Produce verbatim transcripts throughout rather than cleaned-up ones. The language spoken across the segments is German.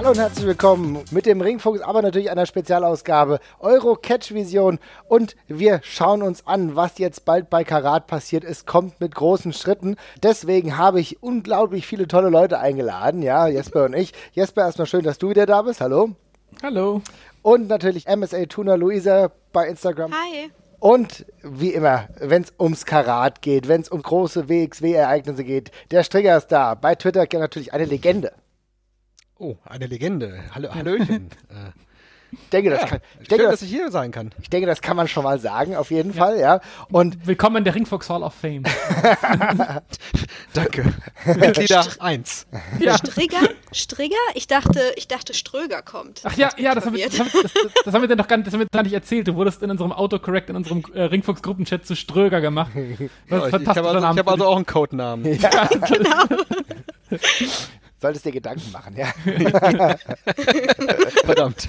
Hallo und herzlich willkommen mit dem Ringfuchs, aber natürlich einer Spezialausgabe Euro Catch Vision, und wir schauen uns an, was jetzt bald bei Karat passiert. Es kommt mit großen Schritten, deswegen habe ich unglaublich viele tolle Leute eingeladen, ja, Jesper und ich. Jesper, erstmal schön, dass du wieder da bist, hallo. Hallo. Und natürlich M S A-Tuner Luisa bei Instagram. Hi. Und wie immer, wenn es ums Karat geht, wenn es um große W X W-Ereignisse geht, der Strigger ist da. Bei Twitter natürlich eine Legende. Oh, eine Legende. Hallo, Hallöchen. Ich denke, das ja, kann, ich schön, denke, dass das, ich hier sein kann. ich denke, das kann man schon mal sagen, auf jeden ja. Fall, ja. Und willkommen in der Ringfuchs Hall of Fame. Danke. Mitglieder eins. Ja. Strigger? Strigger? Ich dachte, ich dachte, Ströger kommt. Ach ja, ja, das haben, wir, das, haben, das, das haben wir dir doch gar nicht, das haben wir gar nicht erzählt. Du wurdest in unserem Autocorrect, in unserem äh, Ringfuchs-Gruppenchat zu Ströger gemacht. Das ist ja, ich habe also, hab also auch einen Codenamen. Ja, genau. Solltest dir Gedanken machen, ja. Verdammt.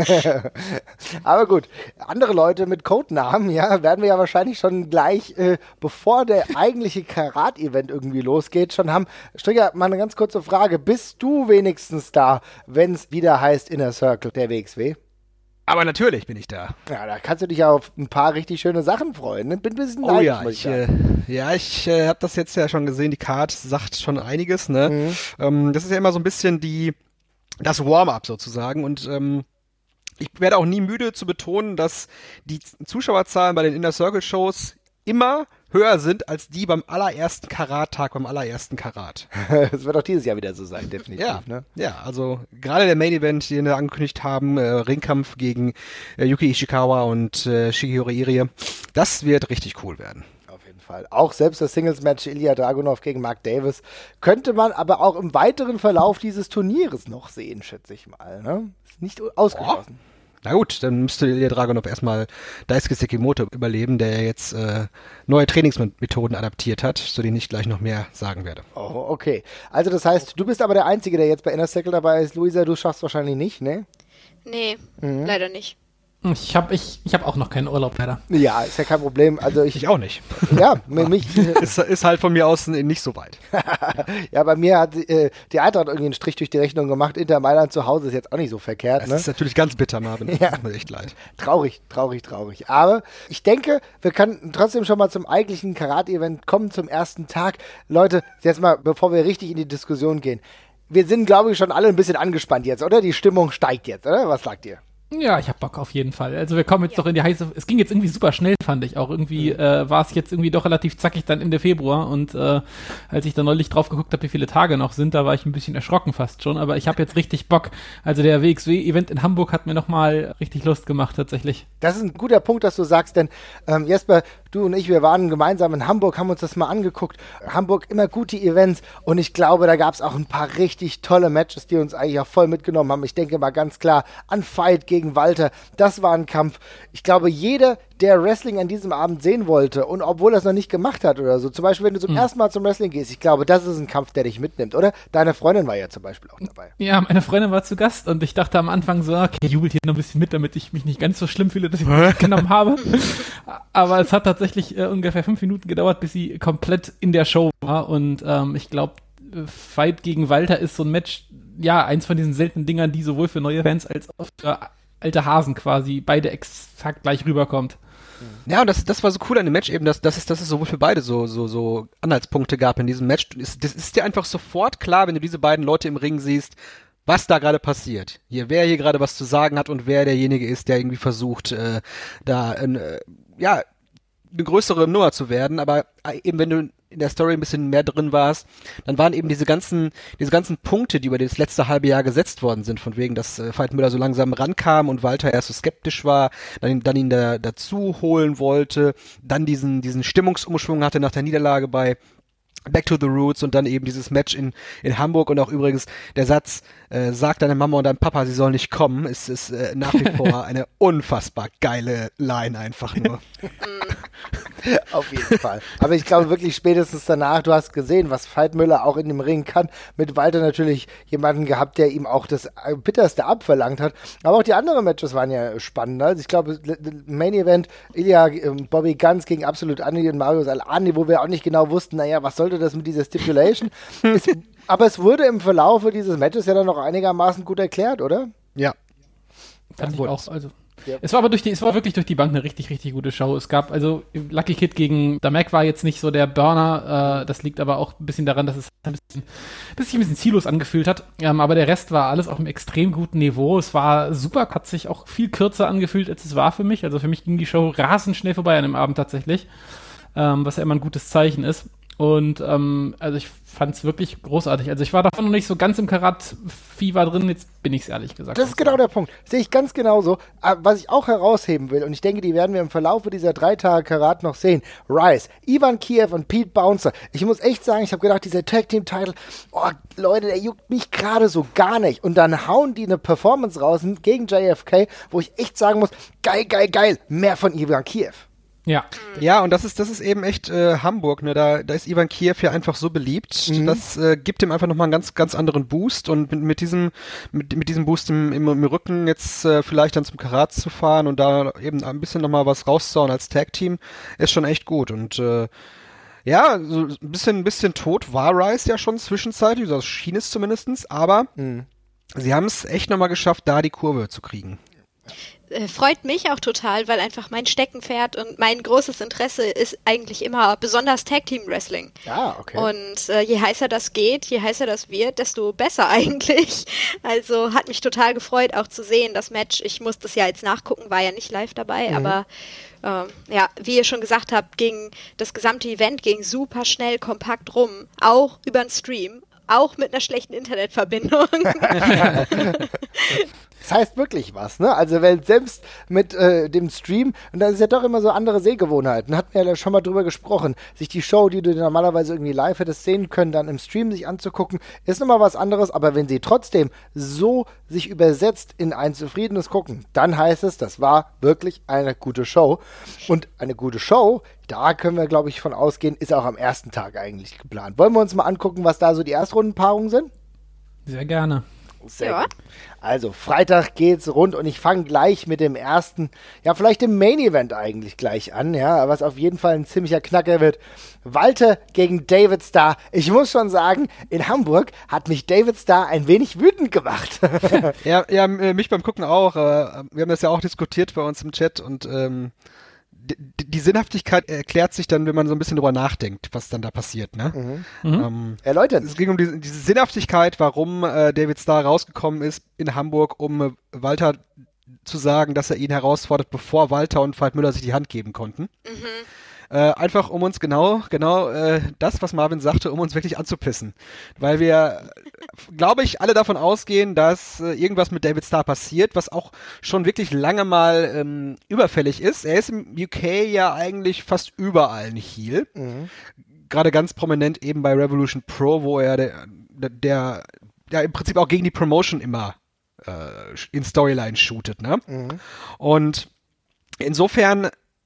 Aber gut, andere Leute mit Codenamen, ja, werden wir ja wahrscheinlich schon gleich, äh, bevor der eigentliche Karat-Event irgendwie losgeht, schon haben. Strigger, mal eine ganz kurze Frage. Bist du wenigstens da, wenn es wieder heißt Inner Circle, der W X W? Aber natürlich bin ich da. Ja, da kannst du dich ja auf ein paar richtig schöne Sachen freuen. Ne? Bin ein bisschen neidisch, oh ja, muss ich ich, äh, ja, ich äh, habe das jetzt ja schon gesehen. Die Card sagt schon einiges. Ne? Mhm. Ähm, das ist ja immer so ein bisschen die das Warm-up sozusagen. Und ähm, ich werde auch nie müde zu betonen, dass die Zuschauerzahlen bei den Inner Circle Shows immer höher sind als die beim allerersten Karat-Tag, beim allerersten Karat. Das wird auch dieses Jahr wieder so sein, definitiv. Ja, ne? Ja, also gerade der Main-Event, den wir angekündigt haben, äh, Ringkampf gegen äh, Yuki Ishikawa und äh, Shigehiro Irie, das wird richtig cool werden. Auf jeden Fall. Auch selbst das Singles-Match Ilya Dragunov gegen Mark Davis könnte man aber auch im weiteren Verlauf dieses Turnieres noch sehen, schätze ich mal. Ne? Ist nicht ausgeschlossen. Oh. Na gut, dann müsste Ilya Dragunov erstmal Daisuke Sekimoto überleben, der ja jetzt äh, neue Trainingsmethoden adaptiert hat, zu denen ich gleich noch mehr sagen werde. Oh, okay. Also das heißt, du bist aber der Einzige, der jetzt bei Inner Circle dabei ist. Luisa, du schaffst wahrscheinlich nicht, ne? Nee, mhm. leider nicht. Ich habe ich, ich hab auch noch keinen Urlaub, leider. Ja, ist ja kein Problem. Also ich, ich auch nicht. Ja, mich ist, ist halt von mir aus nicht so weit. Ja, bei mir hat äh, die Eintracht irgendwie einen Strich durch die Rechnung gemacht. Inter Mailand zu Hause ist jetzt auch nicht so verkehrt. Das ne? ist natürlich ganz bitter, Marvin. Das ja. tut mir echt leid. Traurig, traurig, traurig. Aber ich denke, wir können trotzdem schon mal zum eigentlichen Karat-Event kommen, zum ersten Tag. Leute, jetzt mal, bevor wir richtig in die Diskussion gehen. Wir sind, glaube ich, schon alle ein bisschen angespannt jetzt, oder? Die Stimmung steigt jetzt, oder? Was sagt ihr? Ja, ich hab Bock auf jeden Fall. Also wir kommen jetzt ja. doch in die heiße, es ging jetzt irgendwie super schnell, fand ich auch. Irgendwie mhm. äh, war es jetzt irgendwie doch relativ zackig dann Ende Februar, und äh, als ich dann neulich drauf geguckt habe, wie viele Tage noch sind, da war ich ein bisschen erschrocken fast schon, aber ich habe jetzt richtig Bock. Also der W X W-Event in Hamburg hat mir nochmal richtig Lust gemacht tatsächlich. Das ist ein guter Punkt, dass du sagst, denn ähm, Jesper, du und ich, wir waren gemeinsam in Hamburg, haben uns das mal angeguckt. Hamburg, immer gute Events, und ich glaube, da gab es auch ein paar richtig tolle Matches, die uns eigentlich auch voll mitgenommen haben. Ich denke mal ganz klar an Fight gegen Walter, das war ein Kampf. Ich glaube, jeder, der Wrestling an diesem Abend sehen wollte, und obwohl er es noch nicht gemacht hat oder so, zum Beispiel, wenn du zum mhm. ersten Mal zum Wrestling gehst, ich glaube, das ist ein Kampf, der dich mitnimmt, oder? Deine Freundin war ja zum Beispiel auch dabei. Ja, meine Freundin war zu Gast, und ich dachte am Anfang so, okay, jubelt hier noch ein bisschen mit, damit ich mich nicht ganz so schlimm fühle, dass ich mich mitgenommen habe. Aber es hat tatsächlich äh, ungefähr fünf Minuten gedauert, bis sie komplett in der Show war, und ähm, ich glaube, Fight gegen Walter ist so ein Match, ja, eins von diesen seltenen Dingern, die sowohl für neue Fans als auch für alte Hasen quasi beide exakt gleich rüberkommt. Ja, und das, das war so cool an dem Match eben, dass, dass, es, dass es sowohl für beide so, so, so Anhaltspunkte gab in diesem Match. Das, das ist dir einfach sofort klar, wenn du diese beiden Leute im Ring siehst, was da gerade passiert. Hier, wer hier gerade was zu sagen hat und wer derjenige ist, der irgendwie versucht, äh, da äh, ja, eine größere Nummer zu werden. Aber eben, wenn du in der Story ein bisschen mehr drin warst, dann waren eben diese ganzen, diese ganzen Punkte, die über das letzte halbe Jahr gesetzt worden sind, von wegen, dass äh, Veit Müller so langsam rankam und Walter erst so skeptisch war, dann, dann ihn da, dazu holen wollte, dann diesen, diesen Stimmungsumschwung hatte nach der Niederlage bei Back to the Roots, und dann eben dieses Match in, in Hamburg, und auch übrigens der Satz, äh, sag deine Mama und deinem Papa, sie sollen nicht kommen, ist, ist äh, nach wie vor eine unfassbar geile Line einfach nur. Auf jeden Fall. Aber ich glaube wirklich spätestens danach, du hast gesehen, was Veit Müller auch in dem Ring kann. Mit Walter natürlich jemanden gehabt, der ihm auch das Bitterste abverlangt hat. Aber auch die anderen Matches waren ja spannender. Also ich glaube, Main Event, Ilya, Bobby Guns gegen Absolut Andy und Marius Al-Ani, wo wir auch nicht genau wussten, naja, was sollte das mit dieser Stipulation? es, aber es wurde im Verlauf dieses Matches ja dann noch einigermaßen gut erklärt, oder? Ja. Fand ich auch, also. Ja. Es war aber durch die, es war wirklich durch die Bank eine richtig, richtig gute Show. Es gab, also Lucky Kid gegen Damek war jetzt nicht so der Burner, äh, das liegt aber auch ein bisschen daran, dass es ein bisschen, bis sich ein bisschen ziellos angefühlt hat. Ähm, aber der Rest war alles auf einem extrem guten Niveau. Es war super, hat sich auch viel kürzer angefühlt, als es war für mich. Also für mich ging die Show rasend schnell vorbei an dem Abend tatsächlich, ähm, was ja immer ein gutes Zeichen ist. Und ähm, also ich fand es wirklich großartig. Also ich war davon noch nicht so ganz im Karat-Fieber drin, jetzt bin ich es ehrlich gesagt. Das ist genau der Punkt. Sehe ich ganz genauso. Was ich auch herausheben will, und ich denke, die werden wir im Verlauf dieser drei Tage Karat noch sehen. Rice, Ivan Kiev und Pete Bouncer. Ich muss echt sagen, ich habe gedacht, dieser Tag-Team-Title, oh Leute, der juckt mich gerade so gar nicht. Und dann hauen die eine Performance raus gegen J F K, wo ich echt sagen muss, geil, geil, geil, mehr von Ivan Kiev. Ja. Ja, und das ist das ist eben echt äh, Hamburg, ne? Da da ist Ivan Kiev ja einfach so beliebt. Mhm. Das äh, gibt ihm einfach nochmal einen ganz ganz anderen Boost und mit, mit diesem mit, mit diesem Boost im, im, im Rücken jetzt äh, vielleicht dann zum Karat zu fahren und da eben ein bisschen nochmal was rauszuhauen als Tag Team ist schon echt gut und äh, ja, so ein bisschen ein bisschen tot war Rice ja schon zwischenzeitlich, das schien es zumindestens, aber mhm. sie haben es echt nochmal geschafft, da die Kurve zu kriegen. Freut mich auch total, weil einfach mein Steckenpferd und mein großes Interesse ist eigentlich immer besonders Tag-Team-Wrestling. Ah, okay. Und äh, je heißer das geht, je heißer das wird, desto besser eigentlich. Also hat mich total gefreut, auch zu sehen, das Match. Ich musste es ja jetzt nachgucken, war ja nicht live dabei, mhm. aber ähm, ja, wie ihr schon gesagt habt, ging das gesamte Event ging super schnell, kompakt rum, auch über den Stream. Auch mit einer schlechten Internetverbindung. Das heißt wirklich was, ne? Also weil selbst mit äh, dem Stream, und das ist ja doch immer so andere Sehgewohnheiten, hatten wir ja schon mal drüber gesprochen, sich die Show, die du normalerweise irgendwie live hättest sehen können, dann im Stream sich anzugucken, ist nochmal was anderes, aber wenn sie trotzdem so sich übersetzt in ein zufriedenes Gucken, dann heißt es, das war wirklich eine gute Show. Und eine gute Show, da können wir, glaube ich, von ausgehen, ist auch am ersten Tag eigentlich geplant. Wollen wir uns mal angucken, was da so die Erstrundenpaarungen sind? Sehr gerne. Sehr ja. gut. Also, Freitag geht's rund und ich fange gleich mit dem ersten, ja, vielleicht dem Main-Event eigentlich gleich an, ja, was auf jeden Fall ein ziemlicher Knacker wird. Walter gegen David Starr. Ich muss schon sagen, in Hamburg hat mich David Starr ein wenig wütend gemacht. ja, ja, mich beim Gucken auch. Wir haben das ja auch diskutiert bei uns im Chat und ähm, die, die Sinnhaftigkeit erklärt sich dann, wenn man so ein bisschen drüber nachdenkt, was dann da passiert, ne? Mhm. Mhm. Ähm, Erläutern. Es ging um diese, diese Sinnhaftigkeit, warum äh, David Starr rausgekommen ist in Hamburg, um äh, Walter zu sagen, dass er ihn herausfordert, bevor Walter und Veit Müller sich die Hand geben konnten. Mhm. Äh, einfach um uns genau, genau äh, das, was Marvin sagte, um uns wirklich anzupissen. Weil wir, glaube ich, alle davon ausgehen, dass äh, irgendwas mit David Starr passiert, was auch schon wirklich lange mal ähm, überfällig ist. Er ist im U K ja eigentlich fast überall ein Heel. Mhm. Gerade ganz prominent eben bei Revolution Pro, wo er der, der, der ja im Prinzip auch gegen die Promotion immer äh, in Storyline shootet, ne? Mhm. Und insofern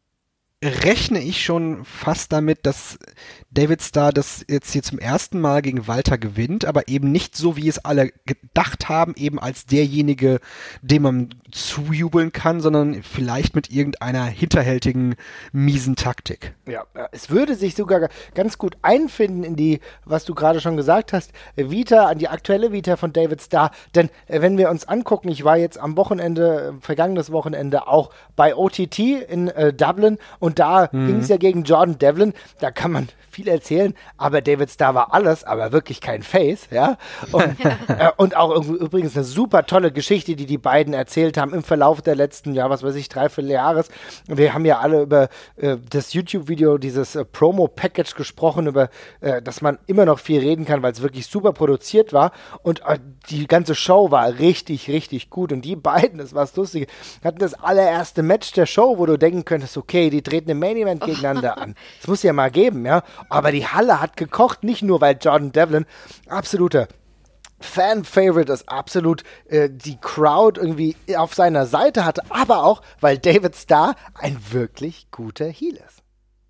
rechne ich schon fast damit, dass David Starr das jetzt hier zum ersten Mal gegen Walter gewinnt, aber eben nicht so, wie es alle gedacht haben, eben als derjenige, dem man zujubeln kann, sondern vielleicht mit irgendeiner hinterhältigen, miesen Taktik. Ja, es würde sich sogar ganz gut einfinden in die, was du gerade schon gesagt hast, Vita, an die aktuelle Vita von David Starr, denn wenn wir uns angucken, ich war jetzt am Wochenende, vergangenes Wochenende auch bei O T T in äh, Dublin und da mhm. ging es ja gegen Jordan Devlin, da kann man viel erzählen, aber David Starr war alles, aber wirklich kein Face, ja, und, äh, und auch übrigens eine super tolle Geschichte, die die beiden erzählt haben im Verlauf der letzten, ja, was weiß ich, dreiviertel Jahres. Wir haben ja alle über äh, das YouTube-Video, dieses äh, Promo-Package gesprochen, über äh, dass man immer noch viel reden kann, weil es wirklich super produziert war und äh, die ganze Show war richtig, richtig gut und die beiden, das war das Lustige, hatten das allererste Match der Show, wo du denken könntest, okay, die treten im Main-Event gegeneinander an. Das muss ja mal geben, ja, aber die Halle hat gekocht, nicht nur, weil Jordan Devlin absoluter Fan-Favorite ist, absolut äh, die Crowd irgendwie auf seiner Seite hatte, aber auch, weil David Starr ein wirklich guter Heel ist.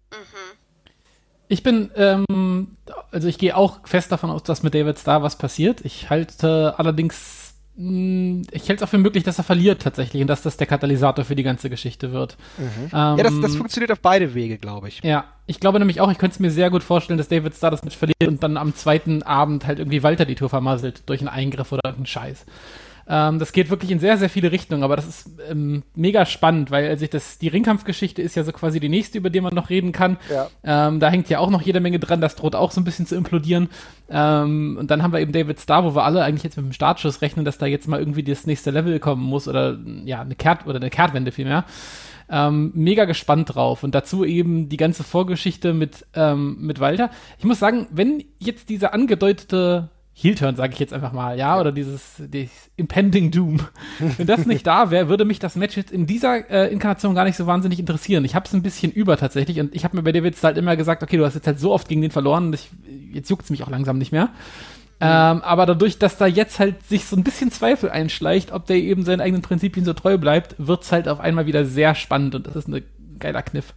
Ich bin, ähm, also ich gehe auch fest davon aus, dass mit David Starr was passiert. Ich halte allerdings, mh, ich halte es auch für möglich, dass er verliert tatsächlich und dass das der Katalysator für die ganze Geschichte wird. Mhm. Ähm, ja, das, das funktioniert auf beide Wege, glaube ich. Ja, ich glaube nämlich auch, ich könnte es mir sehr gut vorstellen, dass David Starr das Match verliert und dann am zweiten Abend halt irgendwie Walter die Tour vermasselt durch einen Eingriff oder irgendeinen Scheiß. Ähm, das geht wirklich in sehr, sehr viele Richtungen, aber das ist ähm, mega spannend, weil also das, die Ringkampfgeschichte ist ja so quasi die nächste, über die man noch reden kann. Ja. Ähm, da hängt ja auch noch jede Menge dran, das droht auch so ein bisschen zu implodieren. Ähm, und dann haben wir eben David Starr, wo wir alle eigentlich jetzt mit dem Startschuss rechnen, dass da jetzt mal irgendwie das nächste Level kommen muss oder ja, eine Kehrt- oder eine Kehrtwende vielmehr. Ähm, mega gespannt drauf. Und dazu eben die ganze Vorgeschichte mit, ähm, mit Walter. Ich muss sagen, wenn jetzt diese angedeutete Heel-Turn, sage ich jetzt einfach mal, ja, ja. oder dieses, dieses Impending Doom. Wenn das nicht da wäre, würde mich das Match jetzt in dieser äh, Inkarnation gar nicht so wahnsinnig interessieren. Ich habe es ein bisschen über tatsächlich und ich habe mir bei David halt immer gesagt, okay, du hast jetzt halt so oft gegen den verloren und ich, jetzt juckt es mich auch langsam nicht mehr. Mhm. Ähm, aber dadurch, dass da jetzt halt sich so ein bisschen Zweifel einschleicht, ob der eben seinen eigenen Prinzipien so treu bleibt, wird's halt auf einmal wieder sehr spannend und das ist ein geiler Kniff.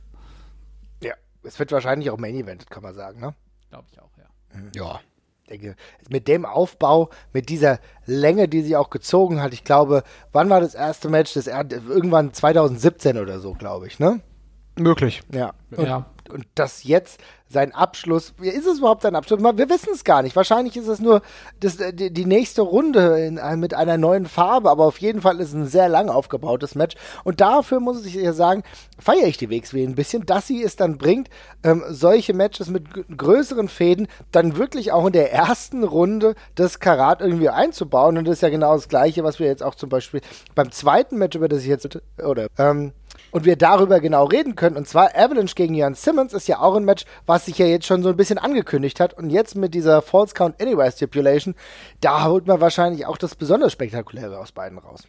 Ja, es wird wahrscheinlich auch Main Event, kann man sagen, ne? Glaube ich auch, ja. Mhm. Ja. Denke, mit dem Aufbau, mit dieser Länge, die sie auch gezogen hat, ich glaube, wann war das erste Match? Das er, irgendwann zwanzig siebzehn oder so, glaube ich, ne? Möglich. Ja. Und, ja. und das jetzt sein Abschluss, ist es überhaupt sein Abschluss? Wir wissen es gar nicht. Wahrscheinlich ist es nur das, die, die nächste Runde in, mit einer neuen Farbe, aber auf jeden Fall ist es ein sehr lang aufgebautes Match. Und dafür muss ich ja sagen, feiere ich die W X W ein bisschen, dass sie es dann bringt, ähm, solche Matches mit g- größeren Fäden dann wirklich auch in der ersten Runde das Karat irgendwie einzubauen. Und das ist ja genau das Gleiche, was wir jetzt auch zum Beispiel beim zweiten Match, über das ich jetzt, oder, ähm, und wir darüber genau reden können. Und zwar Avalanche gegen Jörn Simmons ist ja auch ein Match, was sich ja jetzt schon so ein bisschen angekündigt hat. Und jetzt mit dieser False Count Anywhere Stipulation, da holt man wahrscheinlich auch das besonders Spektakuläre aus beiden raus.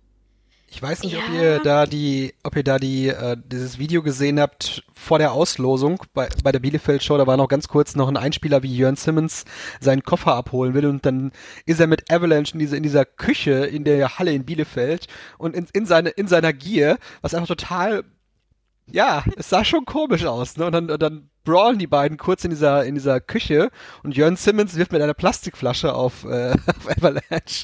Ich weiß nicht, ja. ob ihr da die, ob ihr da die, äh, dieses Video gesehen habt vor der Auslosung bei, bei der Bielefeld-Show. Da war noch ganz kurz noch ein Einspieler, wie Jörn Simmons seinen Koffer abholen will und dann ist er mit Avalanche in, diese, in dieser Küche in der Halle in Bielefeld und in, in, seine, in seiner Gier, was einfach total, ja, es sah schon komisch aus, ne? Und dann, und dann brawlen die beiden kurz in dieser, in dieser Küche und Jörn Simmons wirft mit einer Plastikflasche auf, äh, auf Avalanche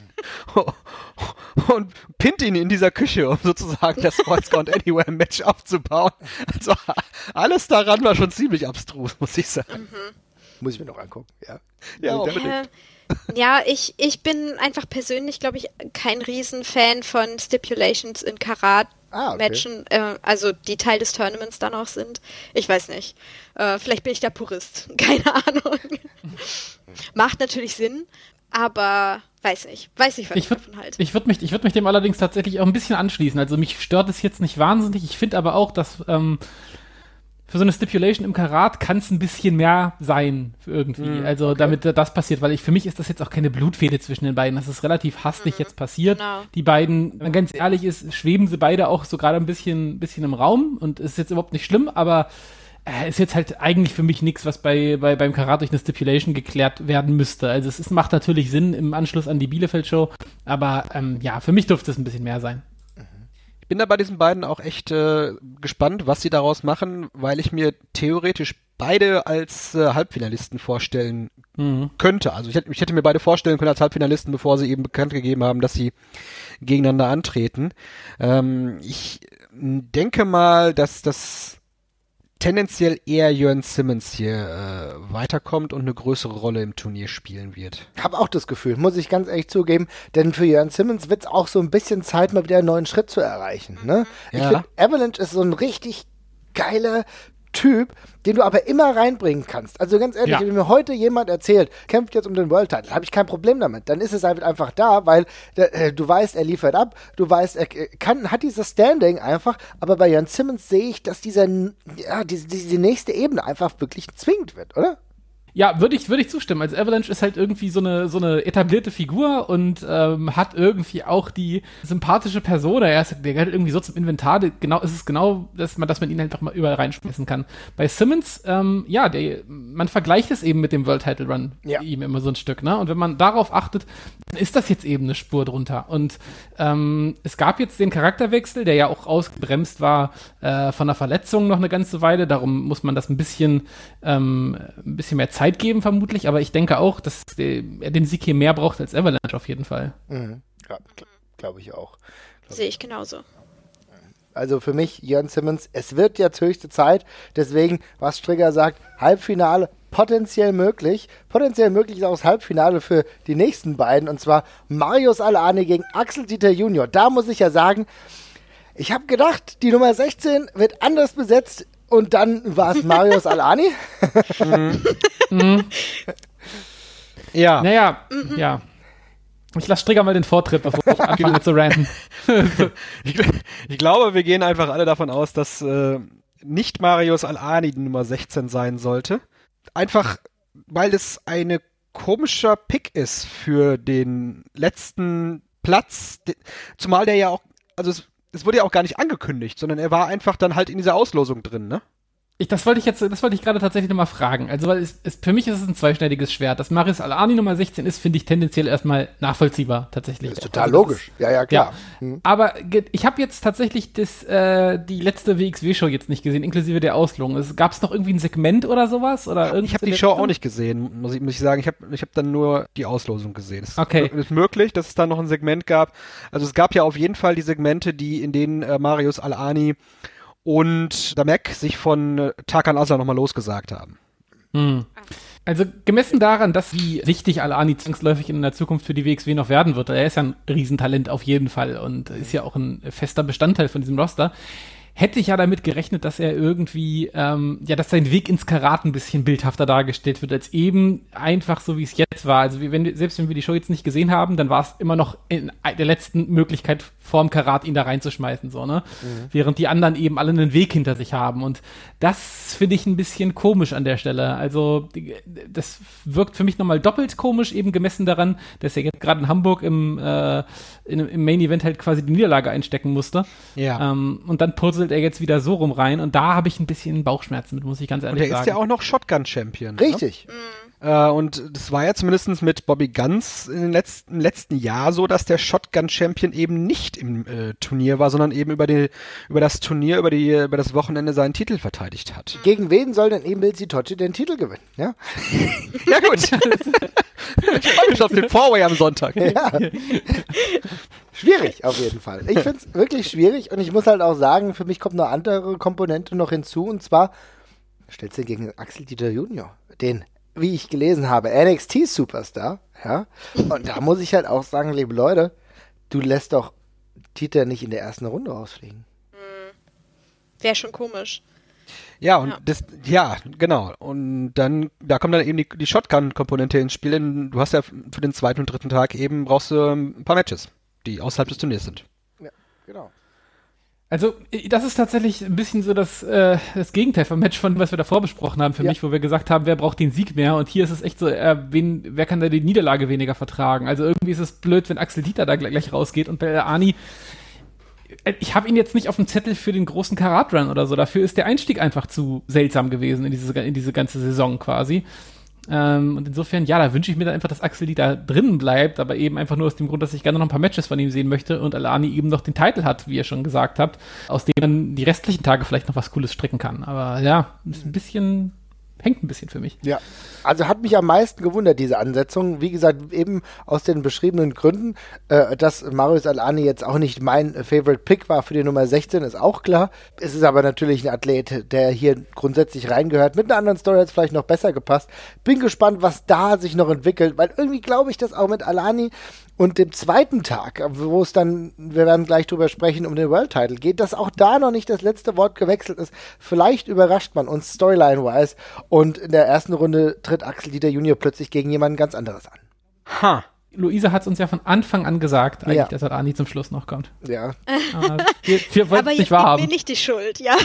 und pinnt ihn in dieser Küche, um sozusagen das False Count Anywhere Match aufzubauen. Also alles daran war schon ziemlich abstrus, muss ich sagen. Mhm. Muss ich mir noch angucken, ja. Ja, unbedingt. Äh, ja, ich, ich bin einfach persönlich, glaube ich, kein Riesenfan von Stipulations in Karat-Matchen, ah, okay. äh, also die Teil des Tournaments dann auch sind. Ich weiß nicht. Äh, vielleicht bin ich der Purist. Keine Ahnung. Macht natürlich Sinn, aber weiß nicht. Weiß nicht, was ich, ich würd, davon halte. Ich würde mich, ich würd mich dem allerdings tatsächlich auch ein bisschen anschließen. Also mich stört es jetzt nicht wahnsinnig. Ich finde aber auch, dass ähm, für so eine Stipulation im Karat kann es ein bisschen mehr sein irgendwie, mm, also okay. damit das passiert, weil ich für mich ist das jetzt auch keine Blutfehde zwischen den beiden, das ist relativ hastig mm, jetzt passiert. Genau. Die beiden, wenn ganz ehrlich ist, schweben sie beide auch so gerade ein bisschen, bisschen im Raum und ist jetzt überhaupt nicht schlimm, aber äh, ist jetzt halt eigentlich für mich nichts, was bei, bei beim Karat durch eine Stipulation geklärt werden müsste. Also es ist, macht natürlich Sinn im Anschluss an die Bielefeld-Show, aber ähm, ja, für mich dürfte es ein bisschen mehr sein. Ich bin da bei diesen beiden auch echt äh, gespannt, was sie daraus machen, weil ich mir theoretisch beide als äh, Halbfinalisten vorstellen mhm. könnte. Also ich hätte, ich hätte mir beide vorstellen können als Halbfinalisten, bevor sie eben bekannt gegeben haben, dass sie gegeneinander antreten. Ähm, ich denke mal, dass das tendenziell eher Jörn Simmons hier äh, weiterkommt und eine größere Rolle im Turnier spielen wird. Ich habe auch das Gefühl, muss ich ganz ehrlich zugeben, denn für Jörn Simmons wird es auch so ein bisschen Zeit, mal wieder einen neuen Schritt zu erreichen. Ne? Ja. Ich finde, Avalanche ist so ein richtig geiler Typ, den du aber immer reinbringen kannst. Also ganz ehrlich, ja. wenn mir heute jemand erzählt, kämpft jetzt um den World Title, habe ich kein Problem damit. Dann ist es halt einfach da, weil äh, du weißt, er liefert ab, du weißt, er kann, hat dieses Standing einfach, aber bei Jörn Simmons sehe ich, dass dieser, ja, diese, diese nächste Ebene einfach wirklich zwingend wird, oder? Ja, würde ich, würde ich zustimmen. Also Avalanche ist halt irgendwie so eine, so eine etablierte Figur und ähm, hat irgendwie auch die sympathische Person. Er ist, der gehört irgendwie so zum Inventar. Genau, es ist genau, dass man, dass man ihn einfach mal überall reinschmeißen kann. Bei Simmons, ähm, ja, der, man vergleicht es eben mit dem World Title Run ja. ihm immer so ein Stück, ne? Und wenn man darauf achtet, dann ist das jetzt eben eine Spur drunter. Und ähm, es gab jetzt den Charakterwechsel, der ja auch ausgebremst war äh, von einer Verletzung noch eine ganze Weile. Darum muss man das ein bisschen, ähm, ein bisschen mehr Zeit geben, vermutlich, aber ich denke auch, dass der, er den Sieg hier mehr braucht als Avalanche auf jeden Fall. Mhm. Ja, glaube ich auch. Glaub Sehe ich genauso. Also für mich, Jörn Simmons, es wird jetzt höchste Zeit, deswegen, was Strigger sagt, Halbfinale potenziell möglich. Potenziell möglich ist auch das Halbfinale für die nächsten beiden, und zwar Marius Al-Ani gegen Axel Dieter Junior. Da muss ich ja sagen, ich habe gedacht, die Nummer sechzehn wird anders besetzt, und dann war es Marius Al-Ani. mhm. Ja. Naja, mhm. ja. Ich lasse Strigger mal den Vortritt, bevor ich anfange zu ranten. ich, ich glaube, wir gehen einfach alle davon aus, dass äh, nicht Marius Al-Ani die Nummer sechzehn sein sollte. Einfach, weil es ein komischer Pick ist für den letzten Platz. Zumal der ja auch, also es Es wurde ja auch gar nicht angekündigt, sondern er war einfach dann halt in dieser Auslosung drin, ne? Ich, das wollte ich jetzt, das wollte ich gerade tatsächlich nochmal fragen. Also, weil es, es, für mich ist es ein zweischneidiges Schwert. Dass Marius Al-Ani Nummer sechzehn ist, finde ich tendenziell erstmal nachvollziehbar, tatsächlich. Das ist total also, logisch. Ist, ja, ja, klar. Ja. Hm. Aber ge- ich habe jetzt tatsächlich das, äh, die letzte W X W-Show jetzt nicht gesehen, inklusive der Auslosung. Gab es noch irgendwie ein Segment oder sowas? Oder ich habe die Show auch nicht gesehen, muss ich, muss ich sagen. Ich habe ich hab dann nur die Auslosung gesehen. Es okay. ist möglich, dass es da noch ein Segment gab. Also es gab ja auf jeden Fall die Segmente, die in denen äh, Marius Al-Ani und Damek sich von äh, Tarkan Aslan nochmal losgesagt haben. Hm. Also gemessen daran, dass wie wichtig Al-Ani zwangsläufig in der Zukunft für die W X W noch werden wird, er ist ja ein Riesentalent auf jeden Fall und ist ja auch ein fester Bestandteil von diesem Roster, hätte ich ja damit gerechnet, dass er irgendwie, ähm, ja, dass sein Weg ins Karat ein bisschen bildhafter dargestellt wird, als eben einfach so, wie es jetzt war. Also wie wenn, selbst wenn wir die Show jetzt nicht gesehen haben, dann war es immer noch in der letzten Möglichkeit, vorm Karat ihn da reinzuschmeißen, so, ne? Mhm. Während die anderen eben alle einen Weg hinter sich haben. Und das finde ich ein bisschen komisch an der Stelle. Also das wirkt für mich nochmal doppelt komisch, eben gemessen daran, dass er jetzt gerade in Hamburg im, äh, in, im Main Event halt quasi die Niederlage einstecken musste. Ja. Ähm, und dann purzelt er jetzt wieder so rum rein und da habe ich ein bisschen Bauchschmerzen mit, muss ich ganz ehrlich sagen. Und er ist ja auch noch Shotgun-Champion. Richtig. Ne? Äh, und das war ja zumindest mit Bobby Guns in den letzten, im letzten Jahr so, dass der Shotgun-Champion eben nicht im äh, Turnier war, sondern eben über, die, über das Turnier, über, die, über das Wochenende seinen Titel verteidigt hat. Gegen wen soll denn Emil Sitoci den Titel gewinnen? Ja, ja gut. Ich freue mich auf den Four-Way am Sonntag. Ja. Schwierig, auf jeden Fall. Ich finde es wirklich schwierig und ich muss halt auch sagen, für mich kommt eine andere Komponente noch hinzu, und zwar stellst du gegen Axel Dieter Junior, den, wie ich gelesen habe, N X T-Superstar, ja, und da muss ich halt auch sagen, liebe Leute, du lässt doch Dieter nicht in der ersten Runde rausfliegen. Wäre schon komisch. Ja, und ja. das, ja, genau. Und dann, da kommt dann eben die, die Shotgun-Komponente ins Spiel, denn du hast ja für den zweiten und dritten Tag eben, brauchst du ein paar Matches, die außerhalb des Turniers sind. Ja, genau. Also, das ist tatsächlich ein bisschen so das, äh, das Gegenteil vom Match von, was wir davor besprochen haben für ja. mich, wo wir gesagt haben, wer braucht den Sieg mehr? Und hier ist es echt so, äh, wen, wer kann da die Niederlage weniger vertragen? Also irgendwie ist es blöd, wenn Axel Dieter da gleich, gleich rausgeht und bei Al-Ani, ich habe ihn jetzt nicht auf dem Zettel für den großen Karat-Run oder so. Dafür ist der Einstieg einfach zu seltsam gewesen in diese, in diese ganze Saison quasi. Ähm, und insofern, ja, da wünsche ich mir dann einfach, dass Axel Dieter drinnen bleibt, aber eben einfach nur aus dem Grund, dass ich gerne noch ein paar Matches von ihm sehen möchte und Al-Ani eben noch den Titel hat, wie ihr schon gesagt habt, aus dem man die restlichen Tage vielleicht noch was Cooles stricken kann. Aber ja, ist ein bisschen... hängt ein bisschen für mich. Ja, also hat mich am meisten gewundert, diese Ansetzung. Wie gesagt, eben aus den beschriebenen Gründen, äh, dass Marius Al-Ani jetzt auch nicht mein äh, Favorite Pick war für die Nummer sechzehn, ist auch klar. Es ist aber natürlich ein Athlet, der hier grundsätzlich reingehört. Mit einer anderen Story hat es vielleicht noch besser gepasst. Bin gespannt, was da sich noch entwickelt, weil irgendwie glaube ich, dass auch mit Al-Ani und dem zweiten Tag, wo es dann, wir werden gleich drüber sprechen, um den World Title geht, dass auch da noch nicht das letzte Wort gewechselt ist. Vielleicht überrascht man uns Storyline-wise und in der ersten Runde tritt Axel Dieter Junior plötzlich gegen jemanden ganz anderes an. Ha. Luisa hat es uns ja von Anfang an gesagt, eigentlich, Ja. dass Alani zum Schluss noch kommt. Ja. Aber wir, wir wollten Aber es jetzt nicht gibt wahrhaben. mir nicht die Schuld, ja.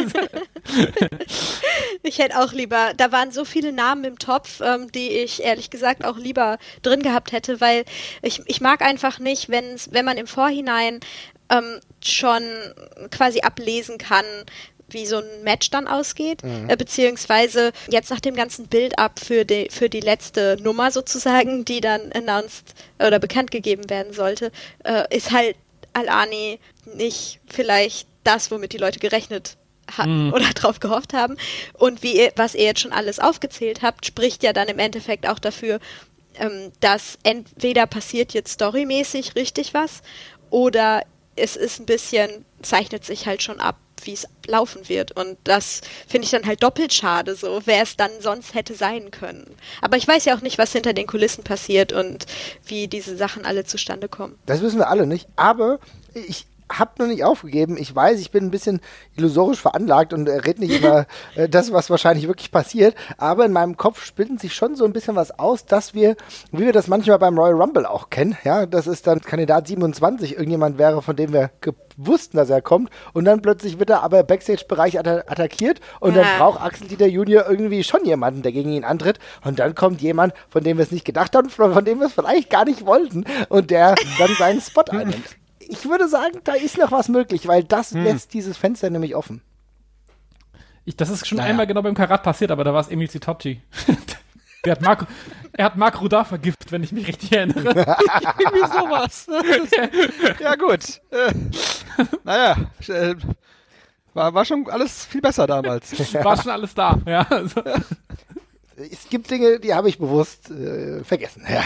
Ich hätte auch lieber, da waren so viele Namen im Topf, ähm, die ich ehrlich gesagt auch lieber drin gehabt hätte, weil ich, ich mag einfach nicht, wenn's, wenn man im Vorhinein ähm, schon quasi ablesen kann, wie so ein Match dann ausgeht, mhm. äh, beziehungsweise jetzt nach dem ganzen Build-up für die, für die letzte Nummer sozusagen, die dann announced oder bekannt gegeben werden sollte, äh, ist halt Alani nicht vielleicht das, womit die Leute gerechnet hatten mhm. oder drauf gehofft haben. Und wie ihr, was ihr jetzt schon alles aufgezählt habt, spricht ja dann im Endeffekt auch dafür, ähm, dass entweder passiert jetzt storymäßig richtig was oder es ist ein bisschen, zeichnet sich halt schon ab, wie es laufen wird. Und das finde ich dann halt doppelt schade, so, wer es dann sonst hätte sein können. Aber ich weiß ja auch nicht, was hinter den Kulissen passiert und wie diese Sachen alle zustande kommen. Das wissen wir alle nicht, aber ich habe noch nicht aufgegeben. Ich weiß, ich bin ein bisschen illusorisch veranlagt und äh, rede nicht über äh, das, was wahrscheinlich wirklich passiert, aber in meinem Kopf spinnt sich schon so ein bisschen was aus, dass wir, wie wir das manchmal beim Royal Rumble auch kennen, ja, das ist dann Kandidat siebenundzwanzig, irgendjemand wäre, von dem wir ge- wussten, dass er kommt und dann plötzlich wird er aber im Backstage-Bereich atta- attackiert und ja. dann braucht Axel Dieter Junior irgendwie schon jemanden, der gegen ihn antritt und dann kommt jemand, von dem wir es nicht gedacht haben, von dem wir es vielleicht gar nicht wollten und der dann seinen Spot einnimmt. Ich würde sagen, da ist noch was möglich, weil das hm. lässt dieses Fenster nämlich offen. Ich, das ist schon naja. einmal genau beim Karat passiert, aber da war es Emil Sitoci. Der hat Marc, er hat Marc Rudar vergiftet, wenn ich mich richtig erinnere. Irgendwie sowas. Ja gut. Äh, naja, äh, war, war schon alles viel besser damals. War schon alles da. Ja, also. Es gibt Dinge, die habe ich bewusst äh, vergessen. Ja.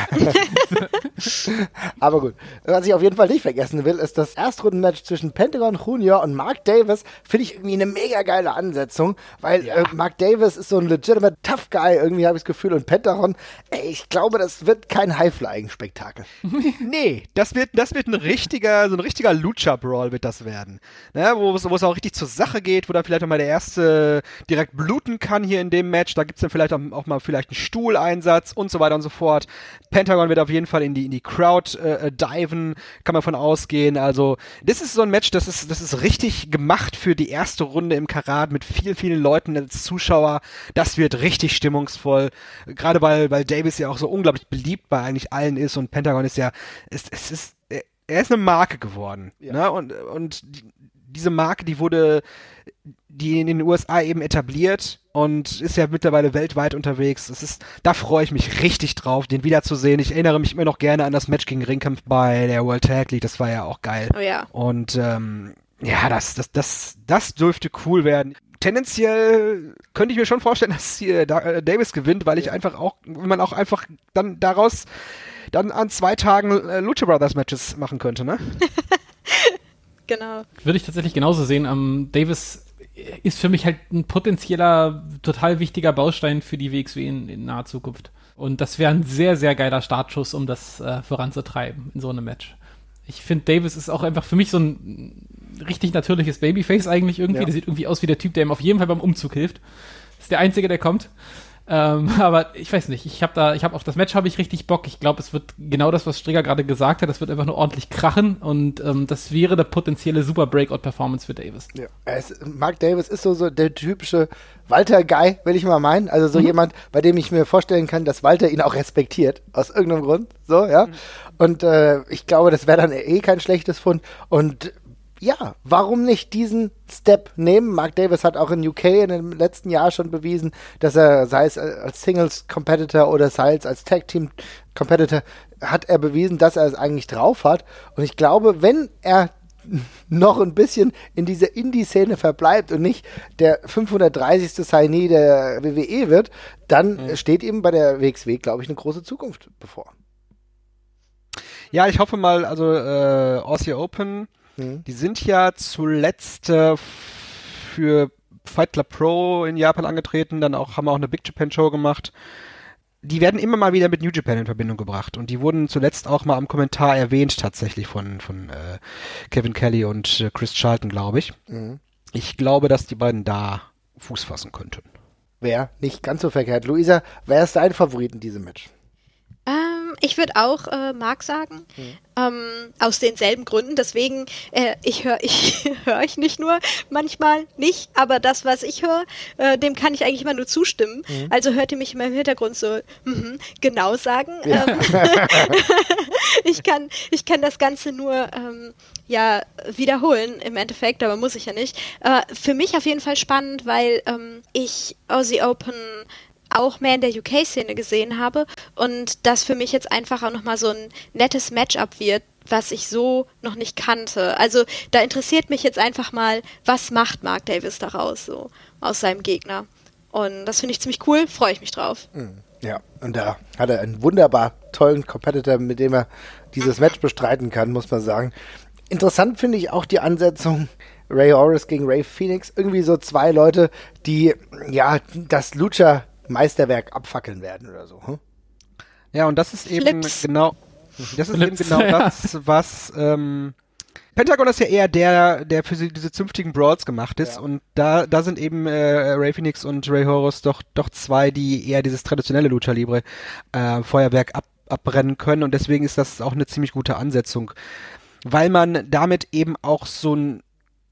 Aber gut. Was ich auf jeden Fall nicht vergessen will, ist das Erstrundenmatch zwischen Pentagon Junior und Mark Davis. Finde ich irgendwie eine mega geile Ansetzung, weil ja. äh, Mark Davis ist so ein legitimate Tough Guy, irgendwie habe ich das Gefühl. Und Pentagon, ey, ich glaube, das wird kein High-Flying-Spektakel. Nee, das wird, das wird ein richtiger, so ein richtiger Lucha-Brawl wird das werden. Ne, wo es, wo es auch richtig zur Sache geht, wo da vielleicht auch mal der Erste direkt bluten kann hier in dem Match. Da gibt es dann vielleicht auch, auch mal vielleicht einen Stuhleinsatz und so weiter und so fort. Pentagon wird auf jeden Fall in die, in die Crowd äh, diven, kann man von ausgehen. Also, das ist so ein Match, das ist, das ist richtig gemacht für die erste Runde im Karat mit vielen, vielen Leuten als Zuschauer. Das wird richtig stimmungsvoll. Gerade weil, weil Davis ja auch so unglaublich beliebt bei eigentlich allen ist und Pentagon ist ja, es, es ist, er ist eine Marke geworden. Ja. Ne? Und, und die, diese Marke, die wurde, die in den U S A eben etabliert und ist ja mittlerweile weltweit unterwegs. Es ist, da freue ich mich richtig drauf, den wiederzusehen. Ich erinnere mich immer noch gerne an das Match gegen Ringkampf bei der World Tag League. Das war ja auch geil. Oh ja. Und ähm, ja, das, das, das, das dürfte cool werden. Tendenziell könnte ich mir schon vorstellen, dass hier Davis gewinnt, weil ich ja. einfach auch, wenn man auch einfach dann daraus dann an zwei Tagen äh, Lucha Brothers Matches machen könnte, ne? Genau. Würde ich tatsächlich genauso sehen. Ähm, Davis ist für mich halt ein potenzieller, total wichtiger Baustein für die W X W in, in naher Zukunft. Und das wäre ein sehr, sehr geiler Startschuss, um das äh, voranzutreiben in so einem Match. Ich finde, Davis ist auch einfach für mich so ein richtig natürliches Babyface eigentlich irgendwie. Ja. Der sieht irgendwie aus wie der Typ, der ihm auf jeden Fall beim Umzug hilft. Das ist der Einzige, der kommt. Ähm, aber ich weiß nicht, ich habe da, ich habe auf das Match habe ich richtig Bock. Ich glaube, es wird genau das, was Strigger gerade gesagt hat, es wird einfach nur ordentlich krachen und ähm, das wäre eine potenzielle super Breakout-Performance für Davis. Ja, es, Mark Davis ist so, so der typische Walter-Guy, will ich mal meinen. Also so mhm. jemand, bei dem ich mir vorstellen kann, dass Walter ihn auch respektiert, aus irgendeinem Grund. So, ja. Mhm. Und äh, ich glaube, das wäre dann eh kein schlechtes Fund. Und ja, warum nicht diesen Step nehmen? Mark Davis hat auch in U K in dem letzten Jahr schon bewiesen, dass er, sei es als Singles-Competitor oder sei es als Tag-Team-Competitor, hat er bewiesen, dass er es eigentlich drauf hat. Und ich glaube, wenn er noch ein bisschen in dieser Indie-Szene verbleibt und nicht der fünfhundertdreißigste Signee der W W E wird, dann mhm. steht ihm bei der W X W, glaube ich, eine große Zukunft bevor. Ja, ich hoffe mal, also äh, Aussie Open, die sind ja zuletzt äh, für Fight Club Pro in Japan angetreten, dann auch haben auch eine Big Japan Show gemacht. Die werden immer mal wieder mit New Japan in Verbindung gebracht und die wurden zuletzt auch mal am Kommentar erwähnt tatsächlich von von äh, Kevin Kelly und äh, Chris Charlton, glaube ich. Mhm. Ich glaube, dass die beiden da Fuß fassen könnten. Wäre nicht ganz so verkehrt. Luisa, wer ist dein Favorit in diesem Match? Ähm, Ähm, ich würde auch äh, Marc sagen, mhm. ähm, aus denselben Gründen. Deswegen, äh, ich höre ich hör euch nicht nur manchmal nicht, aber das, was ich höre, äh, dem kann ich eigentlich immer nur zustimmen. Mhm. Also hört ihr mich immer im Hintergrund so mm-hmm, genau sagen. Ja. Ähm, ich, kann, ich kann das Ganze nur ähm, ja, wiederholen im Endeffekt, aber muss ich ja nicht. Äh, für mich auf jeden Fall spannend, weil ähm, ich Aussie Open auch mehr in der U K-Szene gesehen habe und das für mich jetzt einfach auch nochmal so ein nettes Matchup wird, was ich so noch nicht kannte. Also da interessiert mich jetzt einfach mal, was macht Mark Davis daraus, so aus seinem Gegner. Und das finde ich ziemlich cool, freue ich mich drauf. Ja, und da hat er einen wunderbar tollen Competitor, mit dem er dieses Match bestreiten kann, muss man sagen. Interessant finde ich auch die Ansetzung Ray Horus gegen Ray Phoenix. Irgendwie so zwei Leute, die ja das Lucha Meisterwerk abfackeln werden oder so. Hm? Ja, und das ist eben Flips. genau, das ist Flips, eben genau ja. das, was ähm, Pentagon ist ja eher der, der für diese zünftigen Brawls gemacht ist Ja. und da, da sind eben äh, Ray Phoenix und Ray Horus doch, doch zwei, die eher dieses traditionelle Lucha Libre äh, Feuerwerk ab, abbrennen können und deswegen ist das auch eine ziemlich gute Ansetzung, weil man damit eben auch so ein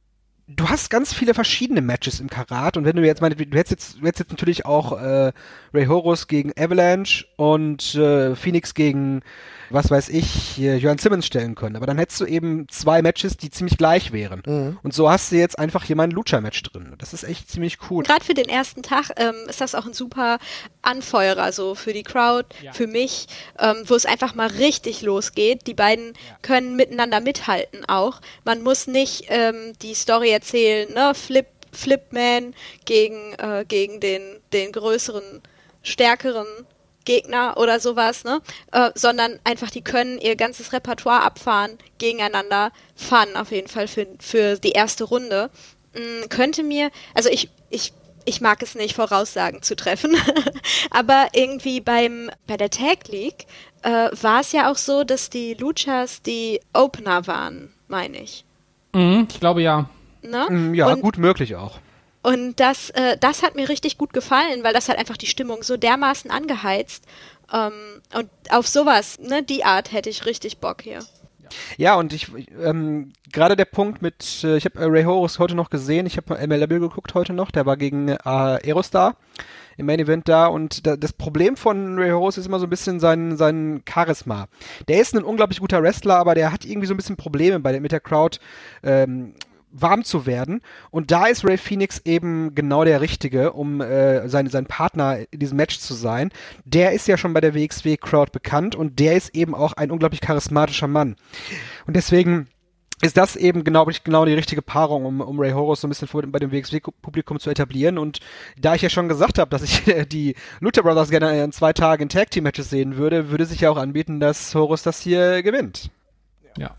Du hast ganz viele verschiedene Matches im Karat und wenn du jetzt meine, du hättest jetzt, du hättest jetzt natürlich auch äh, Ray Horus gegen Avalanche und äh, Phoenix gegen, was weiß ich, äh, Jörn Simmons stellen können, aber dann hättest du eben zwei Matches, die ziemlich gleich wären. Mhm. Und so hast du jetzt einfach hier mal ein Lucha-Match drin. Das ist echt ziemlich cool. Gerade für den ersten Tag ähm, ist das auch ein super Anfeuerer so für die Crowd, Ja. für mich, ähm, wo es einfach mal richtig losgeht. Die beiden ja. können miteinander mithalten auch. Man muss nicht ähm, die Story erzählen, ne, Flip, Flipman gegen, äh, gegen den, den größeren, stärkeren Gegner oder sowas, ne, äh, sondern einfach, die können ihr ganzes Repertoire abfahren, gegeneinander, Fun auf jeden Fall für, für die erste Runde. Mm, könnte mir, also ich, ich Ich mag es nicht, Voraussagen zu treffen, aber irgendwie beim bei der Tag League äh, war es ja auch so, dass die Luchas die Opener waren, meine ich. Mhm, ich glaube ja. Ne? Mm, Ja, und, gut möglich auch. Und das, äh, das hat mir richtig gut gefallen, weil das hat einfach die Stimmung so dermaßen angeheizt. Ähm, und auf sowas, ne, die Art hätte ich richtig Bock hier. Ja, und ich, ähm, gerade der Punkt mit, äh, ich habe äh, Ray Horus heute noch gesehen, ich habe mal M L W geguckt heute noch, der war gegen äh, Aerostar im Main Event da und da, das Problem von Ray Horus ist immer so ein bisschen sein, sein Charisma. Der ist ein unglaublich guter Wrestler, aber der hat irgendwie so ein bisschen Probleme bei der, mit der Crowd, ähm, warm zu werden. Und da ist Ray Phoenix eben genau der Richtige, um äh, sein, sein Partner in diesem Match zu sein. Der ist ja schon bei der W X W-Crowd bekannt und der ist eben auch ein unglaublich charismatischer Mann. Und deswegen ist das eben genau, genau die richtige Paarung, um, um Ray Horus so ein bisschen vor, bei dem W X W-Publikum zu etablieren. Und da ich ja schon gesagt habe, dass ich äh, die Luther Brothers gerne in zwei Tagen in Tag-Team-Matches sehen würde, würde sich ja auch anbieten, dass Horus das hier gewinnt. Ja.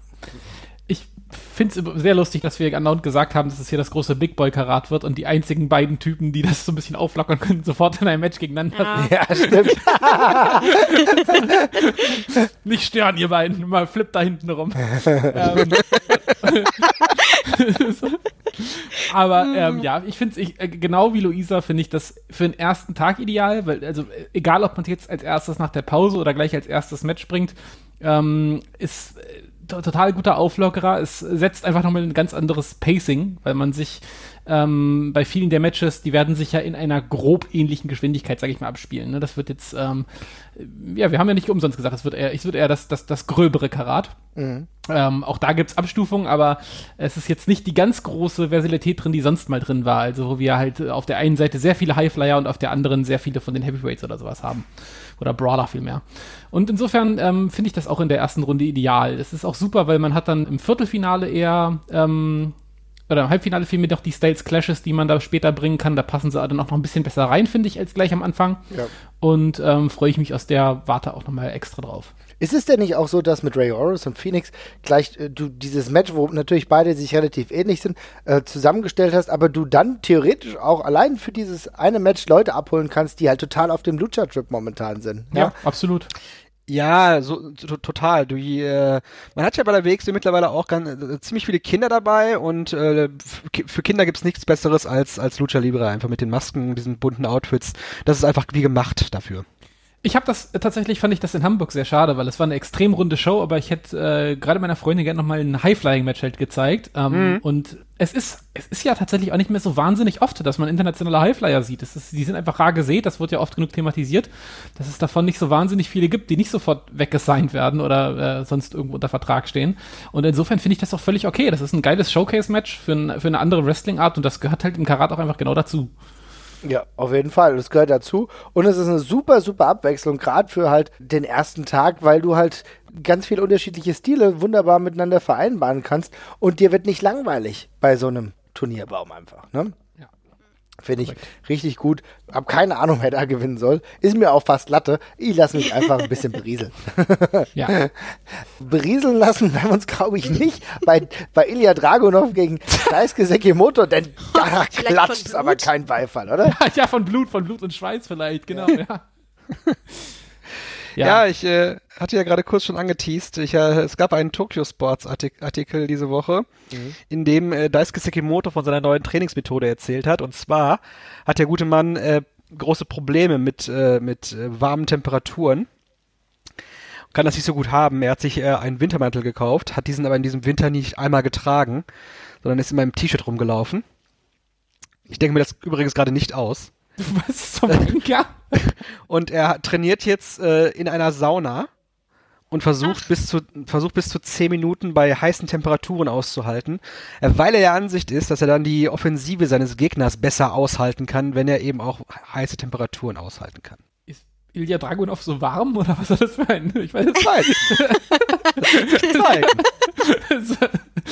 Ich finde es sehr lustig, dass wir andauernd gesagt haben, dass es hier das große Big Boy-Karat wird und die einzigen beiden Typen, die das so ein bisschen auflockern können, sofort in einem Match gegeneinander. Ja. Ja, stimmt. Nicht stören, ihr beiden. Mal flippt da hinten rum. ähm, Aber ähm, ja, ich finde es, äh, genau wie Luisa, finde ich das für den ersten Tag ideal, weil, also, äh, egal ob man jetzt als erstes nach der Pause oder gleich als erstes Match bringt, ähm, ist äh, total guter Auflockerer. Es setzt einfach nochmal ein ganz anderes Pacing, weil man sich ähm, bei vielen der Matches, die werden sich ja in einer grob ähnlichen Geschwindigkeit, sage ich mal, abspielen. Ne? Das wird jetzt, ähm, ja, wir haben ja nicht umsonst gesagt, es wird eher, es wird eher das, das, das gröbere Karat. Mhm. Ähm, auch da gibt's Abstufungen, aber es ist jetzt nicht die ganz große Versatilität drin, die sonst mal drin war. Also wo wir halt auf der einen Seite sehr viele Highflyer und auf der anderen sehr viele von den Heavyweights oder sowas haben. Oder Brawler vielmehr. Und insofern ähm, finde ich das auch in der ersten Runde ideal. Das ist auch super, weil man hat dann im Viertelfinale eher, ähm, oder im Halbfinale vielmehr doch die Styles Clashes, die man da später bringen kann. Da passen sie dann auch noch ein bisschen besser rein, finde ich, als gleich am Anfang. Ja. Und ähm, freue ich mich aus der Warte auch nochmal extra drauf. Ist es denn nicht auch so, dass mit Ray Horus und Phoenix gleich äh, du dieses Match, wo natürlich beide sich relativ ähnlich sind, äh, zusammengestellt hast, aber du dann theoretisch auch allein für dieses eine Match Leute abholen kannst, die halt total auf dem Lucha-Trip momentan sind? Ja, ja, absolut. Ja, so, so total. Du, äh, man hat ja bei der W X W mittlerweile auch ganz, äh, ziemlich viele Kinder dabei und äh, f- für Kinder gibt's nichts Besseres als als Lucha Libre, einfach mit den Masken, diesen bunten Outfits. Das ist einfach wie gemacht dafür. Ich habe das, äh, tatsächlich fand ich das in Hamburg sehr schade, weil es war eine extrem runde Show, aber ich hätte äh, gerade meiner Freundin gerne nochmal ein High-Flying-Match halt gezeigt. Ähm, mhm. Und es ist, es ist ja tatsächlich auch nicht mehr so wahnsinnig oft, dass man internationale Highflyer sieht. Es ist, die sind einfach rar gesät, das wird ja oft genug thematisiert, dass es davon nicht so wahnsinnig viele gibt, die nicht sofort weggesigned werden oder äh, sonst irgendwo unter Vertrag stehen. Und insofern finde ich das auch völlig okay. Das ist ein geiles Showcase-Match für, ein, für eine andere Wrestling-Art und das gehört halt im Karat auch einfach genau dazu. Ja, auf jeden Fall. Das gehört dazu. Und es ist eine super, super Abwechslung, gerade für halt den ersten Tag, weil du halt ganz viele unterschiedliche Stile wunderbar miteinander vereinbaren kannst und dir wird nicht langweilig bei so einem Turnierbaum einfach, ne? Ja. Finde ich richtig gut. Hab keine Ahnung, wer da gewinnen soll. Ist mir auch fast Latte. Ich lasse mich einfach ein bisschen berieseln. Ja. Berieseln lassen werden wir uns, glaube ich, nicht bei, bei Ilya Dragunov gegen Daisuke Sekimoto, denn da klatscht es aber kein Beifall, oder? Ja, von Blut, von Blut und Schweiß vielleicht, genau, ja. Ja, ja ich äh, hatte ja gerade kurz schon angeteased. Ich, äh, es gab einen Tokyo Sports Artik- Artikel diese Woche, mhm. in dem äh, Daisuke Sekimoto von seiner neuen Trainingsmethode erzählt hat. Und zwar hat der gute Mann äh, große Probleme mit, äh, mit äh, warmen Temperaturen. Kann das nicht so gut haben. Er hat sich äh, einen Wintermantel gekauft, hat diesen aber in diesem Winter nicht einmal getragen, sondern ist in meinem T-Shirt rumgelaufen. Ich denke mir das übrigens gerade nicht aus. Was zum Henker? Und er trainiert jetzt äh, in einer Sauna und versucht bis zu versucht bis zu zehn Minuten bei heißen Temperaturen auszuhalten, äh, weil er der Ansicht ist, dass er dann die Offensive seines Gegners besser aushalten kann, wenn er eben auch heiße Temperaturen aushalten kann. Ist Ilya Dragunov so warm oder was soll das sein? Ich weiß es nicht.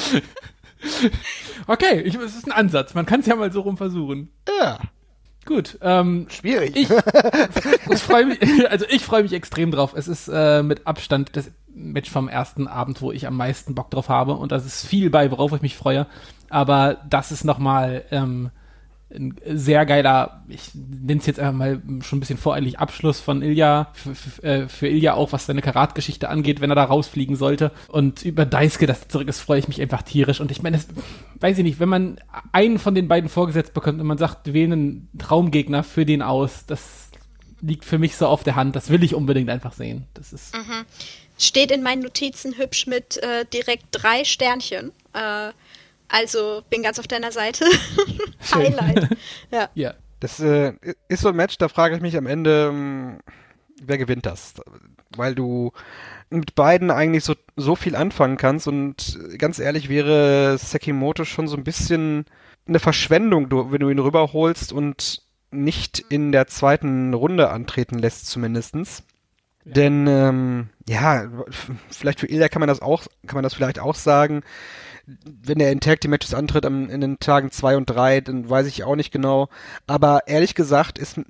Okay, ich, es ist ein Ansatz. Man kann es ja mal so rum versuchen. Ja. Gut, ähm, schwierig. Ich, ich freu mich, also ich freue mich extrem drauf. Es ist äh, mit Abstand das Match vom ersten Abend, wo ich am meisten Bock drauf habe. Und das ist viel bei, worauf ich mich freue. Aber das ist nochmal ähm, ein sehr geiler, ich nenne es jetzt einfach mal schon ein bisschen voreilig, Abschluss von Ilya, für, für, für Ilya auch, was seine Karatgeschichte angeht, wenn er da rausfliegen sollte. Und über Daisuke, dass er zurück ist, freue ich mich einfach tierisch. Und ich meine, das, weiß ich nicht, wenn man einen von den beiden vorgesetzt bekommt und man sagt, wählen einen Traumgegner für den aus, das liegt für mich so auf der Hand. Das will ich unbedingt einfach sehen. Das ist mhm. Steht in meinen Notizen hübsch mit äh, direkt drei Sternchen. Äh, Also, bin ganz auf deiner Seite. Highlight. Ja. ja. Das äh, ist so ein Match, da frage ich mich am Ende, mh, wer gewinnt das? Weil du mit beiden eigentlich so, so viel anfangen kannst und ganz ehrlich wäre Sekimoto schon so ein bisschen eine Verschwendung, du, wenn du ihn rüberholst und nicht in der zweiten Runde antreten lässt zumindestens. Ja. Denn, ähm, ja, vielleicht für Ilya kann man das auch, kann man das vielleicht auch sagen, wenn er in Tag Team Matches antritt am, in den Tagen zwei und drei, dann weiß ich auch nicht genau. Aber ehrlich gesagt ist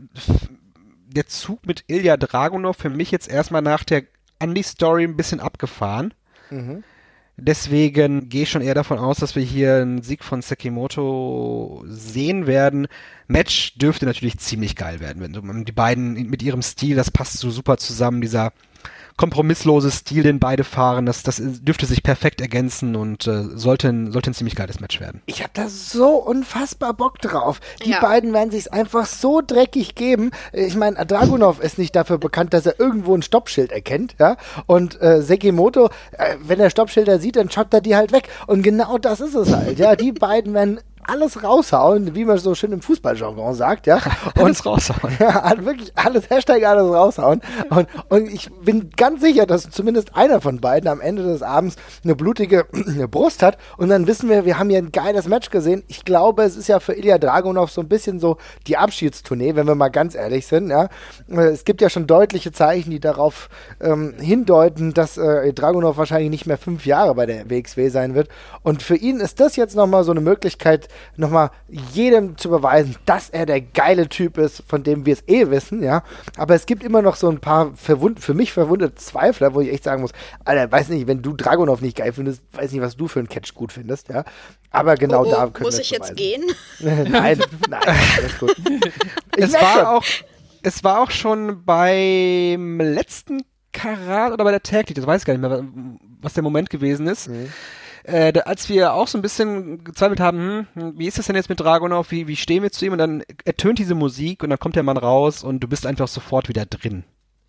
der Zug mit Ilya Dragunov für mich jetzt erstmal nach der Andy-Story ein bisschen abgefahren. Mhm. Deswegen gehe ich schon eher davon aus, dass wir hier einen Sieg von Sekimoto sehen werden. Match dürfte natürlich ziemlich geil werden, wenn die beiden mit ihrem Stil, das passt so super zusammen, dieser kompromisslose Stil, den beide fahren, das, das dürfte sich perfekt ergänzen und äh, sollte, ein, sollte ein ziemlich geiles Match werden. Ich habe da so unfassbar Bock drauf. Die ja. beiden werden sich's einfach so dreckig geben. Ich meine, Dragunov ist nicht dafür bekannt, dass er irgendwo ein Stoppschild erkennt, ja. Und äh, Sekimoto, äh, wenn er Stoppschilder sieht, dann schaut er die halt weg. Und genau das ist es halt, ja. Die beiden werden alles raushauen, wie man so schön im Fußballjargon sagt, ja. Und, alles raushauen. Ja, wirklich alles, Hashtag alles raushauen. Und, und ich bin ganz sicher, dass zumindest einer von beiden am Ende des Abends eine blutige eine Brust hat. Und dann wissen wir, wir haben hier ein geiles Match gesehen. Ich glaube, es ist ja für Ilya Dragunov so ein bisschen so die Abschiedstournee, wenn wir mal ganz ehrlich sind, ja. Es gibt ja schon deutliche Zeichen, die darauf ähm, hindeuten, dass äh, Dragunov wahrscheinlich nicht mehr fünf Jahre bei der W X W sein wird. Und für ihn ist das jetzt nochmal so eine Möglichkeit, nochmal jedem zu beweisen, dass er der geile Typ ist, von dem wir es eh wissen, ja. Aber es gibt immer noch so ein paar verwund- für mich verwundete Zweifler, wo ich echt sagen muss, Alter, weiß nicht, wenn du Dragunov nicht geil findest, weiß nicht, was du für einen Catch gut findest, ja. Aber genau oh, oh, da können muss wir ich jetzt beweisen. gehen? Nein, nein, alles gut. Es war auch, es war auch schon beim letzten Karat oder bei der Tag League, das weiß ich gar nicht mehr, was der Moment gewesen ist. Mhm. Äh, da, als wir auch so ein bisschen gezweifelt haben, hm, wie ist das denn jetzt mit Dragunov, wie, wie stehen wir zu ihm? Und dann ertönt diese Musik und dann kommt der Mann raus und du bist einfach sofort wieder drin.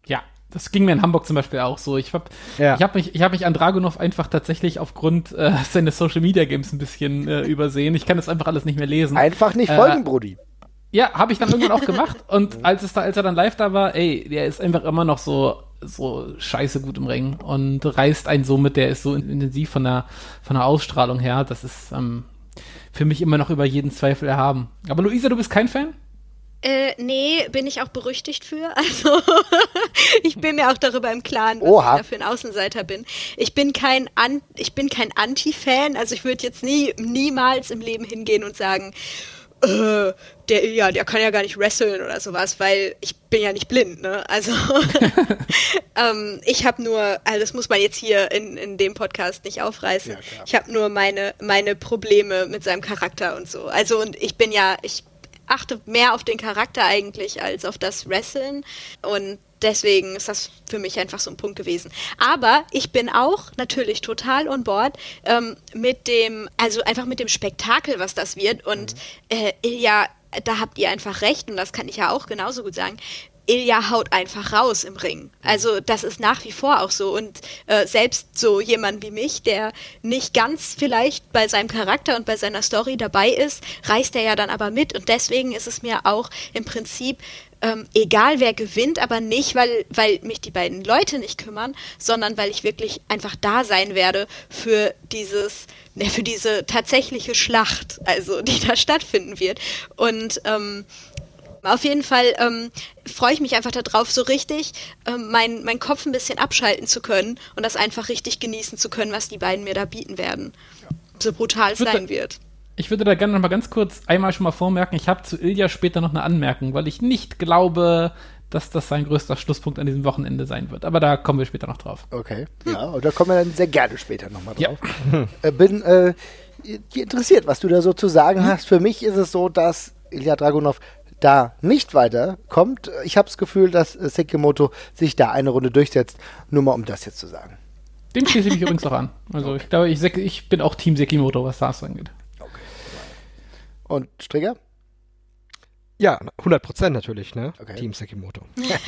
Ja, das ging mir in Hamburg zum Beispiel auch so. Ich habe Ja. ich hab mich, ich hab mich an Dragunov einfach tatsächlich aufgrund äh, seines Social-Media-Games ein bisschen äh, übersehen. Ich kann das einfach alles nicht mehr lesen. Einfach nicht Äh, folgen, Brudi. Ja, habe ich dann irgendwann auch gemacht. Und als es da, als er dann live da war, ey, der ist einfach immer noch so so scheiße gut im Ring und reißt einen so mit. Der ist so intensiv von der von der Ausstrahlung her. Das ist ähm, für mich immer noch über jeden Zweifel erhaben. Aber Luisa, du bist kein Fan? Äh, nee, bin ich auch berüchtigt für. Also, ich bin mir auch darüber im Klaren, was Oha. ich da für ein Außenseiter bin. Ich bin kein An- ich bin kein Anti-Fan, also ich würde jetzt nie, niemals im Leben hingehen und sagen, äh, der Ilya, der kann ja gar nicht wresteln oder sowas, weil ich bin ja nicht blind, ne? Also, ähm, ich habe nur, also das muss man jetzt hier in, in dem Podcast nicht aufreißen. Ja, klar. Ich habe nur meine, meine Probleme mit seinem Charakter und so. Also, und ich bin ja, ich achte mehr auf den Charakter eigentlich als auf das Wrestlen und deswegen ist das für mich einfach so ein Punkt gewesen. Aber ich bin auch natürlich total on board ähm, mit dem, also einfach mit dem Spektakel, was das wird und äh, Ilya, da habt ihr einfach recht und das kann ich ja auch genauso gut sagen. Ilya haut einfach raus im Ring. Also das ist nach wie vor auch so. Und äh, selbst so jemand wie mich, der nicht ganz vielleicht bei seinem Charakter und bei seiner Story dabei ist, reißt er ja dann aber mit. Und deswegen ist es mir auch im Prinzip ähm, egal, wer gewinnt, aber nicht, weil, weil mich die beiden Leute nicht kümmern, sondern weil ich wirklich einfach da sein werde für dieses, ne, für diese tatsächliche Schlacht, also die da stattfinden wird. Und ähm, auf jeden Fall ähm, freue ich mich einfach darauf, so richtig ähm, meinen mein Kopf ein bisschen abschalten zu können und das einfach richtig genießen zu können, was die beiden mir da bieten werden. So brutal es sein wird. Ich würde da gerne noch mal ganz kurz einmal schon mal vormerken, ich habe zu Ilya später noch eine Anmerkung, weil ich nicht glaube, dass das sein größter Schlusspunkt an diesem Wochenende sein wird. Aber da kommen wir später noch drauf. Okay, ja, und da kommen wir dann sehr gerne später nochmal Ja. drauf. Äh, bin äh, interessiert, was du da so zu sagen hast. Für mich ist es so, dass Ilya Dragunov da nicht weiterkommt. Ich habe das Gefühl, dass äh, Sekimoto sich da eine Runde durchsetzt, nur mal um das jetzt zu sagen. Dem schließe ich mich übrigens auch an. Also ich glaube, ich, ich bin auch Team Sekimoto, was das angeht. Und Strigger? Ja, hundert Prozent natürlich, ne? Okay. Team Sekimoto.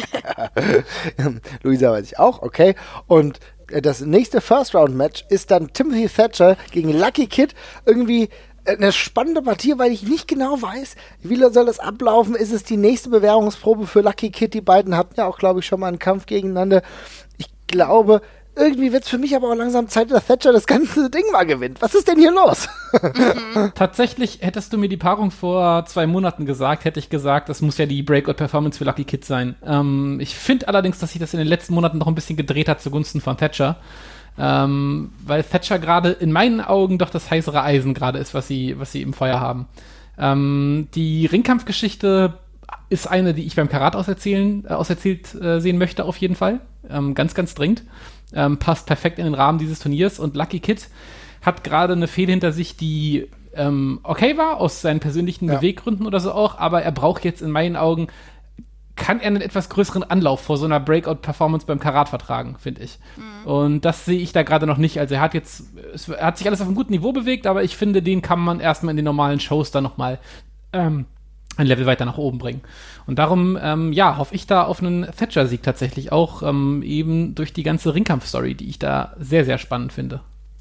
Luisa weiß ich auch, okay. Und äh, das nächste First-Round-Match ist dann Timothy Thatcher gegen Lucky Kid. Irgendwie eine spannende Partie, weil ich nicht genau weiß, wie soll das ablaufen. Ist es die nächste Bewährungsprobe für Lucky Kid? Die beiden hatten ja auch, glaube ich, schon mal einen Kampf gegeneinander. Ich glaube, irgendwie wird es für mich aber auch langsam Zeit, dass Thatcher das ganze Ding mal gewinnt. Was ist denn hier los? Mhm. Tatsächlich, hättest du mir die Paarung vor zwei Monaten gesagt, hätte ich gesagt, das muss ja die Breakout-Performance für Lucky Kid sein. Ähm, ich finde allerdings, dass sich das in den letzten Monaten noch ein bisschen gedreht hat zugunsten von Thatcher. Ähm, weil Thatcher gerade in meinen Augen doch das heißere Eisen gerade ist, was sie, was sie im Feuer haben. Ähm, die Ringkampfgeschichte ist eine, die ich beim Karat auserzählen, äh, auserzählt äh, sehen möchte, auf jeden Fall. Ähm, ganz, ganz dringend. Ähm, passt perfekt in den Rahmen dieses Turniers und Lucky Kid hat gerade eine Fehde hinter sich, die ähm, okay war, aus seinen persönlichen Ja. Beweggründen oder so auch, aber er braucht jetzt in meinen Augen, kann er einen etwas größeren Anlauf vor so einer Breakout-Performance beim Karat vertragen, finde ich. Mhm. Und das sehe ich da gerade noch nicht. Also er hat jetzt, es, er hat sich alles auf einem guten Niveau bewegt, aber ich finde, den kann man erstmal in den normalen Shows dann nochmal ähm, ein Level weiter nach oben bringen. Und darum, ähm, ja, hoffe ich da auf einen Thatcher-Sieg tatsächlich auch, ähm, eben durch die ganze Ringkampf-Story, die ich da sehr, sehr spannend finde.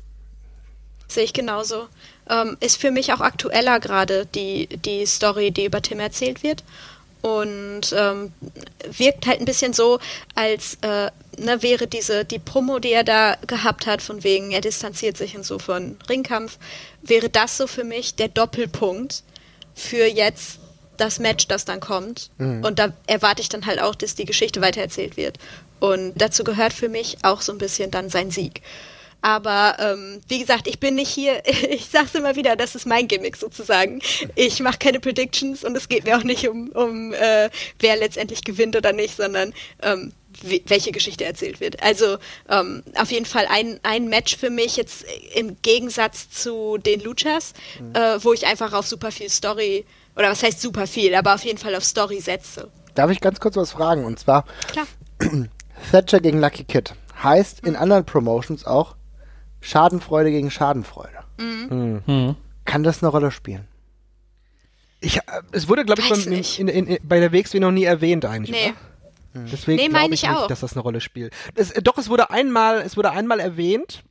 Sehe ich genauso. Ähm, ist für mich auch aktueller gerade die, die Story, die über Tim erzählt wird. Und ähm, wirkt halt ein bisschen so, als äh, ne, wäre diese die Promo, die er da gehabt hat, von wegen, er distanziert sich und so von Ringkampf, wäre das so für mich der Doppelpunkt für jetzt das Match, das dann kommt. Mhm. Und da erwarte ich dann halt auch, dass die Geschichte weitererzählt wird. Und dazu gehört für mich auch so ein bisschen dann sein Sieg. Aber ähm, wie gesagt, ich bin nicht hier, ich sag's immer wieder, das ist mein Gimmick sozusagen. Ich mache keine Predictions und es geht mir auch nicht um, um äh, wer letztendlich gewinnt oder nicht, sondern ähm, w- welche Geschichte erzählt wird. Also ähm, auf jeden Fall ein, ein Match für mich jetzt im Gegensatz zu den Luchas, mhm. äh, wo ich einfach auf super viel Story, oder was heißt super viel, aber auf jeden Fall auf Story setze. Darf ich ganz kurz was fragen? Und zwar, Klar. Thatcher gegen Lucky Kid heißt in anderen Promotions auch Schadenfreude gegen Schadenfreude. Mhm. Mhm. Kann das eine Rolle spielen? Ich, äh, es wurde, glaube ich, Weiß beim, nicht. in, in, in, bei der W X W noch nie erwähnt eigentlich, Nee. oder? Deswegen Nee, glaube meine ich ich nicht, auch. dass das eine Rolle spielt. Es, doch, es wurde einmal, es wurde einmal erwähnt,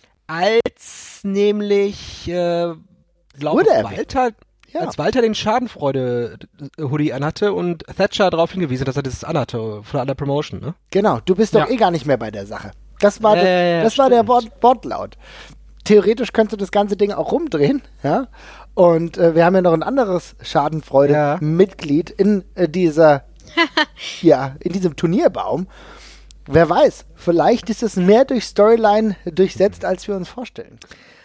als nämlich äh, glaube Wurde erwähnt. Walter, Ja. als Walter den Schadenfreude-Hoodie anhatte und Thatcher darauf hingewiesen, dass er das anhatte von einer Promotion, ne? Genau, du bist doch Ja. eh gar nicht mehr bei der Sache. Das war, Ja, der, ja, ja, das war der stimmt. Wort, Wortlaut. Theoretisch könntest du das ganze Ding auch rumdrehen, ja. Und äh, wir haben ja noch ein anderes Schadenfreude-Mitglied in äh, dieser, ja, in diesem Turnierbaum. Wer weiß, vielleicht ist es mehr durch Storyline durchsetzt, als wir uns vorstellen.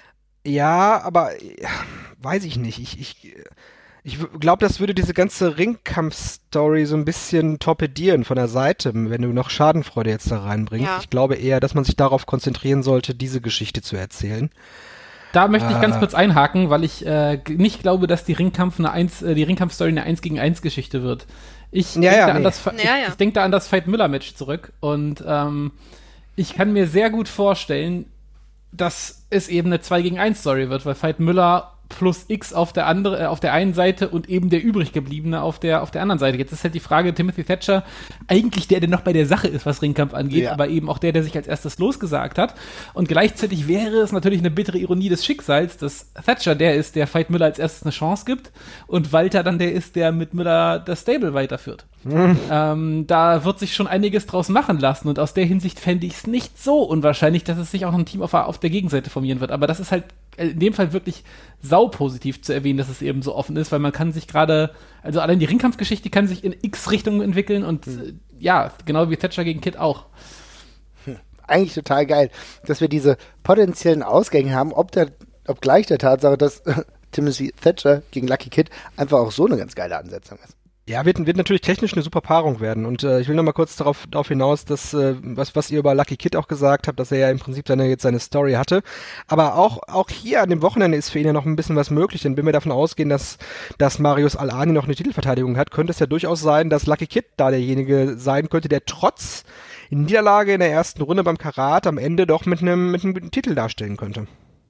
Ja, aber ja, weiß ich nicht. Ich, ich, ich glaube, das würde diese ganze Ringkampf-Story so ein bisschen torpedieren von der Seite, wenn du noch Schadenfreude jetzt da reinbringst. Ja. Ich glaube eher, dass man sich darauf konzentrieren sollte, diese Geschichte zu erzählen. Da möchte ich ganz Ah. kurz einhaken, weil ich äh, g- nicht glaube, dass die Ringkampf eine eins, äh, die Ringkampf-Story eine eins gegen eins Geschichte wird. Ich Ja, denke ja, da, an nee. das Fa- Ja, ja. ich, ich denk da an das Veit Müller-Match zurück und ähm, ich kann mir sehr gut vorstellen, dass es eben eine zwei gegen eins Story wird, weil Veit Müller plus X auf der andere, äh, auf der einen Seite und eben der übrig gebliebene auf der auf der anderen Seite. Jetzt ist halt die Frage, Timothy Thatcher, eigentlich der, der noch bei der Sache ist, was Ringkampf angeht, Ja. aber eben auch der, der sich als erstes losgesagt hat. Und gleichzeitig wäre es natürlich eine bittere Ironie des Schicksals, dass Thatcher der ist, der Veit Müller als erstes eine Chance gibt und Walter dann der ist, der mit Müller das Stable weiterführt. Ähm, da wird sich schon einiges draus machen lassen und aus der Hinsicht fände ich es nicht so unwahrscheinlich, dass es sich auch noch ein Team auf, der- auf der Gegenseite formieren wird. Aber das ist halt in dem Fall wirklich saupositiv zu erwähnen, dass es eben so offen ist, weil man kann sich gerade, also allein die Ringkampfgeschichte kann sich in x Richtungen entwickeln und äh, ja, genau wie Thatcher gegen Kid auch. Eigentlich total geil, dass wir diese potenziellen Ausgänge haben, ob, der, ob gleich der Tatsache, dass äh, Timothy Thatcher gegen Lucky Kid einfach auch so eine ganz geile Ansetzung ist. Ja, wird, wird natürlich technisch eine super Paarung werden. Und äh, ich will noch mal kurz darauf, darauf hinaus, dass äh, was, was ihr über Lucky Kid auch gesagt habt, dass er ja im Prinzip seine, jetzt seine Story hatte. Aber auch, auch hier an dem Wochenende ist für ihn ja noch ein bisschen was möglich. Denn wenn wir davon ausgehen, dass, dass Marius Al-Ani noch eine Titelverteidigung hat, könnte es ja durchaus sein, dass Lucky Kid da derjenige sein könnte, der trotz Niederlage in der ersten Runde beim Karat am Ende doch mit einem, mit einem guten Titel darstellen könnte.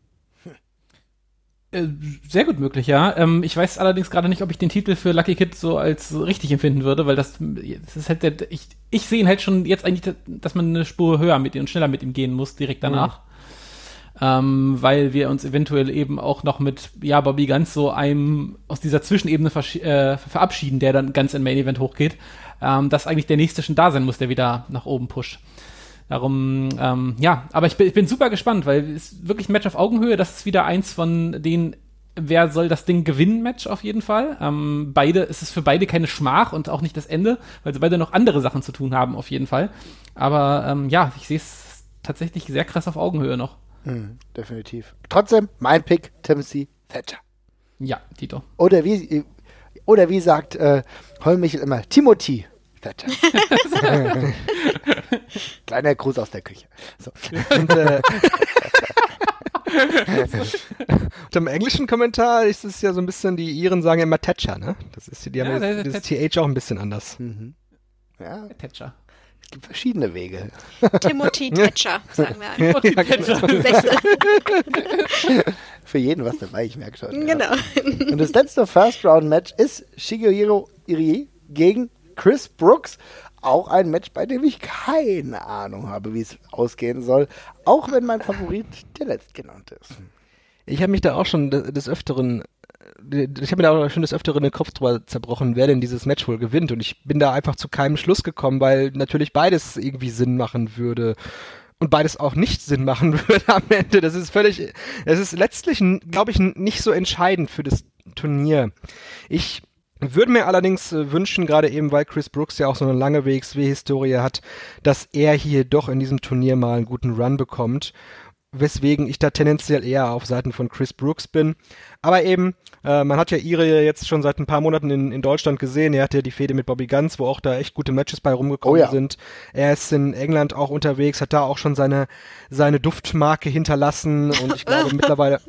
Äh, Sehr gut möglich, ja. Ähm, ich weiß allerdings gerade nicht, ob ich den Titel für Lucky Kid so als richtig empfinden würde, weil das, das ist halt, der, ich, ich sehe ihn halt schon jetzt eigentlich, dass man eine Spur höher mit ihm und schneller mit ihm gehen muss, direkt danach. Ähm, weil wir uns eventuell eben auch noch mit, ja, Bobby ganz so einem aus dieser Zwischenebene versch- äh, verabschieden, der dann ganz in Main Event hochgeht, ähm, dass eigentlich der nächste schon da sein muss, der wieder nach oben pusht. Darum, ähm, ja, aber ich bin, ich bin super gespannt, weil es ist wirklich ein Match auf Augenhöhe. Das ist wieder eins von den wer soll das Ding gewinnen Match auf jeden Fall. Ähm, beide, es ist für beide keine Schmach und auch nicht das Ende, weil sie beide noch andere Sachen zu tun haben auf jeden Fall. Aber ähm, ja, ich sehe es tatsächlich sehr krass auf Augenhöhe noch. Mhm, definitiv. Trotzdem, mein Pick, Timothy Thatcher. Ja, Tito. Oder wie, oder wie sagt äh, Holmichel immer, Timothy Thatcher. Kleiner Gruß aus der Küche. So. Und, äh, und im englischen Kommentar ist es ja so ein bisschen, die Iren sagen ja immer Thatcher, ne? Das ist, die haben Ja, ja, der- der das Thatcher. T H auch ein bisschen anders. Mhm. Ja, Thatcher. es gibt verschiedene Wege. Timothy Thatcher, sagen wir einfach. Ja, genau. Besser. Für jeden was dabei, ich merke schon. Genau. Ja. Und das letzte First-Round-Match ist Shigeru Irie gegen Chris Brooks. Auch ein Match, bei dem ich keine Ahnung habe, wie es ausgehen soll. Auch wenn mein Favorit der letztgenannte ist. Ich habe mich da auch schon des des Öfteren, ich habe mir da auch schon des Öfteren den Kopf drüber zerbrochen, wer denn dieses Match wohl gewinnt. Und ich bin da einfach zu keinem Schluss gekommen, weil natürlich beides irgendwie Sinn machen würde. Und beides auch nicht Sinn machen würde am Ende. Das ist völlig, das ist letztlich, glaube ich, nicht so entscheidend für das Turnier. Ich würde mir allerdings äh, wünschen, gerade eben, weil Chris Brooks ja auch so eine lange W X W-Historie hat, dass er hier doch in diesem Turnier mal einen guten Run bekommt, weswegen ich da tendenziell eher auf Seiten von Chris Brooks bin. Aber eben, äh, man hat ja Ire jetzt schon seit ein paar Monaten in, in Deutschland gesehen. Er hat ja die Fehde mit Bobby Guns, wo auch da echt gute Matches bei rumgekommen Oh ja. sind. Er ist in England auch unterwegs, hat da auch schon seine, seine Duftmarke hinterlassen und ich glaube mittlerweile...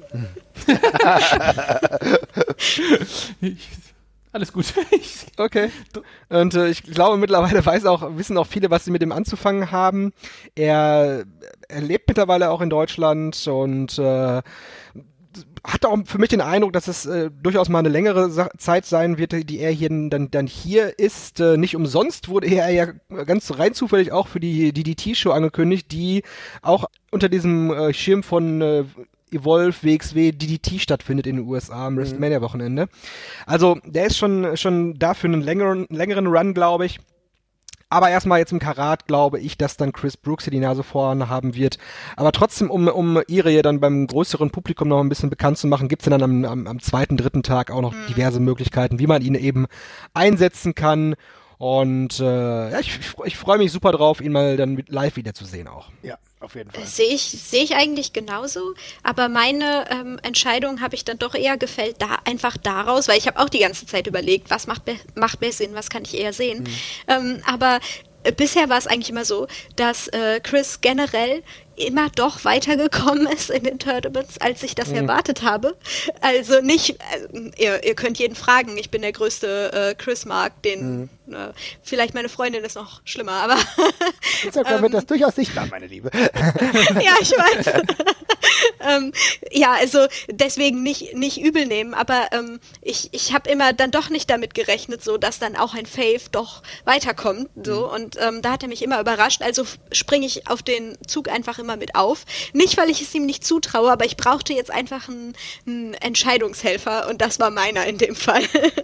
Ich, alles gut. Ich, Okay. Und äh, ich glaube, mittlerweile weiß auch, wissen auch viele, was sie mit ihm anzufangen haben. Er, er lebt mittlerweile auch in Deutschland und äh, hatte auch für mich den Eindruck, dass es äh, durchaus mal eine längere Sa- Zeit sein wird, die er hier dann, dann hier ist. Äh, nicht umsonst wurde er ja ganz rein zufällig auch für die D D T-Show angekündigt, die auch unter diesem äh, Schirm von äh, Evolve, W X W, D D T stattfindet in den U S A am WrestleMania-Wochenende. Also der ist schon, schon dafür einen längeren, längeren Run, glaube ich. Aber erstmal jetzt im Karat glaube ich, dass dann Chris Brooks hier die Nase vorne haben wird. Aber trotzdem, um, um ihre dann beim größeren Publikum noch ein bisschen bekannt zu machen, gibt's ja dann am, am, am zweiten, dritten Tag auch noch mhm. diverse Möglichkeiten, wie man ihn eben einsetzen kann. Und äh, ja, ich, ich, ich freue mich super drauf, ihn mal dann mit live wiederzusehen auch. Ja, auf jeden Fall. Sehe ich, sehe ich eigentlich genauso, aber meine ähm, Entscheidung habe ich dann doch eher gefällt, da einfach daraus, weil ich habe auch die ganze Zeit überlegt, was macht, be- macht mehr Sinn, was kann ich eher sehen. Mhm. Ähm, aber äh, bisher war es eigentlich immer so, dass äh, Chris generell immer doch weitergekommen ist in den Tournaments, als ich das mhm. erwartet habe. Also nicht, äh, ihr, ihr könnt jeden fragen, ich bin der größte äh, Chris-Mark, den mhm. äh, vielleicht meine Freundin ist noch schlimmer, aber Instagram ähm, wird das durchaus sichtbar, meine Liebe. Ja, ich weiß. ähm, ja, also deswegen nicht, nicht übel nehmen, aber ähm, ich, ich habe immer dann doch nicht damit gerechnet, so dass dann auch ein Fave doch weiterkommt. So. Mhm. Und ähm, da hat er mich immer überrascht, also springe ich auf den Zug einfach immer mit auf. Nicht, weil ich es ihm nicht zutraue, aber ich brauchte jetzt einfach einen, einen Entscheidungshelfer und das war meiner in dem Fall.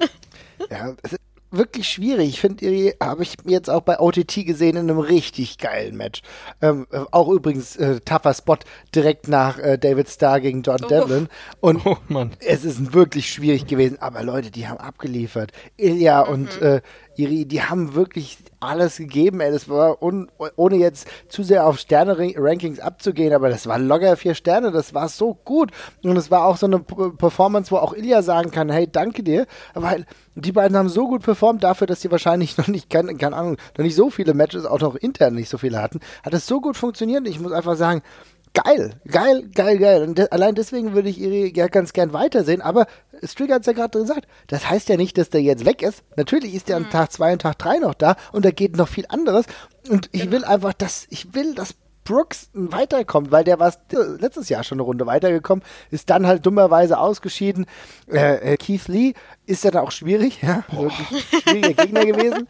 Ja, es ist wirklich schwierig. Ich finde, habe ich jetzt auch bei O T T gesehen in einem richtig geilen Match. Ähm, auch übrigens äh, tougher Spot direkt nach äh, David Starr gegen John oh. Devlin. Und oh, Mann. Es ist wirklich schwierig gewesen, aber Leute, die haben abgeliefert. Ilja mhm. und äh, Iri, die haben wirklich alles gegeben, ey. Das war, un, ohne jetzt zu sehr auf Sterne-Rankings abzugehen, aber das war locker vier Sterne, das war so gut. Und es war auch so eine P- Performance, wo auch Ilja sagen kann, hey, danke dir, weil die beiden haben so gut performt dafür, dass sie wahrscheinlich noch nicht, keine, keine Ahnung, noch nicht so viele Matches, auch noch intern nicht so viele hatten, hat es so gut funktioniert. Ich muss einfach sagen, geil, geil, geil, geil. Und de- allein deswegen würde ich Iri ja ganz gern weitersehen, aber Stricker hat es ja gerade gesagt, das heißt ja nicht, dass der jetzt weg ist. Natürlich ist der mhm. an Tag zwei und Tag drei noch da und da geht noch viel anderes. Und ich will einfach, dass, ich will, dass Brooks weiterkommt, weil der war letztes Jahr schon eine Runde weitergekommen, ist dann halt dummerweise ausgeschieden. Äh, Keith Lee ist ja dann auch schwierig, ja, wirklich schwieriger Gegner gewesen.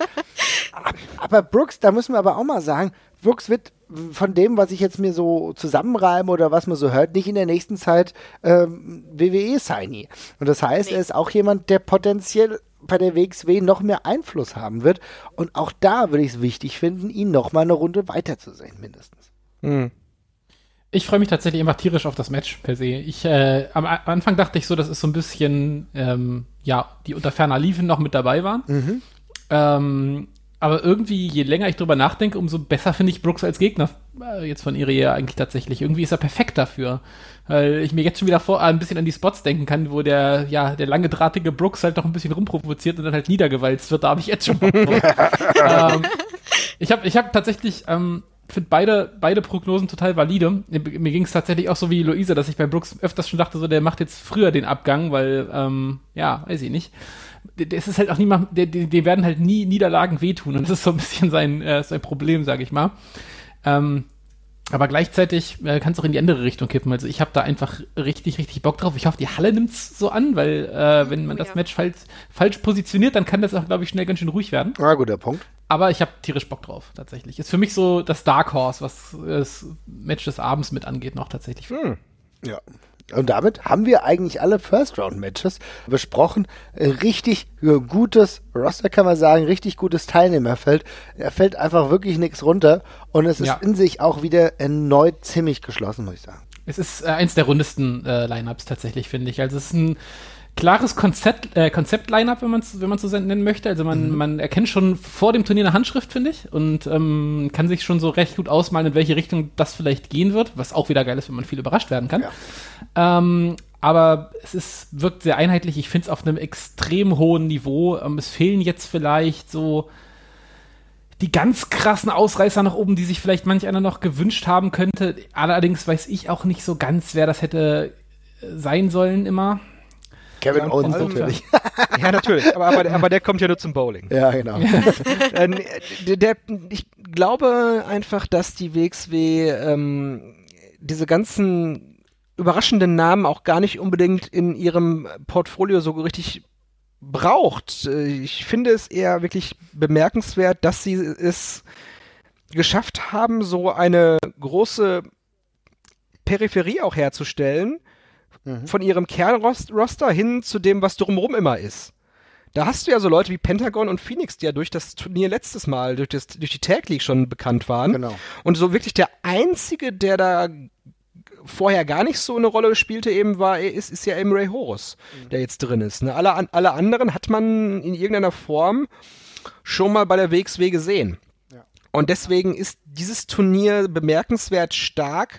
Aber Brooks, da müssen wir aber auch mal sagen, Brooks wird von dem, was ich jetzt mir so zusammenreime oder was man so hört, nicht in der nächsten Zeit ähm, W W E-Signee. Und das heißt, nee. er ist auch jemand, der potenziell bei der W X W noch mehr Einfluss haben wird. Und auch da würde ich es wichtig finden, ihn noch mal eine Runde weiterzusehen, mindestens. Hm. Ich freue mich tatsächlich einfach tierisch auf das Match per se. Ich, äh, am A- Anfang dachte ich so, das ist so ein bisschen, ähm, ja, die unter ferner Liefen noch mit dabei waren. Mhm. Ähm, aber irgendwie, je länger ich drüber nachdenke, umso besser finde ich Brooks als Gegner äh, jetzt von Irie eigentlich tatsächlich. Irgendwie ist er perfekt dafür. Weil ich mir jetzt schon wieder vor, ein bisschen an die Spots denken kann, wo der, ja, der lange drahtige Brooks halt noch ein bisschen rumprovoziert und dann halt niedergewalzt wird. Da habe ich jetzt schon Bock drauf. ähm, ich habe ich hab tatsächlich, ähm, finde beide, beide Prognosen total valide. Mir ging es tatsächlich auch so wie Luisa, dass ich bei Brooks öfters schon dachte, so der macht jetzt früher den Abgang, weil, ähm, ja, weiß ich nicht. Das ist halt auch niemand, die, die, die werden halt nie Niederlagen wehtun und das ist so ein bisschen sein, äh, sein Problem, sage ich mal. Ähm, aber gleichzeitig äh, kann es auch in die andere Richtung kippen. Also ich habe da einfach richtig, richtig Bock drauf. Ich hoffe, die Halle nimmt's so an, weil äh, wenn man das ja. Match falsch, falsch positioniert, dann kann das auch, glaube ich, schnell ganz schön ruhig werden. Ja, guter Punkt. Aber ich habe tierisch Bock drauf, tatsächlich. Ist für mich so das Dark Horse, was das Match des Abends mit angeht, noch tatsächlich. Hm. Ja. Und damit haben wir eigentlich alle First-Round-Matches besprochen. Richtig gutes Roster, kann man sagen, richtig gutes Teilnehmerfeld. Er fällt einfach wirklich nichts runter und es ist ja. in sich auch wieder erneut ziemlich geschlossen, muss ich sagen. Es ist äh, eins der rundesten äh, Lineups tatsächlich, finde ich. Also es ist ein klares Konzept, äh, Konzept-Line-Up, wenn man es wenn man's so nennen möchte. Also man, mhm. man erkennt schon vor dem Turnier eine Handschrift, finde ich, und ähm, kann sich schon so recht gut ausmalen, in welche Richtung das vielleicht gehen wird, was auch wieder geil ist, wenn man viel überrascht werden kann. Ja. Ähm, aber es ist, wirkt sehr einheitlich. Ich finde es auf einem extrem hohen Niveau. Ähm, es fehlen jetzt vielleicht so die ganz krassen Ausreißer nach oben, die sich vielleicht manch einer noch gewünscht haben könnte. Allerdings weiß ich auch nicht so ganz, wer das hätte sein sollen immer. Kevin Owens natürlich. Ja, natürlich, aber, aber, aber der kommt ja nur zum Bowling. Ja, genau. äh, der, der, ich glaube einfach, dass die W X W ähm, diese ganzen überraschende Namen auch gar nicht unbedingt in ihrem Portfolio so richtig braucht. Ich finde es eher wirklich bemerkenswert, dass sie es geschafft haben, so eine große Peripherie auch herzustellen, mhm. von ihrem Kernroster hin zu dem, was drumherum immer ist. Da hast du ja so Leute wie Pentagon und Phoenix, die ja durch das Turnier letztes Mal, durch, das, durch die Tag League schon bekannt waren. Genau. Und so wirklich der Einzige, der da vorher gar nicht so eine Rolle spielte, eben war, ist, ist ja eben Ray Horus, mhm. der jetzt drin ist. Ne? Alle, alle anderen hat man in irgendeiner Form schon mal bei der W X W gesehen. Ja. Und deswegen ist dieses Turnier bemerkenswert stark,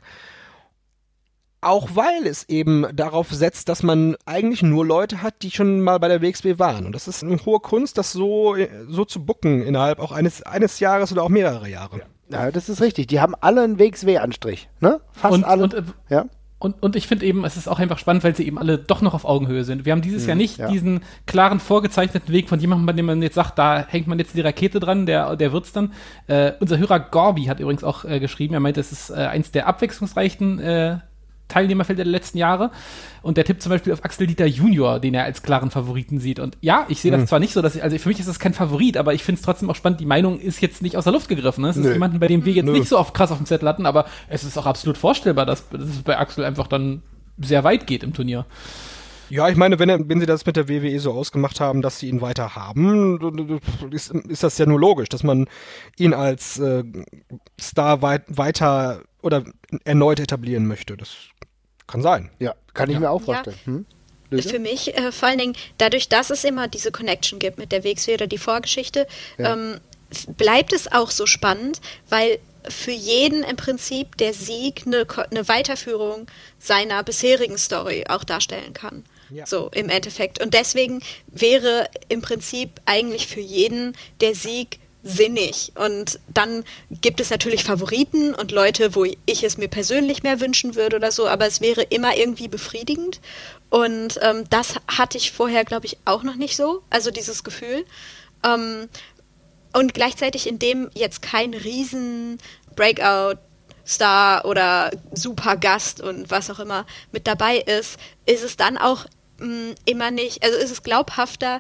auch weil es eben darauf setzt, dass man eigentlich nur Leute hat, die schon mal bei der W X W waren. Und das ist eine hohe Kunst, das so, so zu booken innerhalb auch eines, eines Jahres oder auch mehrere Jahre. Ja, das ist richtig. Die haben alle einen W X W-Anstrich. Ne? Fast und, alle. Und, äh, ja. Und, und ich finde eben, es ist auch einfach spannend, weil sie eben alle doch noch auf Augenhöhe sind. Wir haben dieses Mhm, Jahr nicht ja. diesen klaren, vorgezeichneten Weg von jemandem, bei dem man jetzt sagt, da hängt man jetzt die Rakete dran, der, der wird's dann. Äh, unser Hörer Gorby hat übrigens auch äh, geschrieben, er meinte, es ist äh, eins der abwechslungsreichen äh, Teilnehmerfelder der letzten Jahre. Und der tippt zum Beispiel auf Axel Dieter Junior, den er als klaren Favoriten sieht. Und ja, ich sehe das mhm. zwar nicht so, dass ich, also für mich ist das kein Favorit, aber ich finde es trotzdem auch spannend. Die Meinung ist jetzt nicht aus der Luft gegriffen. Ne? Es ist Nö. jemanden, bei dem wir jetzt Nö. nicht so oft krass auf dem Zettel hatten, aber es ist auch absolut vorstellbar, dass, dass es bei Axel einfach dann sehr weit geht im Turnier. Ja, ich meine, wenn, er, wenn sie das mit der W W E so ausgemacht haben, dass sie ihn weiter haben, ist, ist das ja nur logisch, dass man ihn als äh, Star weit, weiter oder erneut etablieren möchte. Das kann sein. Ja, kann ich ja. mir auch vorstellen. Ja. Hm? Für mich äh, vor allen Dingen, dadurch, dass es immer diese Connection gibt mit der W X W oder die Vorgeschichte, Ja. ähm, bleibt es auch so spannend, weil für jeden im Prinzip der Sieg eine, Ko- eine Weiterführung seiner bisherigen Story auch darstellen kann. Ja. So im Endeffekt. Und deswegen wäre im Prinzip eigentlich für jeden der Sieg sinnig. Und dann gibt es natürlich Favoriten und Leute, wo ich es mir persönlich mehr wünschen würde oder so, aber es wäre immer irgendwie befriedigend. Und ähm, das hatte ich vorher, glaube ich, auch noch nicht so, also dieses Gefühl. Ähm, und gleichzeitig, indem jetzt kein riesen Breakout-Star oder Super-Gast und was auch immer mit dabei ist, ist es dann auch mh, immer nicht, also ist es glaubhafter.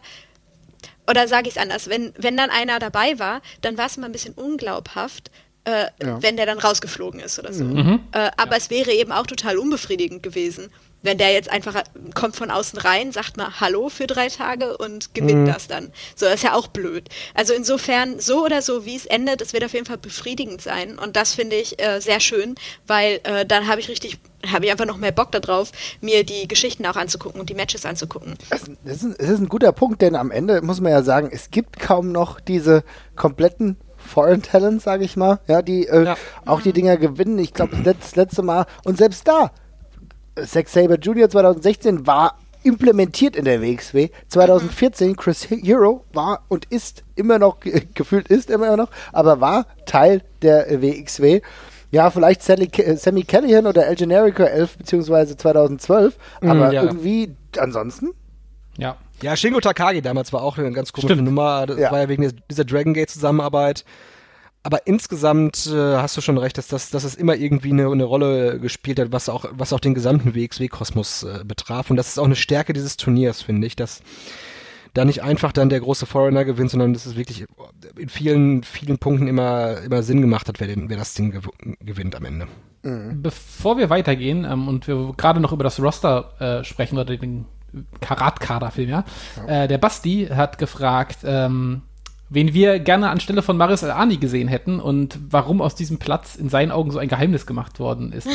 Oder sage ich es anders, wenn, wenn dann einer dabei war, dann war es immer ein bisschen unglaubhaft, äh, Ja. wenn der dann rausgeflogen ist oder so. Mhm. Äh, aber es wäre eben auch total unbefriedigend gewesen, wenn der jetzt einfach kommt von außen rein, sagt mal Hallo für drei Tage und gewinnt Mhm. das dann. So, das ist ja auch blöd. Also insofern, so oder so, wie es endet, es wird auf jeden Fall befriedigend sein. Und das finde ich äh, sehr schön, weil äh, dann habe ich richtig, habe ich einfach noch mehr Bock darauf, mir die Geschichten auch anzugucken und die Matches anzugucken. Das, das, ist ein, das ist ein guter Punkt, denn am Ende muss man ja sagen, es gibt kaum noch diese kompletten Foreign Talents, sage ich mal, ja, die äh, Ja. auch die Dinger gewinnen. Ich glaube, das, das letzte Mal, und selbst da, Zack Sabre Junior zwanzig sechzehn war implementiert in der W X W. zwanzig vierzehn Chris Hero war und ist immer noch, ge- gefühlt ist immer noch, aber war Teil der äh, W X W. Ja, vielleicht Sally, Ke- Sammy Callahan oder El Generico elf beziehungsweise zwanzig zwölf, aber ja. irgendwie ansonsten Ja. Ja, Shingo Takagi damals war auch eine ganz komische Stimmt. Nummer. Das Ja. war ja wegen dieser Dragon Gate Zusammenarbeit. Aber insgesamt äh, hast du schon recht, dass, das, dass es immer irgendwie eine, eine Rolle gespielt hat, was auch, was auch den gesamten W X W-Kosmos äh, betraf. Und das ist auch eine Stärke dieses Turniers, finde ich, dass da nicht einfach dann der große Foreigner gewinnt, sondern dass es wirklich in vielen, vielen Punkten immer, immer Sinn gemacht hat, wer, den, wer das Ding gew- gewinnt am Ende. Bevor wir weitergehen ähm, und wir gerade noch über das Roster äh, sprechen oder den Karat-Kader vielmehr, äh, der Basti hat gefragt, ähm, wen wir gerne anstelle von Marius Al-Ani gesehen hätten und warum aus diesem Platz in seinen Augen so ein Geheimnis gemacht worden ist.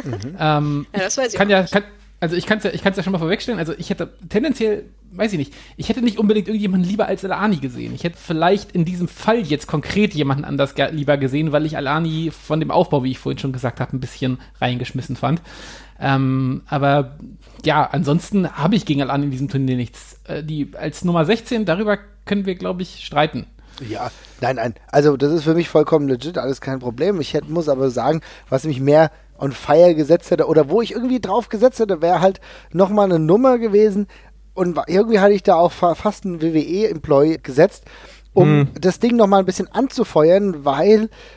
ähm, Ja, das weiß ich kann auch ja, nicht. kann, also ich kann es ja, ich kann's ja schon mal vorwegstellen, also ich hätte tendenziell, weiß ich nicht, ich hätte nicht unbedingt irgendjemanden lieber als Al-Ani gesehen. Ich hätte vielleicht in diesem Fall jetzt konkret jemanden anders ge- lieber gesehen, weil ich Al-Ani von dem Aufbau, wie ich vorhin schon gesagt habe, ein bisschen reingeschmissen fand. Ähm, aber ja, ansonsten habe ich gegen Al-Ani in diesem Turnier nichts. Äh, die als Nummer sechzehn, darüber können wir, glaube ich, streiten. Ja, nein, nein. Also das ist für mich vollkommen legit, alles kein Problem. Ich hätte, muss aber sagen, was mich mehr on fire gesetzt hätte oder wo ich irgendwie drauf gesetzt hätte, wäre halt nochmal eine Nummer gewesen und wa- irgendwie hatte ich da auch fa- fast einen W W E-Employee gesetzt, um Hm. das Ding nochmal ein bisschen anzufeuern, weil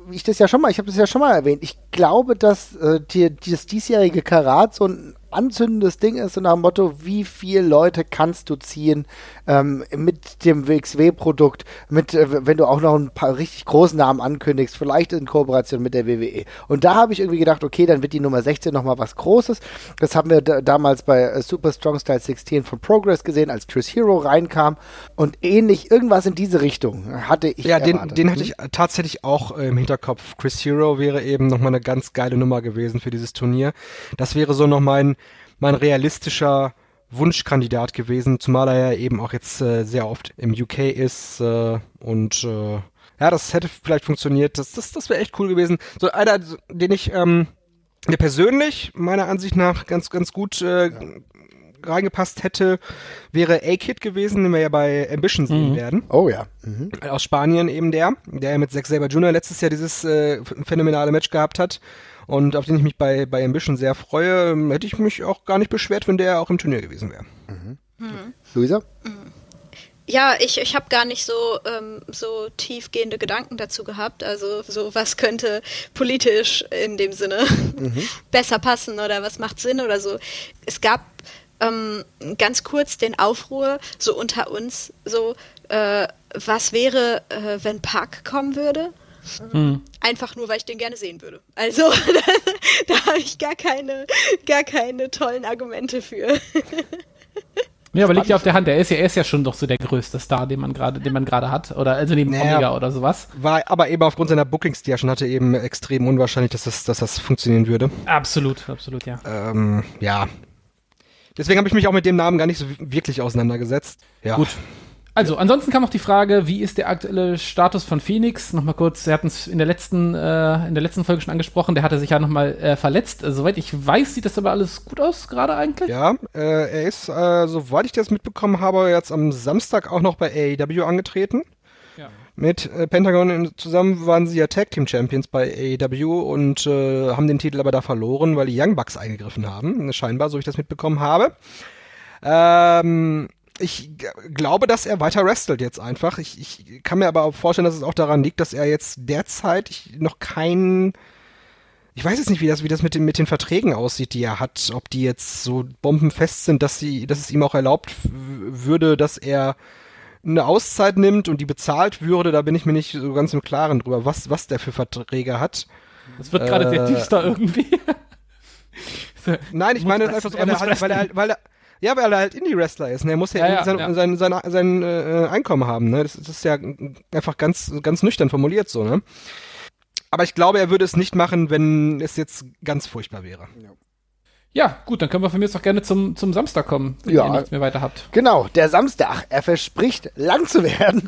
ich das ja schon mal, ich habe das ja schon mal erwähnt, ich glaube, dass äh, die, dieses diesjährige Karat so ein anzündendes Ding ist, so nach dem Motto, wie viele Leute kannst du ziehen ähm, mit dem W X W-Produkt, mit, äh, wenn du auch noch ein paar richtig großen Namen ankündigst, vielleicht in Kooperation mit der W W E. Und da habe ich irgendwie gedacht, okay, dann wird die Nummer sechzehn nochmal was Großes. Das haben wir d- damals bei äh, Super Strong Style sechzehn von Progress gesehen, als Chris Hero reinkam. Und ähnlich, irgendwas in diese Richtung hatte ich Ja, erwartet. den, den hatte ich tatsächlich auch äh, im Hinterkopf. Chris Hero wäre eben nochmal eine ganz geile Nummer gewesen für dieses Turnier. Das wäre so noch mein mein realistischer Wunschkandidat gewesen, zumal er ja eben auch jetzt äh, sehr oft im U K ist äh, und äh, ja, das hätte vielleicht funktioniert, das, das, das wäre echt cool gewesen. So einer, den ich, ähm, der persönlich meiner Ansicht nach ganz, ganz gut äh, ja. reingepasst hätte, wäre A-Kid gewesen, den wir ja bei Ambition sehen Mhm. werden. Oh ja. Mhm. Aus Spanien eben der, der ja mit Zack Sabre Junior letztes Jahr dieses äh, phänomenale Match gehabt hat. Und auf den ich mich bei, bei Ambition sehr freue, hätte ich mich auch gar nicht beschwert, wenn der auch im Turnier gewesen wäre. Mhm. Mhm. Luisa? Ja, ich, ich habe gar nicht so, ähm, so tiefgehende Gedanken dazu gehabt. Also so, was könnte politisch in dem Sinne mhm. besser passen oder was macht Sinn oder so. Es gab ähm, ganz kurz den Aufruhr, so unter uns, so äh, was wäre, äh, wenn Park kommen würde? Hm. Einfach nur, weil ich den gerne sehen würde. Also, da habe ich gar keine, gar keine tollen Argumente für. Ja, aber liegt ja auf der Hand. Er ist ja, er ist ja schon doch so der größte Star, den man gerade, den man gerade hat. Oder also neben naja, Omega oder sowas. War aber eben aufgrund seiner Bookings, die er schon hatte, eben extrem unwahrscheinlich, dass das, dass das funktionieren würde. Absolut, absolut, ja. Ähm, ja. Deswegen habe ich mich auch mit dem Namen gar nicht so wirklich auseinandergesetzt. Ja. Gut. Also, ansonsten kam noch die Frage, wie ist der aktuelle Status von Phoenix? Nochmal kurz, wir hatten es in der letzten, äh, in der letzten Folge schon angesprochen, der hatte sich ja nochmal äh, verletzt. Also, soweit ich weiß, sieht das aber alles gut aus, gerade eigentlich. Ja, äh, er ist, äh, soweit ich das mitbekommen habe, jetzt am Samstag auch noch bei A E W angetreten. Ja. Mit äh, Pentagon zusammen waren sie ja Tag Team Champions bei A E W und äh, haben den Titel aber da verloren, weil die Young Bucks eingegriffen haben. Scheinbar, so wie ich das mitbekommen habe. Ähm... Ich g- glaube, dass er weiter wrestelt jetzt einfach. Ich, ich kann mir aber auch vorstellen, dass es auch daran liegt, dass er jetzt derzeit ich, noch keinen. Ich weiß jetzt nicht, wie das, wie das mit den, mit den Verträgen aussieht, die er hat. Ob die jetzt so bombenfest sind, dass sie, dass es ihm auch erlaubt w- würde, dass er eine Auszeit nimmt und die bezahlt würde. Da bin ich mir nicht so ganz im Klaren drüber, was, was der für Verträge hat. Das wird gerade äh, sehr düster irgendwie. so, Nein, ich meine das einfach so, weil er, halt, weil, er halt, weil er Ja, weil er halt Indie-Wrestler ist. Ne? Er muss ja, ja, ja sein, ja. sein, sein, sein äh, Einkommen haben. Ne? Das, das ist ja einfach ganz, ganz nüchtern formuliert so. Ne? Aber ich glaube, er würde es nicht machen, wenn es jetzt ganz furchtbar wäre. Ja. Ja, gut, dann können wir von mir jetzt auch gerne zum, zum Samstag kommen, wenn ja, ihr nichts mehr weiter habt. Genau, der Samstag, er verspricht lang zu werden.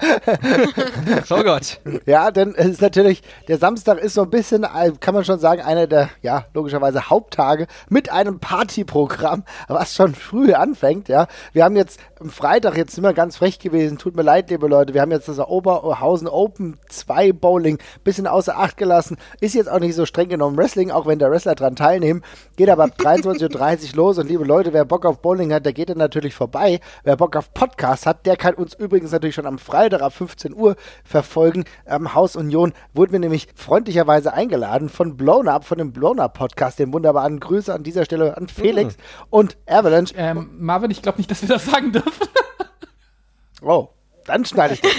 Oh Gott. Ja, denn es ist natürlich, der Samstag ist so ein bisschen, kann man schon sagen, einer der, ja, logischerweise Haupttage mit einem Partyprogramm, was schon früh anfängt, ja. Wir haben jetzt am Freitag, jetzt sind wir ganz frech gewesen, tut mir leid, liebe Leute, wir haben jetzt das Oberhausen Open zwei Bowling bisschen außer Acht gelassen, ist jetzt auch nicht so streng genommen Wrestling, auch wenn der Wrestler dran teilnehmen, geht aber ab dreiundzwanzig Uhr dreißig los und liebe Leute, wer Bock auf Bowling hat, der geht dann natürlich vorbei. Wer Bock auf Podcast hat, der kann uns übrigens natürlich schon am Freitag ab fünfzehn Uhr verfolgen. Am Haus Union wurden wir nämlich freundlicherweise eingeladen von Blown Up, von dem Blown Up Podcast, den wunderbaren Grüße an dieser Stelle an Felix mhm. und Avalanche. Ähm, Marvin, ich glaube nicht, dass wir das sagen dürfen. Oh, dann schneide ich das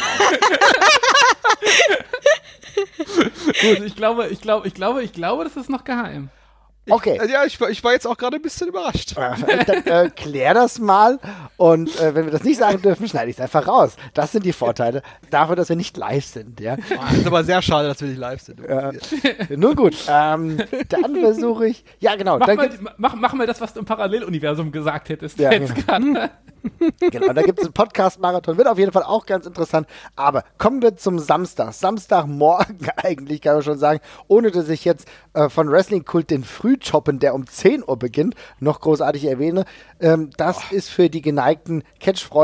Gut, ich glaube, ich glaube, ich glaube, ich glaube, das ist noch geheim. Okay. Ich, ja, ich, ich war jetzt auch gerade ein bisschen überrascht. Äh, dann äh, klär das mal und äh, wenn wir das nicht sagen dürfen, schneide ich es einfach raus. Das sind die Vorteile dafür, dass wir nicht live sind. Ja. Oh, ist aber sehr schade, dass wir nicht live sind. Äh, nun gut, ähm, dann versuche ich, ja genau. Mach, dann mal, mach, mach mal das, was du im Paralleluniversum gesagt hättest. Ja, jetzt genau. Genau, da gibt es einen Podcast-Marathon, wird auf jeden Fall auch ganz interessant. Aber kommen wir zum Samstag. Samstagmorgen eigentlich, kann man schon sagen, ohne dass ich jetzt äh, von Wrestling-Kult den Frühchoppen, der um zehn Uhr beginnt, noch großartig erwähne. Ähm, das oh. ist für die geneigten Catch-Freunde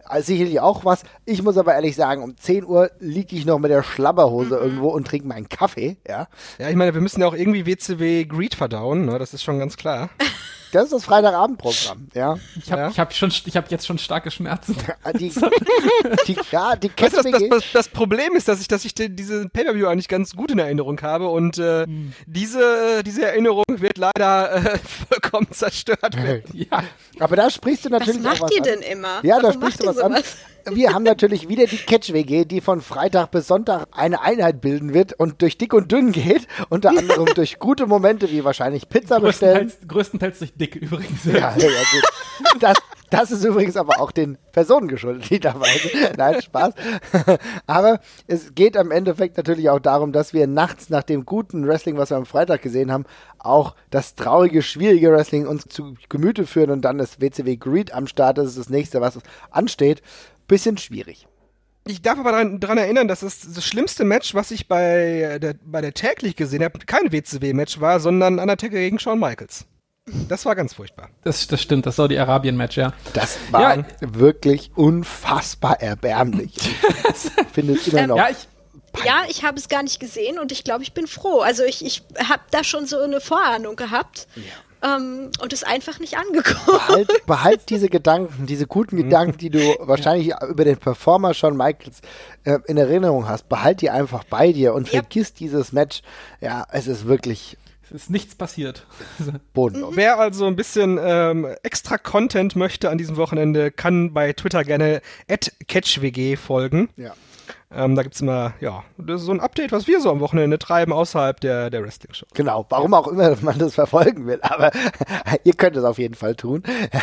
also sicherlich auch was. Ich muss aber ehrlich sagen, um zehn Uhr liege ich noch mit der Schlabberhose mhm. irgendwo und trinke meinen Kaffee, ja. Ja, ich meine, wir müssen ja auch irgendwie W C W Greed verdauen, ne? Das ist schon ganz klar. Das ist das Freitagabendprogramm, ja. Ich habe ja. ich hab schon, ich habe jetzt schon starke Schmerzen. Die, die, ja, die weißt du, das, das, das, das Problem ist, dass ich, dass ich die, diese Pay-Per-View eigentlich ganz gut in Erinnerung habe und äh, hm. diese, diese Erinnerung wird leider äh, vollkommen zerstört werden. Ja. Aber da sprichst du natürlich was auch was macht ihr an. denn immer? Ja, Warum da sprichst du was an. Wir haben natürlich wieder die Catch-W G, die von Freitag bis Sonntag eine Einheit bilden wird und durch dick und dünn geht. Unter anderem durch gute Momente, wie wahrscheinlich Pizza bestellen. Größtenteils, größtenteils durch dick übrigens. Ja, ja, gut. Das, das ist übrigens aber auch den Personen geschuldet, die dabei sind. Nein, Spaß. Aber es geht am Endeffekt natürlich auch darum, dass wir nachts nach dem guten Wrestling, was wir am Freitag gesehen haben, auch das traurige, schwierige Wrestling uns zu Gemüte führen und dann das W C W Greed am Start. Das ist das nächste, was ansteht. Bisschen schwierig. Ich darf aber daran, daran erinnern, dass es das schlimmste Match, was ich bei der, bei der täglich gesehen habe, kein W C W-Match war, sondern Undertaker gegen Shawn Michaels. Das war ganz furchtbar. Das, das stimmt, das war die Arabien-Match, ja. Das war ja. wirklich unfassbar erbärmlich. Ich finde es immer ähm, noch... Ja, ich Ja, ich habe es gar nicht gesehen und ich glaube, ich bin froh. Also ich, ich habe da schon so eine Vorahnung gehabt. Ja. Um, und es einfach nicht angeguckt. Behalt, behalt diese Gedanken, diese guten Gedanken, die du wahrscheinlich ja. über den Performer Shawn Michaels äh, in Erinnerung hast, behalt die einfach bei dir und yep. vergiss dieses Match. Ja, es ist wirklich... Es ist nichts passiert. Bodenlos. Mhm. Wer also ein bisschen ähm, extra Content möchte an diesem Wochenende, kann bei Twitter gerne at catchwg folgen. Ja. Ähm, da gibt's immer, ja, das ist so ein Update, was wir so am Wochenende treiben außerhalb der, der Wrestling-Show. Genau, warum ja. auch immer man das verfolgen will, aber ihr könnt es auf jeden Fall tun.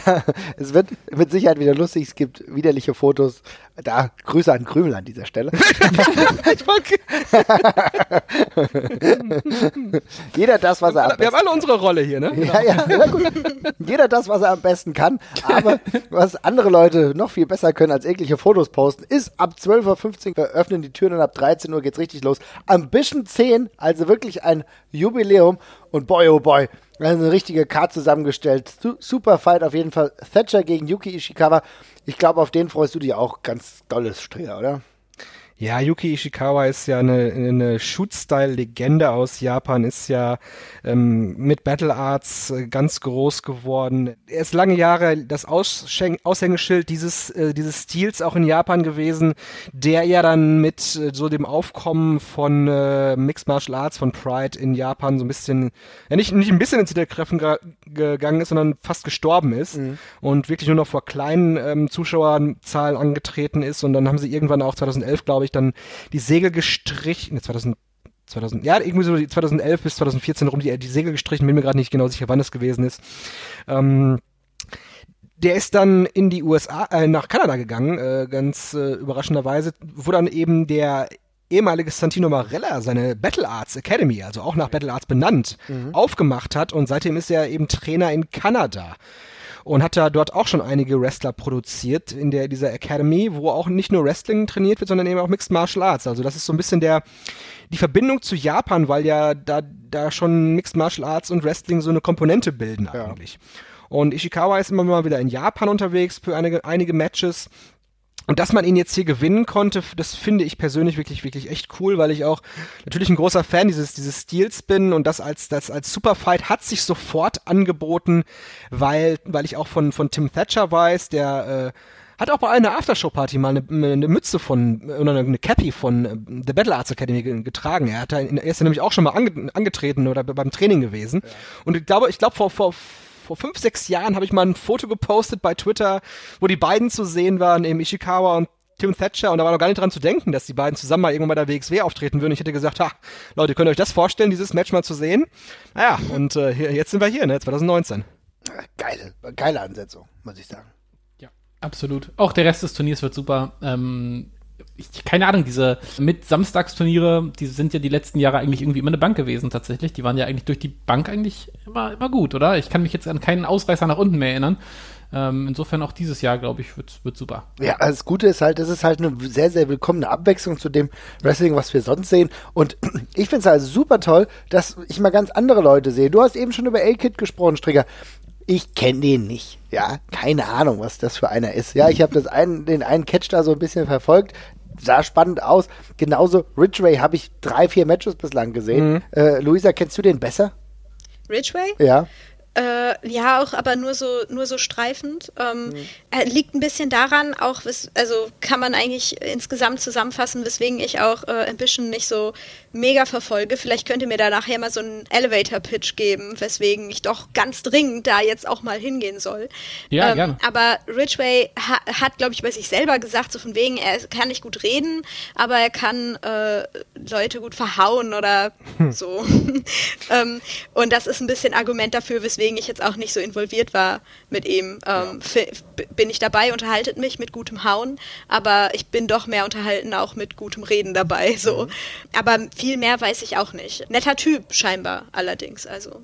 Es wird mit Sicherheit wieder lustig, es gibt widerliche Fotos. Da, Grüße an Krümel an dieser Stelle. Jeder das, was er am besten Wir haben alle unsere Rolle hier, ne? Ja, ja, ja, gut. Jeder das, was er am besten kann. Aber was andere Leute noch viel besser können als eklige Fotos posten, ist ab zwölf Uhr fünfzehn öffnen die Türen und ab dreizehn Uhr geht's richtig los. Ambition zehn, also wirklich ein Jubiläum. Und boy, oh boy, eine richtige Card zusammengestellt. Super Fight auf jeden Fall. Thatcher gegen Yuki Ishikawa. Ich glaube, auf den freust du dich auch ganz dolles, Streher, oder? Ja, Yuki Ishikawa ist ja eine, eine Shoot-Style-Legende aus Japan, ist ja ähm, mit Battle Arts ganz groß geworden. Er ist lange Jahre das Ausschen- Aushängeschild dieses, äh, dieses Stils auch in Japan gewesen, der ja dann mit äh, so dem Aufkommen von äh, Mixed Martial Arts, von Pride in Japan so ein bisschen, ja nicht, nicht ein bisschen ins Hintertreffen ge- gegangen ist, sondern fast gestorben ist mhm. und wirklich nur noch vor kleinen ähm, Zuschauerzahlen angetreten ist und dann haben sie irgendwann auch zweitausendelf, glaube ich, dann die Segel gestrichen, ne, zweitausend, zweitausend, ja, irgendwie so zweitausendelf bis zweitausendvierzehn rum die, die Segel gestrichen, bin mir gerade nicht genau sicher, wann es gewesen ist. Ähm, der ist dann in die U S A, äh, nach Kanada gegangen, äh, ganz äh, überraschenderweise, wo dann eben der ehemalige Santino Marella seine Battle Arts Academy, also auch nach Battle Arts benannt, mhm. aufgemacht hat und seitdem ist er eben Trainer in Kanada. Und hat da dort auch schon einige Wrestler produziert in der dieser Academy, wo auch nicht nur Wrestling trainiert wird, sondern eben auch Mixed Martial Arts. Also das ist so ein bisschen der die Verbindung zu Japan, weil ja da da schon Mixed Martial Arts und Wrestling so eine Komponente bilden eigentlich. Ja. Und Ishikawa ist immer mal wieder in Japan unterwegs für einige einige Matches. Und dass man ihn jetzt hier gewinnen konnte, das finde ich persönlich wirklich, wirklich echt cool, weil ich auch natürlich ein großer Fan dieses, dieses Stils bin und das als, das als Superfight hat sich sofort angeboten, weil, weil ich auch von, von Tim Thatcher weiß, der, äh, hat auch bei einer Aftershow-Party mal eine, eine Mütze von, oder eine Cappy von The Battle Arts Academy getragen. Er hat da, er ist ja nämlich auch schon mal ange, angetreten oder beim Training gewesen. Ja. Und ich glaube, ich glaube, vor, vor, Vor fünf, sechs Jahren habe ich mal ein Foto gepostet bei Twitter, wo die beiden zu sehen waren, eben Ishikawa und Tim Thatcher, und da war noch gar nicht dran zu denken, dass die beiden zusammen mal irgendwann bei der W X W auftreten würden. Ich hätte gesagt, ha, Leute, könnt ihr euch das vorstellen, dieses Match mal zu sehen? Naja, und äh, hier, jetzt sind wir hier, ne, zwanzig neunzehn. Geile, geile Ansetzung, muss ich sagen. Ja, absolut. Auch der Rest des Turniers wird super. Ähm, ich, keine Ahnung, diese mit Samstagsturniere, die sind ja die letzten Jahre eigentlich irgendwie immer eine Bank gewesen tatsächlich. Die waren ja eigentlich durch die Bank eigentlich immer, immer gut, oder? Ich kann mich jetzt an keinen Ausreißer nach unten mehr erinnern. Ähm, insofern auch dieses Jahr, glaube ich, wird, wird super. Ja, das Gute ist halt, das ist halt eine sehr, sehr willkommene Abwechslung zu dem Wrestling, was wir sonst sehen. Und ich finde es halt super toll, dass ich mal ganz andere Leute sehe. Du hast eben schon über A-Kid gesprochen, Stricker. Ich kenne den nicht. Ja, keine Ahnung, was das für einer ist. Ja, ich habe das einen, den einen Catch da so ein bisschen verfolgt. Sah spannend aus. Genauso Ridgway habe ich drei, vier Matches bislang gesehen. Mhm. Äh, Luisa, kennst du den besser? Ridgway? Ja. Äh, ja, auch, aber nur so, nur so streifend. Ähm, mhm. äh, liegt ein bisschen daran, auch, wes- also kann man eigentlich insgesamt zusammenfassen, weswegen ich auch äh, Ambition nicht so mega verfolge. Vielleicht könnt ihr mir da nachher mal so einen Elevator-Pitch geben, weswegen ich doch ganz dringend da jetzt auch mal hingehen soll. Ja, ähm, gerne. Aber Ridgway ha- hat, glaube ich, bei sich selber gesagt, so von wegen, er kann nicht gut reden, aber er kann äh, Leute gut verhauen oder hm. so. ähm, und das ist ein bisschen Argument dafür, weswegen ich jetzt auch nicht so involviert war mit ihm. Ähm, ja. f- bin ich dabei, unterhaltet mich mit gutem Hauen, aber ich bin doch mehr unterhalten auch mit gutem Reden dabei. So. Mhm. Aber viel mehr weiß ich auch nicht. Netter Typ scheinbar allerdings. Also.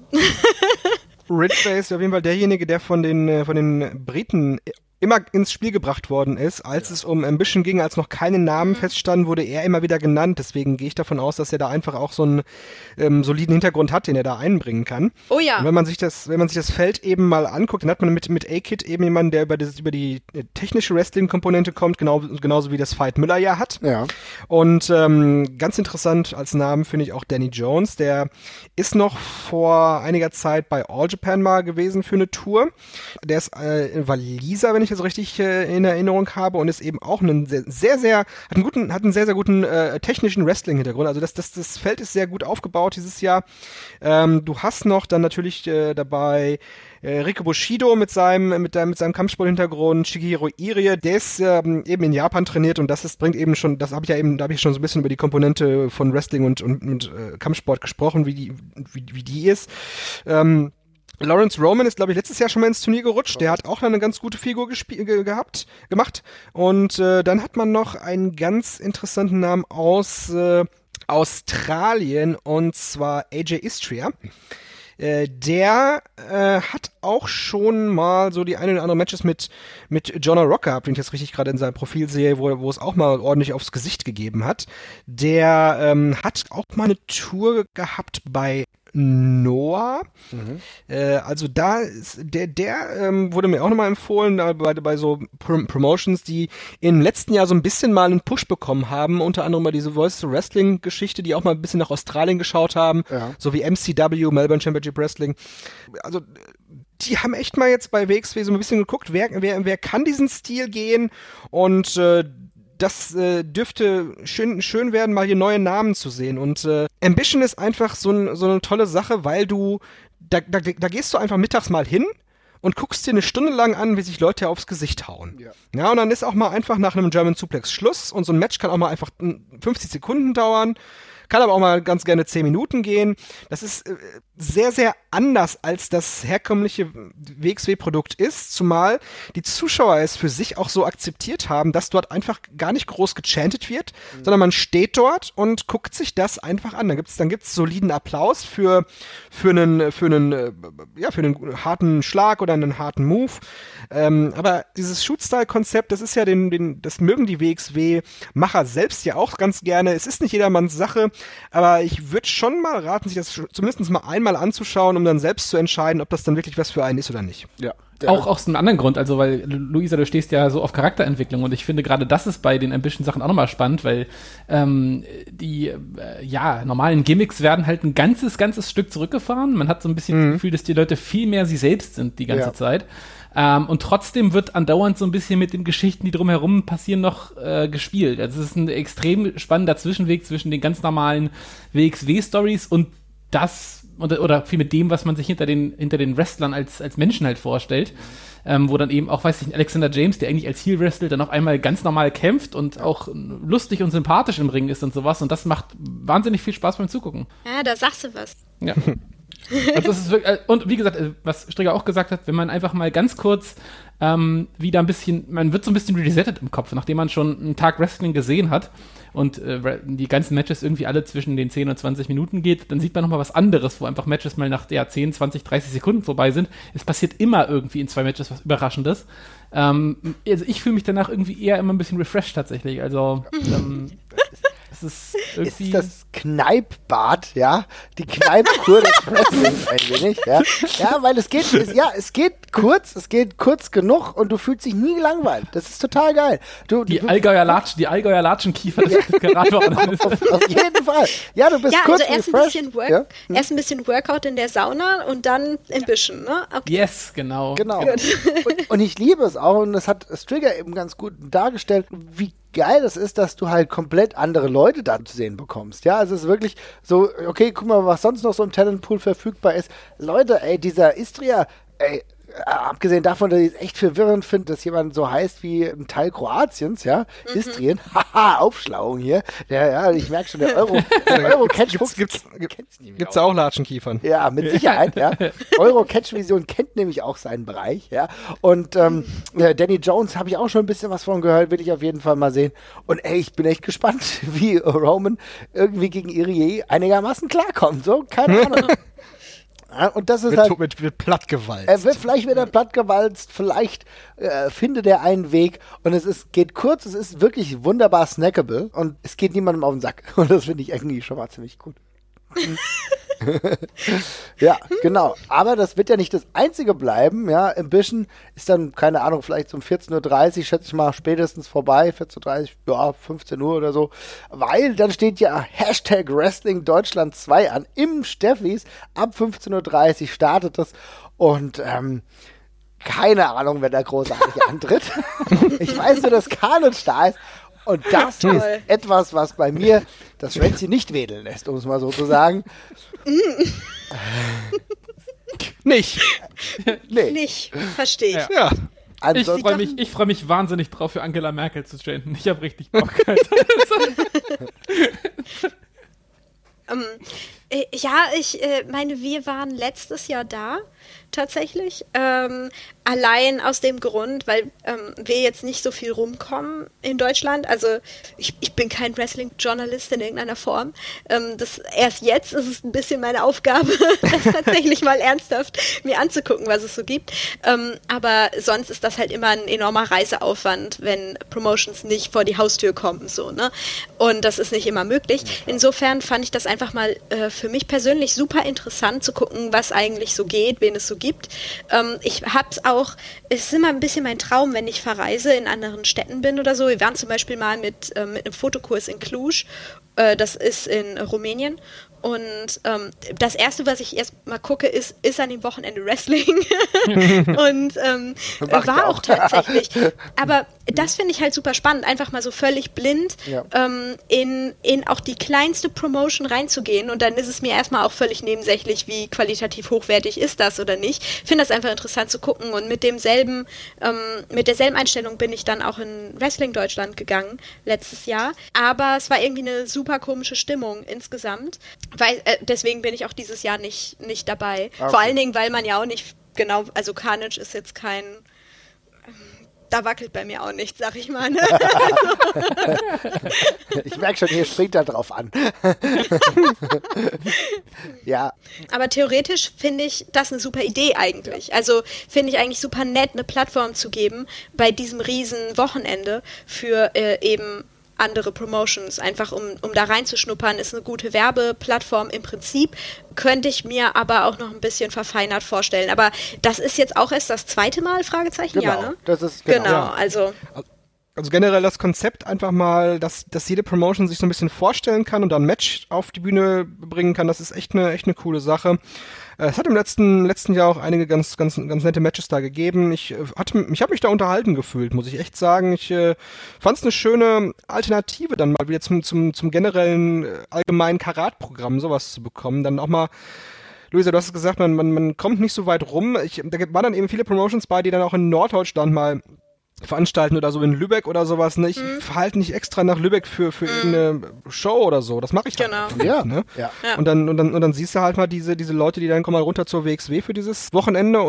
Ridgway ist auf jeden Fall derjenige, der von den, von den Briten immer ins Spiel gebracht worden ist. Als ja. es um Ambition ging, als noch keine Namen mhm. feststanden, wurde er immer wieder genannt. Deswegen gehe ich davon aus, dass er da einfach auch so einen ähm, soliden Hintergrund hat, den er da einbringen kann. Oh ja. Und wenn man sich das, wenn man sich das Feld eben mal anguckt, dann hat man mit, mit A-Kid eben jemanden, der über, das, über die technische Wrestling-Komponente kommt, genau, genauso wie das Veit Müller ja hat. Ja. Und ähm, ganz interessant als Namen finde ich auch Danny Jones. Der ist noch vor einiger Zeit bei All Japan mal gewesen für eine Tour. Der ist äh, Waliser, wenn ich das richtig äh, in Erinnerung habe, und ist eben auch einen sehr, sehr, sehr, hat einen guten, hat einen sehr, sehr guten äh, technischen Wrestling-Hintergrund. Also das, das, das Feld ist sehr gut aufgebaut dieses Jahr. Ähm, du hast noch dann natürlich äh, dabei äh, Riko Bushido mit seinem, mit, mit seinem Kampfsport-Hintergrund, Shigehiro Irie, der ist ähm, eben in Japan trainiert, und das ist, bringt eben schon, das habe ich ja eben, da habe ich schon so ein bisschen über die Komponente von Wrestling und, und, und äh, Kampfsport gesprochen, wie die, wie, wie die ist. Ähm, Lawrence Roman ist, glaube ich, letztes Jahr schon mal ins Turnier gerutscht. Der hat auch eine ganz gute Figur gesp- ge- gehabt, gemacht. Und äh, dann hat man noch einen ganz interessanten Namen aus äh, Australien, und zwar A J Istria. Äh, der äh, hat auch schon mal so die eine oder andere Matches mit mit Jonah Rock gehabt, wenn ich das richtig gerade in seinem Profil sehe, wo, wo es auch mal ordentlich aufs Gesicht gegeben hat. Der ähm, hat auch mal eine Tour gehabt bei Noah. Mhm. Äh, also da ist, der, der ähm, wurde mir auch nochmal empfohlen, da bei, bei so Prom- Promotions, die im letzten Jahr so ein bisschen mal einen Push bekommen haben, unter anderem mal diese Voice of Wrestling Geschichte, die auch mal ein bisschen nach Australien geschaut haben, ja. So wie M C W, Melbourne Championship Wrestling. Also die haben echt mal jetzt bei W X W so ein bisschen geguckt, wer, wer, wer kann diesen Stil gehen, und äh, das äh, dürfte schön, schön werden, mal hier neue Namen zu sehen. Und äh, Ambition ist einfach so, ein, so eine tolle Sache, weil du, da, da, da gehst du einfach mittags mal hin und guckst dir eine Stunde lang an, wie sich Leute aufs Gesicht hauen. Ja. Ja, und dann ist auch mal einfach nach einem German Suplex Schluss, und so ein Match kann auch mal einfach fünfzig Sekunden dauern. Kann aber auch mal ganz gerne zehn Minuten gehen. Das ist äh, sehr, sehr anders, als das herkömmliche W X W-Produkt ist, zumal die Zuschauer es für sich auch so akzeptiert haben, dass dort einfach gar nicht groß gechantet wird, mhm. sondern man steht dort und guckt sich das einfach an. Dann gibt's, dann gibt's soliden Applaus für, für einen, für einen, äh, ja, für einen harten Schlag oder einen harten Move. Ähm, aber dieses Shoot-Style-Konzept, das ist ja den, den, das mögen die W X W-Macher selbst ja auch ganz gerne. Es ist nicht jedermanns Sache, aber ich würde schon mal raten, sich das zumindest mal einmal anzuschauen, um dann selbst zu entscheiden, ob das dann wirklich was für einen ist oder nicht. Ja. Auch aus einem anderen Grund, also weil, Luisa, du stehst ja so auf Charakterentwicklung, und ich finde gerade das ist bei den Ambition-Sachen auch nochmal spannend, weil ähm, die äh, ja normalen Gimmicks werden halt ein ganzes, ganzes Stück zurückgefahren. Man hat so ein bisschen mhm. das Gefühl, dass die Leute viel mehr sie selbst sind die ganze ja. Zeit. Ähm, und trotzdem wird andauernd so ein bisschen mit den Geschichten, die drumherum passieren, noch äh, gespielt. Also es ist ein extrem spannender Zwischenweg zwischen den ganz normalen W X W-Stories und das, oder, oder viel mit dem, was man sich hinter den, hinter den Wrestlern als, als Menschen halt vorstellt. Ähm, wo dann eben auch, weiß ich, Alexander James, der eigentlich als Heel Wrestler dann auf einmal ganz normal kämpft und auch lustig und sympathisch im Ring ist und sowas. Und das macht wahnsinnig viel Spaß beim Zugucken. Ja, da sagst du was. Ja. Also das ist wirklich, und wie gesagt, was Strigger auch gesagt hat, wenn man einfach mal ganz kurz ähm, wieder ein bisschen, man wird so ein bisschen resettet im Kopf, nachdem man schon einen Tag Wrestling gesehen hat und äh, die ganzen Matches irgendwie alle zwischen den zehn und zwanzig Minuten geht, dann sieht man nochmal was anderes, wo einfach Matches mal nach ja, zehn, zwanzig, dreißig Sekunden vorbei sind. Es passiert immer irgendwie in zwei Matches was Überraschendes. Ähm, also ich fühle mich danach irgendwie eher immer ein bisschen refreshed tatsächlich. Also ähm, Es ist Ist irgendwie... das Kneippbad, ja? Die Kneippkur des Wrestlings ein wenig, ja? Ja, weil es geht, es, ja, es geht kurz, es geht kurz genug und du fühlst dich nie gelangweilt. Das ist total geil. Du, die du, Allgäuer Latschen, die Allgäuer Latschenkiefer des Karatwochenendes. auf, auf jeden Fall. Ja, du bist Ja, kurz also erst ein, refreshed. bisschen Work, Ja? erst ein bisschen Workout in der Sauna und dann ein bisschen, ne? Okay. Yes, genau. Genau. Und, und ich liebe es auch und das hat Strigger eben ganz gut dargestellt, wie geil es ist, dass du halt komplett andere Leute da zu sehen bekommst. Ja, also es ist wirklich so, okay, guck mal, was sonst noch so im Talentpool verfügbar ist. Leute, ey, dieser Istria, ey, abgesehen davon, dass ich es echt verwirrend finde, dass jemand so heißt wie ein Teil Kroatiens, ja, mhm. Istrien, haha, Aufschlauung hier, der, ja, ich merke schon, der Euro, der Euro-Catch-Fuchs gibt's, gibt's, gibt's da auch Latschenkiefern? Ja, mit Sicherheit, ja. Euro-Catch-Vision kennt nämlich auch seinen Bereich, ja, und ähm, äh, Danny Jones habe ich auch schon ein bisschen was von gehört, will ich auf jeden Fall mal sehen, und ey, ich bin echt gespannt, wie Roman irgendwie gegen Irie einigermaßen klarkommt, so, keine Ahnung. Ja, und das ist wird, halt, wird, wird plattgewalzt. Er wird, vielleicht wird er plattgewalzt, vielleicht äh, findet er einen Weg und es ist, geht kurz, es ist wirklich wunderbar snackable und es geht niemandem auf den Sack und das finde ich irgendwie schon mal ziemlich gut. Ja, genau. Aber das wird ja nicht das Einzige bleiben. Ja, Ambition ist dann, keine Ahnung, vielleicht um vierzehn Uhr dreißig, schätze ich mal, spätestens vorbei. vierzehn Uhr dreißig, ja, fünfzehn Uhr oder so. Weil dann steht ja Hashtag Wrestling Deutschland zwei an im Steffis. Ab fünfzehn Uhr dreißig startet das. Und, ähm, keine Ahnung, wer da großartig antritt. Ich weiß nur, dass Carnage da ist. Und das Toll. ist etwas, was bei mir das Schwänzchen nicht wedeln lässt, um es mal so zu sagen. Nicht. Nee. Nicht, verstehe ich. Ja. Ja. Ich Ansonsten, freue mich, ich freu mich wahnsinnig drauf, für Angela Merkel zu chanten. Ich habe richtig Bock. Alter. Ähm, äh, ja, ich äh, meine, wir waren letztes Jahr da, tatsächlich. Ähm, allein aus dem Grund, weil ähm, wir jetzt nicht so viel rumkommen in Deutschland. Also ich, ich bin kein Wrestling-Journalist in irgendeiner Form. Ähm, das, erst jetzt ist es ein bisschen meine Aufgabe, das tatsächlich mal ernsthaft mir anzugucken, was es so gibt. Ähm, aber sonst ist das halt immer ein enormer Reiseaufwand, wenn Promotions nicht vor die Haustür kommen. So, ne? Und das ist nicht immer möglich. Insofern fand ich das einfach mal äh, für mich persönlich super interessant zu gucken, was eigentlich so geht, wen es so gibt. Ähm, ich hab's auch es ist immer ein bisschen mein Traum, wenn ich verreise, in anderen Städten bin oder so. Wir waren zum Beispiel mal mit, äh, mit einem Fotokurs in Cluj, äh, das ist in Rumänien. Und ähm, das Erste, was ich erst mal gucke, ist, ist an dem Wochenende Wrestling. Und ähm, war auch, auch tatsächlich. Aber das finde ich halt super spannend, einfach mal so völlig blind ja. ähm, in, in auch die kleinste Promotion reinzugehen. Und dann ist es mir erstmal auch völlig nebensächlich, wie qualitativ hochwertig ist das oder nicht. Ich finde das einfach interessant zu gucken. Und mit demselben, ähm, mit derselben Einstellung bin ich dann auch in Wrestling Deutschland gegangen, letztes Jahr. Aber es war irgendwie eine super komische Stimmung insgesamt. Weil, äh, deswegen bin ich auch dieses Jahr nicht, nicht dabei. Okay. Vor allen Dingen, weil man ja auch nicht, genau, also Carnage ist jetzt kein, da wackelt bei mir auch nichts, sag ich mal. Ne? Ich merke schon, hier springt er drauf an. Ja. Aber theoretisch finde ich das eine super Idee eigentlich. Ja. Also finde ich eigentlich super nett, eine Plattform zu geben bei diesem riesen Wochenende für äh, eben andere Promotions, einfach um, um da reinzuschnuppern, ist eine gute Werbeplattform im Prinzip, könnte ich mir aber auch noch ein bisschen verfeinert vorstellen. Aber das ist jetzt auch erst das zweite Mal, Fragezeichen, Genau, ja, ne? das ist, genau. Genau, Ja. also... Also generell das Konzept einfach mal, dass, dass jede Promotion sich so ein bisschen vorstellen kann und dann ein Match auf die Bühne bringen kann, das ist echt eine, echt eine coole Sache. Es hat im letzten, letzten Jahr auch einige ganz, ganz, ganz nette Matches da gegeben. Ich hatte, ich habe mich da unterhalten gefühlt, muss ich echt sagen. Ich äh, fand es eine schöne Alternative, dann mal wieder zum, zum, zum generellen äh, allgemeinen Karat-Programm sowas zu bekommen. Dann auch mal, Luisa, du hast es gesagt, man, man, man kommt nicht so weit rum. Ich, da waren dann eben viele Promotions bei, die dann auch in Norddeutschland mal veranstalten oder so in Lübeck oder sowas. Ne? Ich Mhm. verhalte nicht extra nach Lübeck für, für Mhm. irgendeine Show oder so. Das mache ich halt Genau. einfach nicht, Ja. ne? Ja. Ja. Und dann, und dann, und dann siehst du halt mal diese, diese Leute, die dann kommen mal runter zur W X W für dieses Wochenende und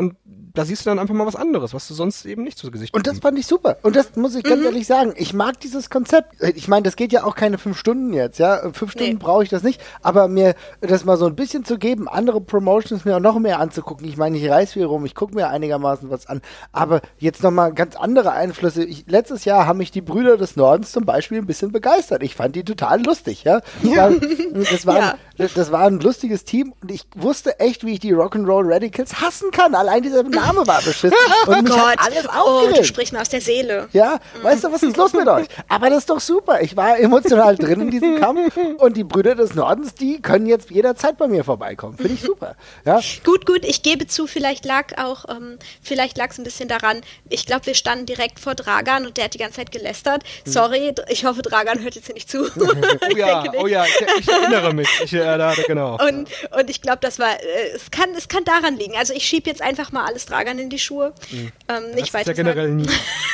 da siehst du dann einfach mal was anderes, was du sonst eben nicht zu Gesicht Und das fand ich super. Und das muss ich ganz Mhm. ehrlich sagen. Ich mag dieses Konzept. Ich meine, das geht ja auch keine fünf Stunden jetzt, ja. Fünf Stunden Nee. brauche ich das nicht. Aber mir das mal so ein bisschen zu geben, andere Promotions mir auch noch mehr anzugucken. Ich meine, ich reise viel rum, ich gucke mir einigermaßen was an. Aber jetzt nochmal ganz andere Einflüsse. Ich, letztes Jahr haben mich die Brüder des Nordens zum Beispiel ein bisschen begeistert. Ich fand die total lustig, ja. Das war, das war, Ja. ein, das war ein lustiges Team und ich wusste echt, wie ich die Rock'n'Roll Radicals hassen kann. Allein dieser Name war beschissen. Und mich hat alles oh, du aufgeregt. sprichst mir aus der Seele. Ja, weißt du, was ist los mit euch? Aber das ist doch super. Ich war emotional drin in diesem Kampf und die Brüder des Nordens, die können jetzt jederzeit bei mir vorbeikommen. Finde ich super. Ja, Gut, gut, ich gebe zu, vielleicht lag auch, ähm, vielleicht lag es ein bisschen daran, ich glaube, wir standen direkt vor Dragan und der hat die ganze Zeit gelästert. Sorry, ich hoffe, Dragan hört jetzt hier nicht zu. Oh ja, oh ja, ich, ich erinnere mich. Ich, ja, da, genau. Und, und ich glaube, das war, äh, es kann, es kann daran liegen. Also ich schiebe jetzt einfach mal alles Dragan in die Schuhe. Ähm, Das nicht ist weiter ja generell nie.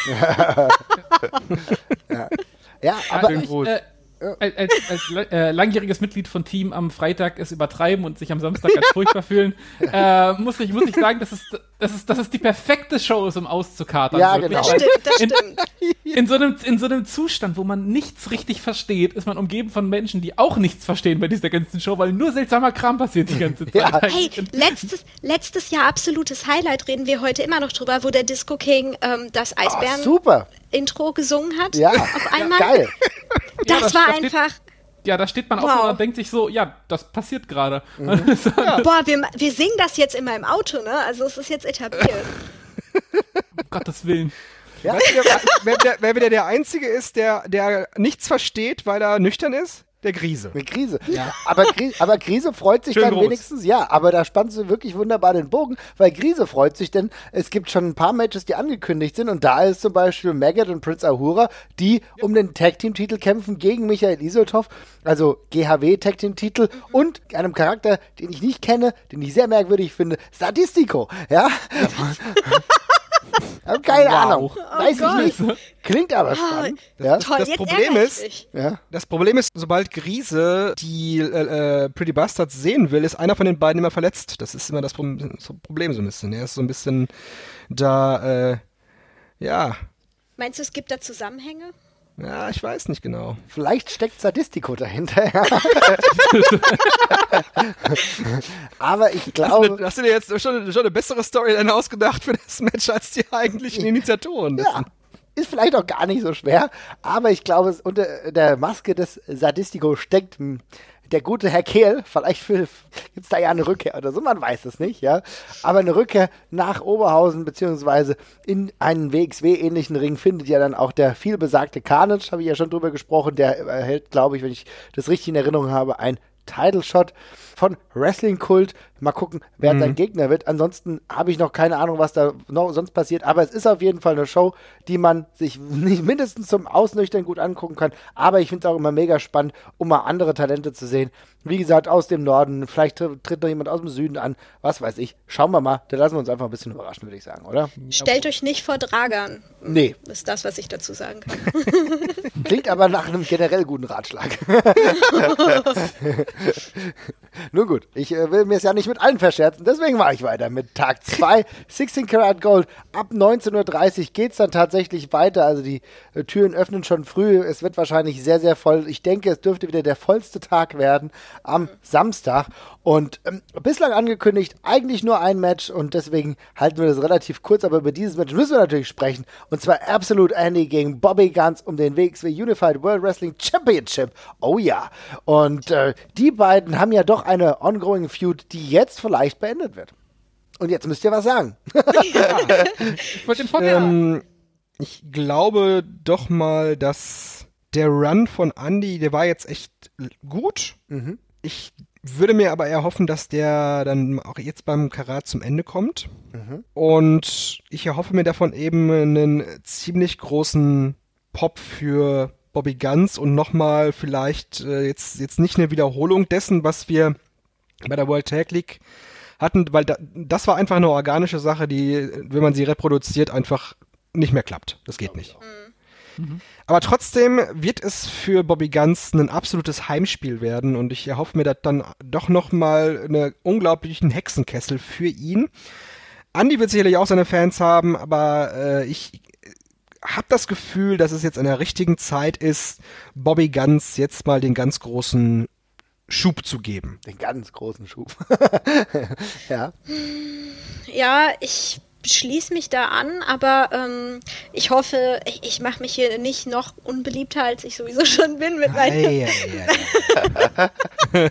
ja aber ich, äh, als als, als äh, langjähriges Mitglied von Team am Freitag es übertreiben und sich am Samstag als furchtbar fühlen, äh, muss ich muss ich sagen, dass es, dass es, dass es die perfekte Show ist, um auszukatern. Ja, wirklich. genau. Das stimmt, das In- stimmt. In so, einem, in so einem Zustand, wo man nichts richtig versteht, ist man umgeben von Menschen, die auch nichts verstehen bei dieser ganzen Show, weil nur seltsamer Kram passiert die ganze Zeit. Ja. Hey, letztes, letztes Jahr absolutes Highlight, reden wir heute immer noch drüber, wo der Disco King ähm, das oh, Eisbären-Intro super. gesungen hat. Ja, Auf einmal. geil. Das Ja, das- war das steht- einfach. Ja, da steht man auch Wow. und denkt sich so, ja, das passiert gerade. Boah, wir, wir singen das jetzt immer im Auto, ne? Also es ist jetzt etabliert. Um Gottes Willen. Ja. Weißt du, wer, wer, wer, wer wieder der Einzige ist, der, der nichts versteht, weil er nüchtern ist? Der Grise. Mit Krise. Aber, Kri aber Krise freut sich Schön dann groß. wenigstens, ja, aber da spannst du wirklich wunderbar den Bogen, weil Krise freut sich, denn es gibt schon ein paar Matches, die angekündigt sind und da ist zum Beispiel Maggot und Prince Ahura, die um den Tag-Team-Titel kämpfen gegen Michael Isotov, also G H W-Tag-Team-Titel und einem Charakter, den ich nicht kenne, den ich sehr merkwürdig finde, Sadistico, ja. Hab keine Wow. Ahnung, weiß Gott. ich nicht, klingt aber spannend, ja. Toll, das jetzt Problem ärgere ich ist- mich. Ja. Das Problem ist, sobald Grise die äh, äh, Pretty Bastards sehen will, ist einer von den beiden immer verletzt. Das ist immer das Pro so Problem so ein bisschen. Er ist so ein bisschen da, äh, ja, Meinst du, es gibt da Zusammenhänge? ja, ich weiß nicht genau. Vielleicht steckt Sadistico dahinter. Ja. Aber ich Hast du, glaube, hast du dir jetzt schon, schon eine bessere Storyline ausgedacht für das Match als die eigentlichen Initiatoren? ja, ist vielleicht auch gar nicht so schwer. Aber ich glaube, es- unter der Maske des Sadistico steckt hm, der gute Herr Kehl. Vielleicht gibt es da ja eine Rückkehr oder so, man weiß es nicht, ja. Aber eine Rückkehr nach Oberhausen beziehungsweise in einen W X W-ähnlichen Ring findet ja dann auch der vielbesagte Carnage, habe ich ja schon drüber gesprochen. Der erhält, glaube ich, wenn ich das richtig in Erinnerung habe, ein Title Shot von Wrestling Kult. Mal gucken, wer Mhm. sein Gegner wird. Ansonsten habe ich noch keine Ahnung, was da noch sonst passiert. Aber es ist auf jeden Fall eine Show, die man sich nicht mindestens zum Ausnüchtern gut angucken kann. Aber ich finde es auch immer mega spannend, um mal andere Talente zu sehen. Wie gesagt, aus dem Norden. Vielleicht tr- tritt noch jemand aus dem Süden an. Was weiß ich. Schauen wir mal. Da lassen wir uns einfach ein bisschen überraschen, würde ich sagen, oder? Stellt euch nicht vor Dragan. Nee. Ist das, was ich dazu sagen kann. Klingt aber nach einem generell guten Ratschlag. Nun gut, ich äh, will mir es ja nicht mit allen verscherzen, deswegen mache ich weiter mit Tag zwei, sechzehn Karat Gold. Ab neunzehn Uhr dreißig geht es dann tatsächlich weiter, also die äh, Türen öffnen schon früh, es wird wahrscheinlich sehr, sehr voll. Ich denke, es dürfte wieder der vollste Tag werden am Samstag und ähm, bislang angekündigt, eigentlich nur ein Match und deswegen halten wir das relativ kurz, aber über dieses Match müssen wir natürlich sprechen und zwar Absolute Andy gegen Bobby Guns um den W X W Unified World Wrestling Championship. Oh ja. Und äh, die beiden haben ja doch eine ongoing Feud, die jetzt vielleicht beendet wird. Und jetzt müsst ihr was sagen. Ich wollte den Vorteil. Ähm, ich glaube doch mal, dass der Run von Andy, der war jetzt echt gut. Mhm. Ich würde mir aber eher hoffen, dass der dann auch jetzt beim Karat zum Ende kommt. Mhm. Und ich erhoffe mir davon eben einen ziemlich großen Pop für Bobby Guns und nochmal vielleicht äh, jetzt, jetzt nicht eine Wiederholung dessen, was wir bei der World Tag League hatten, weil da, das war einfach eine organische Sache, die, wenn man sie reproduziert, einfach nicht mehr klappt. Das geht nicht. Aber trotzdem wird es für Bobby Guns ein absolutes Heimspiel werden und ich erhoffe mir da dann doch nochmal einen unglaublichen Hexenkessel für ihn. Andy wird sicherlich auch seine Fans haben, aber äh, ich habe das Gefühl, dass es jetzt an der richtigen Zeit ist, Bobby Guns jetzt mal den ganz großen Schub zu geben. Den ganz großen Schub. Ja. Ja, ich schließe mich da an, aber ähm, ich hoffe, ich, ich mache mich hier nicht noch unbeliebter, als ich sowieso schon bin mit meinem... Ei, ei, ei.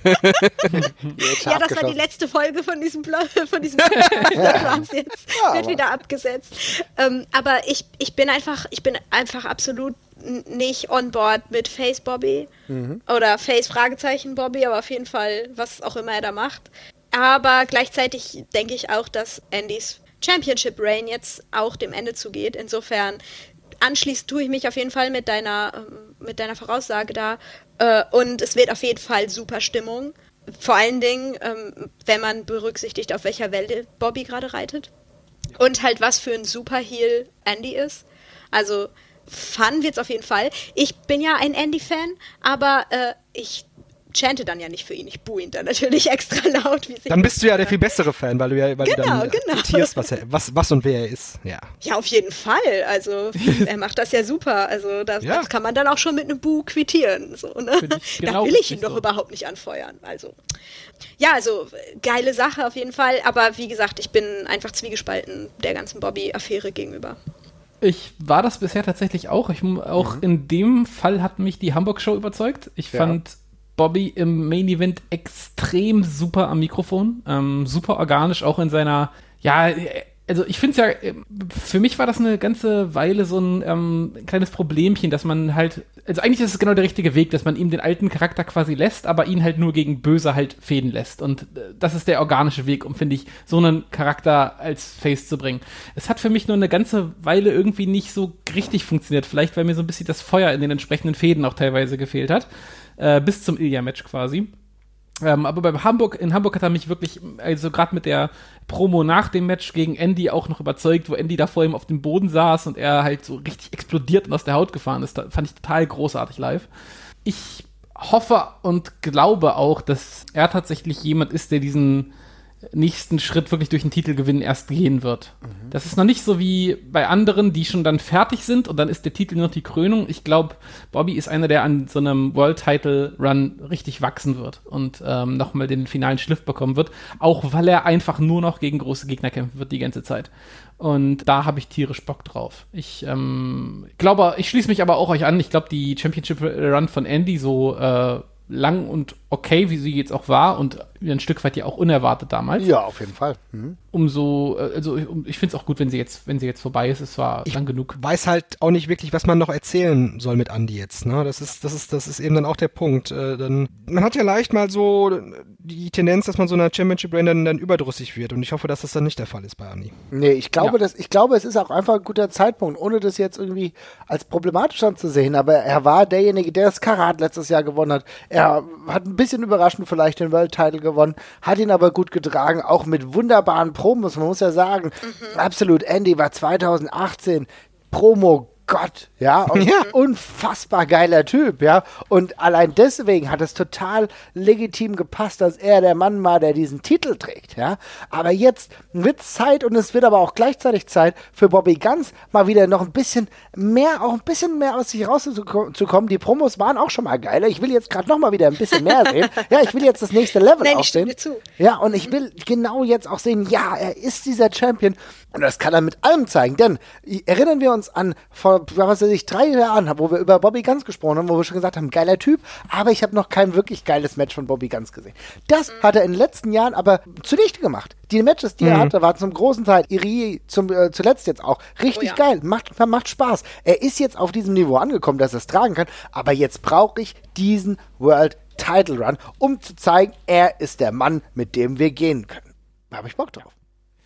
Ja, das war die letzte Folge von diesem Blog, von diesem Podcast. Das war's jetzt. Ja, Wird aber- wieder abgesetzt. Ähm, aber ich, ich bin einfach, ich bin einfach absolut n- nicht on board mit Face Bobby oder Face Fragezeichen Bobby, aber auf jeden Fall, was auch immer er da macht. Aber gleichzeitig denke ich auch, dass Andys Championship Reign jetzt auch dem Ende zugeht. Insofern anschließend tue ich mich auf jeden Fall mit deiner, ähm, mit deiner Voraussage da. Äh, und es wird auf jeden Fall super Stimmung. Vor allen Dingen, ähm, wenn man berücksichtigt, auf welcher Welle Bobby gerade reitet. Und halt, was für ein Superheel Andy ist. Also, Fun wird's auf jeden Fall. Ich bin ja ein Andy-Fan, aber äh, ich chante dann ja nicht für ihn. Ich buhe ihn dann natürlich extra laut. Wie sich Dann bist du ja der viel bessere Fan, weil du ja weil Genau, du dann genau. akzeptierst, was, er, was, was und wer er ist. Ja. Ja, auf jeden Fall. Also, er macht das ja super. Also, das, Ja. das kann man dann auch schon mit einem Bu quittieren. So, ne? Finde ich Da genau will ich ihn richtig doch so. überhaupt nicht anfeuern. Also, ja, also, geile Sache auf jeden Fall. Aber wie gesagt, ich bin einfach zwiegespalten der ganzen Bobby-Affäre gegenüber. Ich war das bisher tatsächlich auch. Ich, auch in dem Fall hat mich die Hamburg-Show überzeugt. Ich Ja. fand Bobby im Main Event extrem super am Mikrofon. Ähm, super organisch, auch in seiner, ja, also ich finde es ja, äh, für mich war das eine ganze Weile so ein ähm, kleines Problemchen, dass man halt, also eigentlich ist es genau der richtige Weg, dass man ihm den alten Charakter quasi lässt, aber ihn halt nur gegen Böse halt fäden lässt. Und äh, das ist der organische Weg, um, finde ich, so einen Charakter als Face zu bringen. Es hat für mich nur eine ganze Weile irgendwie nicht so richtig funktioniert. Vielleicht, weil mir so ein bisschen das Feuer in den entsprechenden Fäden auch teilweise gefehlt hat. Äh, bis zum Ilya-Match quasi. Ähm, aber bei Hamburg, in Hamburg hat er mich wirklich, also gerade mit der Promo nach dem Match gegen Andy auch noch überzeugt, wo Andy da vor ihm auf dem Boden saß und er halt so richtig explodiert und aus der Haut gefahren ist. Da fand ich total großartig live. Ich hoffe und glaube auch, dass er tatsächlich jemand ist, der diesen nächsten Schritt wirklich durch den Titelgewinn erst gehen wird. Mhm. Das ist noch nicht so wie bei anderen, die schon dann fertig sind und dann ist der Titel nur noch die Krönung. Ich glaube, Bobby ist einer, der an so einem World-Title-Run richtig wachsen wird und ähm, nochmal den finalen Schliff bekommen wird, auch weil er einfach nur noch gegen große Gegner kämpfen wird die ganze Zeit. Und da habe ich tierisch Bock drauf. Ich ähm, glaube, ich schließe mich aber auch euch an. Ich glaube, die Championship-Run von Andy so äh, lang und okay, wie sie jetzt auch war und ein Stück weit ja auch unerwartet damals. Ja, auf jeden Fall. Mhm. Umso, äh, also um, ich finde es auch gut, wenn sie jetzt, wenn sie jetzt vorbei ist. Es war Ich lang genug. weiß halt auch nicht wirklich, was man noch erzählen soll mit Andy jetzt. Ne? Das ist, das ist, das ist eben dann auch der Punkt. Äh, dann, man hat ja leicht mal so die Tendenz, dass man so einer Championship Reign dann, dann überdrüssig wird. Und ich hoffe, dass das dann nicht der Fall ist bei Andy. Nee, ich glaube, Ja. dass, ich glaube, es ist auch einfach ein guter Zeitpunkt, ohne das jetzt irgendwie als problematisch anzusehen. Aber er war derjenige, der das Karat letztes Jahr gewonnen hat. Er hat ein bisschen überraschend vielleicht den World Title gewonnen, hat ihn aber gut getragen, auch mit wunderbaren Promos. Man muss ja sagen, absolut, Andy war zwanzig achtzehn Promo Gott, ja, und Ja. unfassbar geiler Typ, ja, und allein deswegen hat es total legitim gepasst, dass er der Mann war, der diesen Titel trägt, ja, aber jetzt wird es Zeit und es wird aber auch gleichzeitig Zeit für Bobby Guns mal wieder noch ein bisschen mehr, auch ein bisschen mehr aus sich rauszukommen. Die Promos waren auch schon mal geiler, ich will jetzt gerade noch mal wieder ein bisschen mehr sehen, ja, ich will jetzt das nächste Level Nein, auch ich stimme sehen. dir zu. Ja, und ich will genau jetzt auch sehen, ja, er ist dieser Champion und das kann er mit allem zeigen, denn erinnern wir uns an vor, was weiß ich, drei Jahren, wo wir über Bobby Guns gesprochen haben, wo wir schon gesagt haben, geiler Typ, aber ich habe noch kein wirklich geiles Match von Bobby Guns gesehen. Das mhm. hat er in den letzten Jahren aber zunichte gemacht. Die Matches, die mhm. er hatte, waren zum großen Teil, Irie zum, äh, zuletzt jetzt auch, richtig oh ja. geil, macht, macht Spaß. Er ist jetzt auf diesem Niveau angekommen, dass er es tragen kann, aber jetzt brauche ich diesen World Title Run, um zu zeigen, er ist der Mann, mit dem wir gehen können. Da habe ich Bock drauf.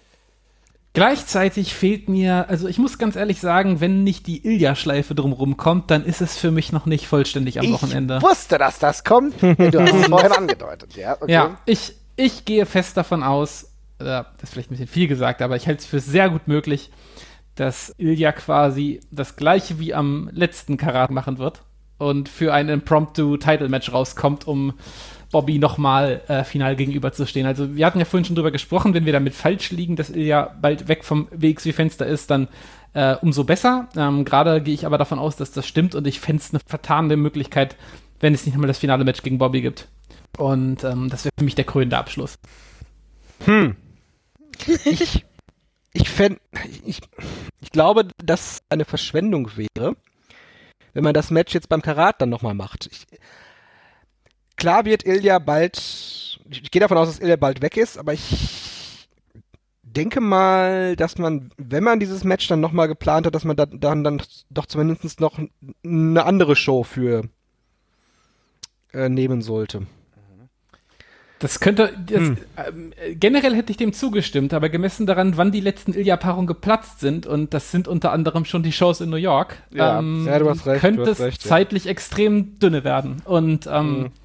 Gleichzeitig fehlt mir, also ich muss ganz ehrlich sagen, wenn nicht die Ilya-Schleife drumherum kommt, dann ist es für mich noch nicht vollständig am ich Wochenende. Ich wusste, dass das kommt. Du hast es vorhin angedeutet. Ja, okay. Ja, ich, ich gehe fest davon aus, äh, das ist vielleicht ein bisschen viel gesagt, aber ich halte es für sehr gut möglich, dass Ilya quasi das Gleiche wie am letzten Karat machen wird. und für ein Impromptu-Title-Match rauskommt, um Bobby nochmal äh, final gegenüberzustehen. Also wir hatten ja vorhin schon drüber gesprochen, wenn wir damit falsch liegen, dass Ilja bald weg vom W X W-Fenster ist, dann äh, umso besser. Ähm, Gerade gehe ich aber davon aus, dass das stimmt und ich fände es eine vertane Möglichkeit, wenn es nicht nochmal das finale Match gegen Bobby gibt. Und ähm, das wäre für mich der krönende Abschluss. Hm. Ich, ich fänd, ich, ich glaube, dass eine Verschwendung wäre, wenn man das Match jetzt beim Karat dann nochmal macht. Ich, klar wird Ilja bald, ich gehe davon aus, dass Ilja bald weg ist, aber ich denke mal, dass man, wenn man dieses Match dann nochmal geplant hat, dass man da, dann, dann doch zumindest noch eine andere Show für äh, nehmen sollte. Das könnte, das, Hm. äh, generell hätte ich dem zugestimmt, aber gemessen daran, wann die letzten Ilja-Paarungen geplatzt sind, und das sind unter anderem schon die Shows in New York, Ja, ähm, ja, du hast recht, könnte du hast es recht, ja. zeitlich extrem dünne werden. Und ähm, Hm.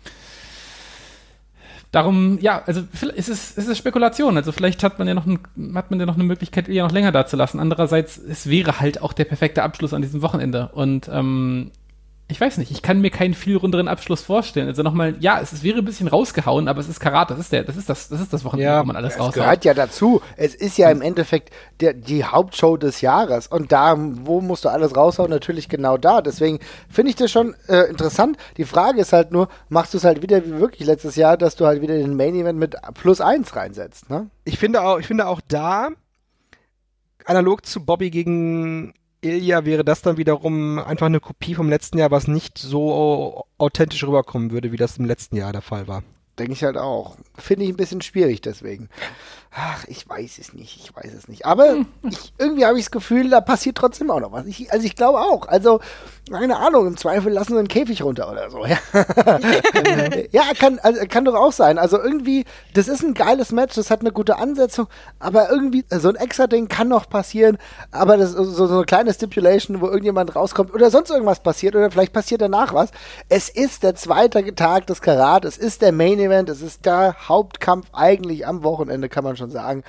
darum, ja, also es ist, es ist Spekulation. Also vielleicht hat man ja noch, ein, hat man ja noch eine Möglichkeit, Ilja noch länger da zu lassen. Andererseits, es wäre halt auch der perfekte Abschluss an diesem Wochenende. Und ähm, ich weiß nicht, ich kann mir keinen viel runderen Abschluss vorstellen. Also nochmal, ja, es, es wäre ein bisschen rausgehauen, aber es ist Karat, das ist der, das ist das, das ist das Wochenende, Ja, wo man alles Es raushaut. gehört ja dazu. Es ist ja im Endeffekt der, die Hauptshow des Jahres. Und da, wo musst du alles raushauen? Natürlich genau da. Deswegen finde ich das schon äh, interessant. Die Frage ist halt nur, machst du es halt wieder wie wirklich letztes Jahr, dass du halt wieder den Main Event mit plus eins reinsetzt, ne? Ich finde auch, ich finde auch da, analog zu Bobby gegen Ilja, wäre das dann wiederum einfach eine Kopie vom letzten Jahr, was nicht so authentisch rüberkommen würde, wie das im letzten Jahr der Fall war. Denke ich halt auch. Finde ich ein bisschen schwierig deswegen. Ach, ich weiß es nicht, ich weiß es nicht. Aber ich, irgendwie habe ich das Gefühl, da passiert trotzdem auch noch was. Ich, also ich glaube auch. Also, keine Ahnung, im Zweifel lassen sie einen Käfig runter oder so. Ja, ja kann, also, kann doch auch sein. Also irgendwie, das ist ein geiles Match, das hat eine gute Ansetzung, aber irgendwie, so ein extra Ding kann noch passieren, aber das ist so, so eine kleine Stipulation, wo irgendjemand rauskommt oder sonst irgendwas passiert oder vielleicht passiert danach was. Es ist der zweite Tag des Karat, es ist der Main Event, es ist der Hauptkampf eigentlich am Wochenende, kann man schon sagen.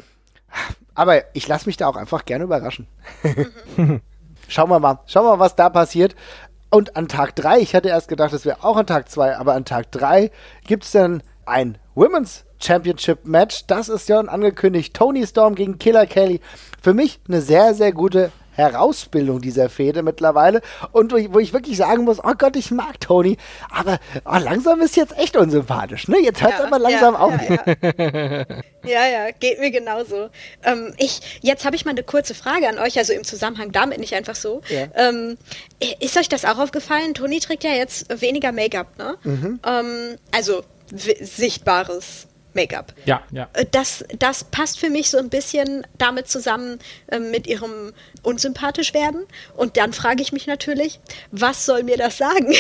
Aber ich lasse mich da auch einfach gerne überraschen. Schauen wir mal, schauen wir mal, was da passiert. Und an Tag drei, ich hatte erst gedacht, es wäre auch an Tag zwei, aber an Tag drei gibt es dann ein Women's Championship Match. Das ist ja angekündigt. Toni Storm gegen Killer Kelly. Für mich eine sehr, sehr gute Herausbildung dieser Fehde mittlerweile. Und wo ich, wo ich wirklich sagen muss, oh Gott, ich mag Toni, aber oh, langsam ist jetzt echt unsympathisch. Ne? Jetzt hört es Ja, aber langsam ja, auf. Ja, ja. ja, ja, geht mir genauso. Ähm, ich, jetzt habe ich mal eine kurze Frage an euch, also im Zusammenhang damit, nicht einfach so. Ja. Ähm, ist euch das auch aufgefallen? Toni trägt ja jetzt weniger Make-up, ne? Mhm. Ähm, also w- sichtbares Make-up. Ja, ja. Äh, Das, das passt für mich so ein bisschen damit zusammen äh, mit ihrem unsympathisch werden. Und dann frage ich mich natürlich, was soll mir das sagen?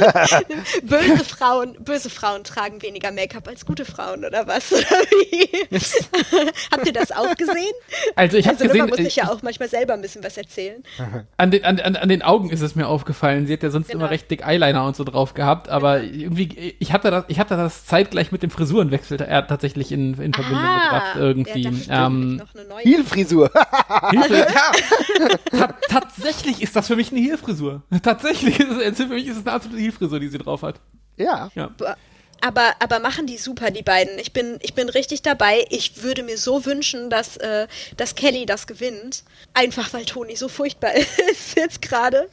böse Frauen, böse Frauen tragen weniger Make-up als gute Frauen, oder was? Oder wie? Habt ihr das auch gesehen? Also ich habe Also gesehen, man muss sich ich, ja auch manchmal selber ein bisschen was erzählen. an, den, an, an, an den Augen ist es mir aufgefallen. Sie hat ja sonst Genau. immer recht dick Eyeliner und so drauf gehabt, aber irgendwie, ich hatte das, ich hatte das zeitgleich mit dem Frisurenwechsel er tatsächlich in, in Verbindung gebracht irgendwie. Ja, das stimmt, ähm, noch eine neue. Heel-Frisur. Hilfe. Ta tatsächlich ist das für mich eine Heel-Frisur. Tatsächlich ist es, für mich ist es eine absolute Heel-Frisur, die sie drauf hat. Ja. Ja. Aber, aber machen die super, die beiden. Ich bin, ich bin richtig dabei. Ich würde mir so wünschen, dass, äh, dass Kelly das gewinnt. Einfach, weil Toni so furchtbar ist jetzt gerade.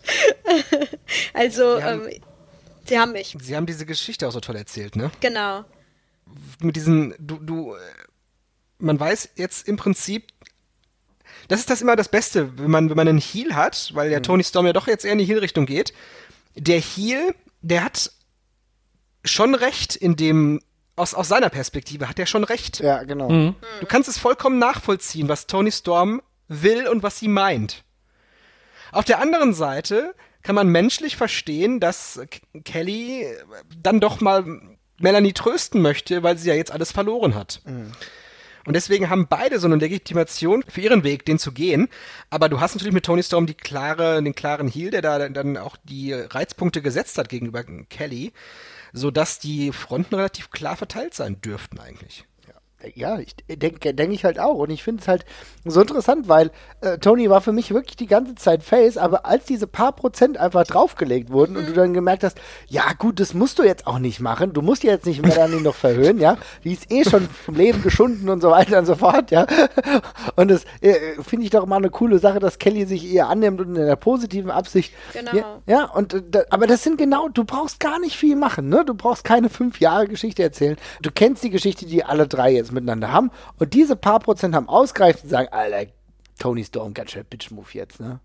Also, Sie haben- ähm, sie haben mich. Sie haben diese Geschichte auch so toll erzählt, ne? Genau. Mit diesen, du, du, äh, man weiß jetzt im Prinzip, das ist das immer das Beste, wenn man, wenn man einen Heel hat, weil der Toni Storm ja doch jetzt eher in die Heel-Richtung geht. Der Heel, der hat schon recht in dem, aus, aus seiner Perspektive hat er schon recht. Ja, genau. Mhm. Du kannst es vollkommen nachvollziehen, was Toni Storm will und was sie meint. Auf der anderen Seite kann man menschlich verstehen, dass K- Kelly dann doch mal Melanie trösten möchte, weil sie ja jetzt alles verloren hat. Und deswegen haben beide so eine Legitimation für ihren Weg, den zu gehen. Aber du hast natürlich mit Toni Storm die klare, den klaren Heel, der da dann auch die Reizpunkte gesetzt hat gegenüber Kelly, sodass die Fronten relativ klar verteilt sein dürften eigentlich. Ja, ich denke denk ich halt auch. Und ich finde es halt so interessant, weil äh, Tony war für mich wirklich die ganze Zeit Face, aber als diese paar Prozent einfach draufgelegt wurden mhm. und du dann gemerkt hast, ja gut, das musst du jetzt auch nicht machen, du musst jetzt nicht Melanie noch verhöhnen, ja, die ist eh schon vom Leben geschunden und so weiter und so fort, ja. Und das äh, finde ich doch mal eine coole Sache, dass Kelly sich eher annimmt und in der positiven Absicht. Genau. Ja, ja und äh, da, aber das sind genau, du brauchst gar nicht viel machen, ne? Du brauchst keine fünf Jahre Geschichte erzählen. Du kennst die Geschichte, die alle drei jetzt miteinander haben und diese paar Prozent haben ausgereicht und sagen, Alter, Tony Storm, ganz schön Bitch-Move jetzt, ne?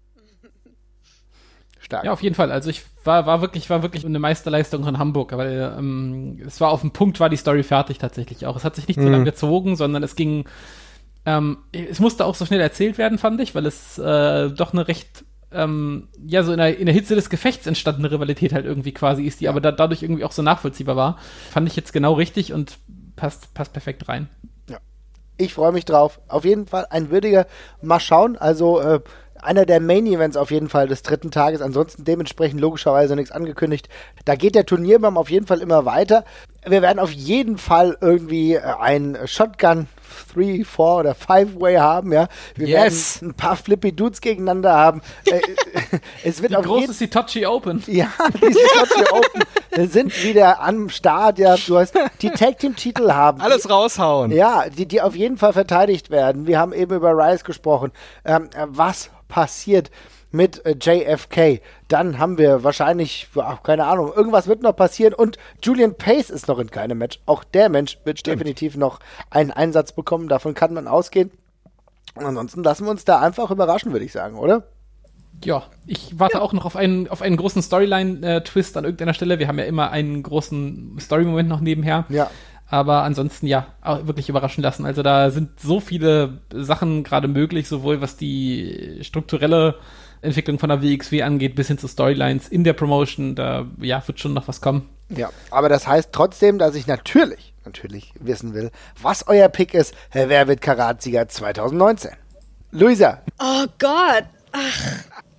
Stark. Ja, auf jeden Fall. Also ich war, war wirklich, war wirklich eine Meisterleistung von Hamburg, weil ähm, es war auf dem Punkt, war die Story fertig tatsächlich auch. Es hat sich nicht mhm. so lange gezogen, sondern es ging, ähm, es musste auch so schnell erzählt werden, fand ich, weil es äh, doch eine recht Ähm, ja, so in der, in der Hitze des Gefechts entstandene Rivalität halt irgendwie quasi ist, die ja. aber da, dadurch irgendwie auch so nachvollziehbar war. Fand ich jetzt genau richtig und passt, passt perfekt rein. Ja. Ich freue mich drauf. Auf jeden Fall ein würdiger, mal schauen, also äh, einer der Main-Events auf jeden Fall des dritten Tages, ansonsten dementsprechend logischerweise nichts angekündigt. Da geht der Turnierbaum auf jeden Fall immer weiter. Wir werden auf jeden Fall irgendwie äh, ein Shotgun Three, Four oder Five-Way haben, ja. Wir yes. werden ein paar Flippy Dudes gegeneinander haben. äh, es wird Wie auf groß jeden ist die Tochi Open? Ja, die Tochi Open sind wieder am Start, ja. Du hast die Tag-Team-Titel haben. Alles die, raushauen. Ja, die, die auf jeden Fall verteidigt werden. Wir haben eben über Rice gesprochen. Ähm, was passiert mit äh, J F K? Dann haben wir wahrscheinlich, ach, keine Ahnung, irgendwas wird noch passieren und Julian Pace ist noch in keinem Match. Auch der Mensch wird Stimmt. definitiv noch einen Einsatz bekommen, davon kann man ausgehen. Und ansonsten lassen wir uns da einfach überraschen, würde ich sagen, oder? Ja, ich warte ja. auch noch auf einen, auf einen großen Storyline-Twist an irgendeiner Stelle. Wir haben ja immer einen großen Story-Moment noch nebenher. Ja. Aber ansonsten, ja, auch wirklich überraschen lassen. Also da sind so viele Sachen gerade möglich, sowohl was die strukturelle Entwicklung von der W X W angeht, bis hin zu Storylines in der Promotion. Da, ja, wird schon noch was kommen. Ja, aber das heißt trotzdem, dass ich natürlich, natürlich wissen will, was euer Pick ist. Wer wird Karatsieger zwanzig neunzehn? Luisa. Oh Gott. Ach.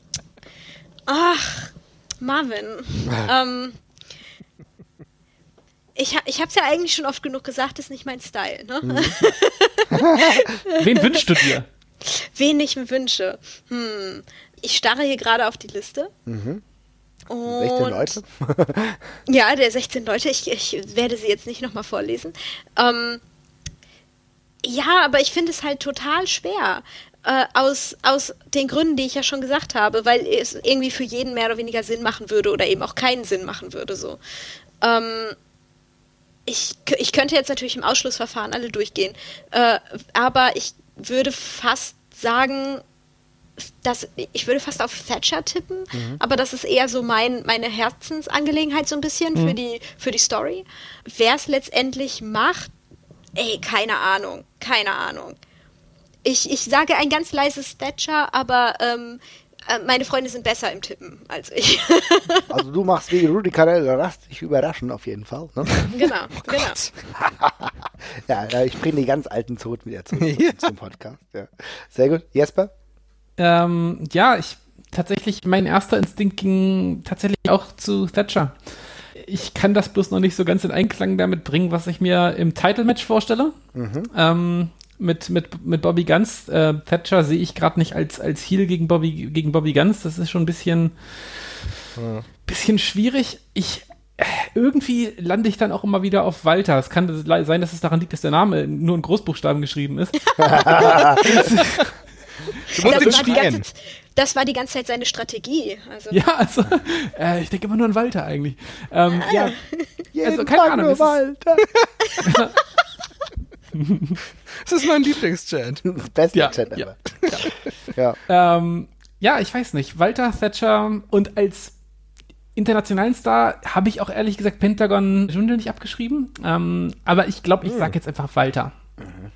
Ach. Marvin. ähm. Ich, ich habe es ja eigentlich schon oft genug gesagt, ist nicht mein Style. Ne? Mhm. Wen wünschst du dir? Wen ich mir wünsche? Hm. Ich starre hier gerade auf die Liste. Mhm. sechzehn Leute? Ja, der sechzehn Leute. Ich, ich werde sie jetzt nicht nochmal vorlesen. Ähm, ja, aber ich finde es halt total schwer. Äh, aus, aus den Gründen, die ich ja schon gesagt habe, weil es irgendwie für jeden mehr oder weniger Sinn machen würde oder eben auch keinen Sinn machen würde. So. Ähm, Ich, ich könnte jetzt natürlich im Ausschlussverfahren alle durchgehen, äh, aber ich würde fast sagen, dass ich würde fast auf Thatcher tippen, mhm. aber das ist eher so mein, meine Herzensangelegenheit so ein bisschen mhm. für die, für die Story. Wer es letztendlich macht, ey, keine Ahnung, keine Ahnung. Ich, ich sage ein ganz leises Thatcher, aber ähm, meine Freunde sind besser im Tippen als ich. Also du machst wie Rudi Carell, lass dich überraschen auf jeden Fall. Ne? Genau, genau. Ja, ich bringe die ganz alten Zoten wieder zum, zum Podcast. Ja. Sehr gut. Jesper? Ähm, ja, ich tatsächlich, mein erster Instinkt ging tatsächlich auch zu Thatcher. Ich kann das bloß noch nicht so ganz in Einklang damit bringen, was ich mir im Title-Match vorstelle. Mhm. Ähm, Mit, mit, mit Bobby Guns. Äh, Thatcher sehe ich gerade nicht als, als Heel gegen Bobby, gegen Bobby Guns. Das ist schon ein bisschen, ja. bisschen schwierig. Ich, äh, irgendwie lande ich dann auch immer wieder auf Walter. Es kann sein, dass es daran liegt, dass der Name nur in Großbuchstaben geschrieben ist. Du musst das, war die ganze, das war die ganze Zeit seine Strategie. Also. Ja, also, äh, ich denke immer nur an Walter eigentlich. Ähm, ah. Ja, also, keine Tag Ahnung. Nur Walter. Das ist mein Lieblingschant. Bester ja, Chat ja, ever. Ja. Ja. Ähm, ja, ich weiß nicht. Walter, Thatcher und als internationalen Star habe ich auch ehrlich gesagt Pentagon Junior nicht abgeschrieben. Ähm, aber ich glaube, ich sage jetzt einfach Walter. Mhm.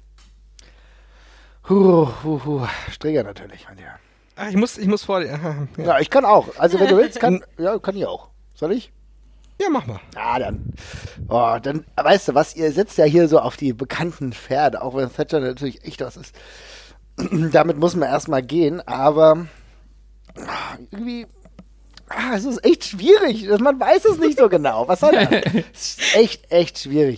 Huh, huh, huh. Streger natürlich. Ja. Ach, ich muss, ich muss vor dir. Ja. ja, ich kann auch. Also wenn du willst, kann, ja, kann ich auch. Soll ich? Ja, mach mal. Ja, dann. Oh, dann, weißt du was, ihr setzt ja hier so auf die bekannten Pferde, auch wenn Thatcher natürlich echt was ist. Damit muss man erstmal gehen, aber irgendwie, ah, es ist echt schwierig. Man weiß es nicht so genau. Was soll das? Es ist echt, echt schwierig.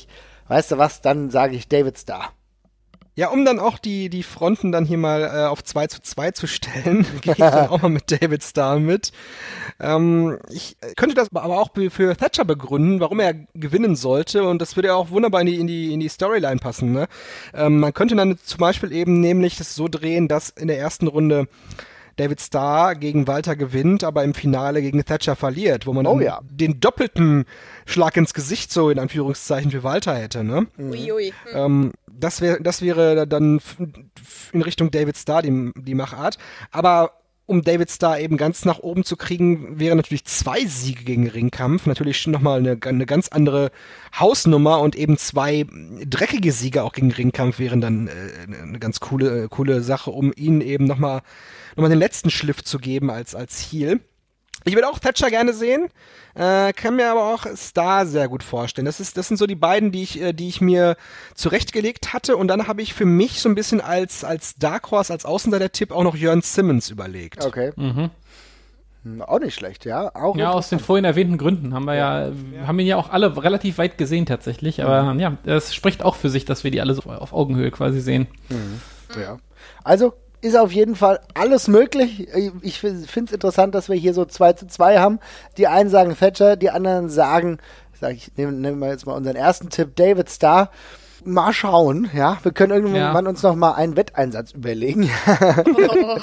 weißt du was, dann sage ich David Starr. Ja, um dann auch die, die Fronten dann hier mal äh, auf zwei zu zwei zu stellen, gehe ich dann auch mal mit David Starr mit. Ähm, ich könnte das aber auch für Thatcher begründen, warum er gewinnen sollte, und das würde ja auch wunderbar in die, in die, in die Storyline passen, ne? Ähm, man könnte dann zum Beispiel eben nämlich das so drehen, dass in der ersten Runde David Starr gegen Walter gewinnt, aber im Finale gegen Thatcher verliert, wo man oh, ja. den doppelten Schlag ins Gesicht so in Anführungszeichen für Walter hätte, ne? Ui, ui. Hm. Ähm, das wäre das wäre dann in Richtung David Starr die, die Machart. Aber um David Starr eben ganz nach oben zu kriegen, wäre natürlich zwei Siege gegen Ringkampf natürlich nochmal eine, eine ganz andere Hausnummer, und eben zwei dreckige Siege auch gegen Ringkampf wären dann äh, eine ganz coole, äh, coole Sache, um ihnen eben nochmal noch mal den letzten Schliff zu geben als, als Heel. Ich würde auch Thatcher gerne sehen, äh, kann mir aber auch Starr sehr gut vorstellen. Das ist, das sind so die beiden, die ich, äh, die ich mir zurechtgelegt hatte, und dann habe ich für mich so ein bisschen als, als Dark Horse, als Außenseiter-Tipp auch noch Jörn Simmons überlegt. Okay. Mhm. Auch nicht schlecht, ja. Auch ja, aus den vorhin erwähnten Gründen haben wir ja, ja, haben ihn ja auch alle relativ weit gesehen tatsächlich, aber mhm. ja, es spricht auch für sich, dass wir die alle so auf Augenhöhe quasi sehen. Mhm. Ja. Also, ist auf jeden Fall alles möglich. Ich finde es interessant, dass wir hier so zwei zu zwei haben. Die einen sagen Thatcher, die anderen sagen, sag ich, nehmen nehm wir jetzt mal unseren ersten Tipp, David Starr. Mal schauen, ja. Wir können irgendwann ja. uns noch mal einen Wetteinsatz überlegen. Oh.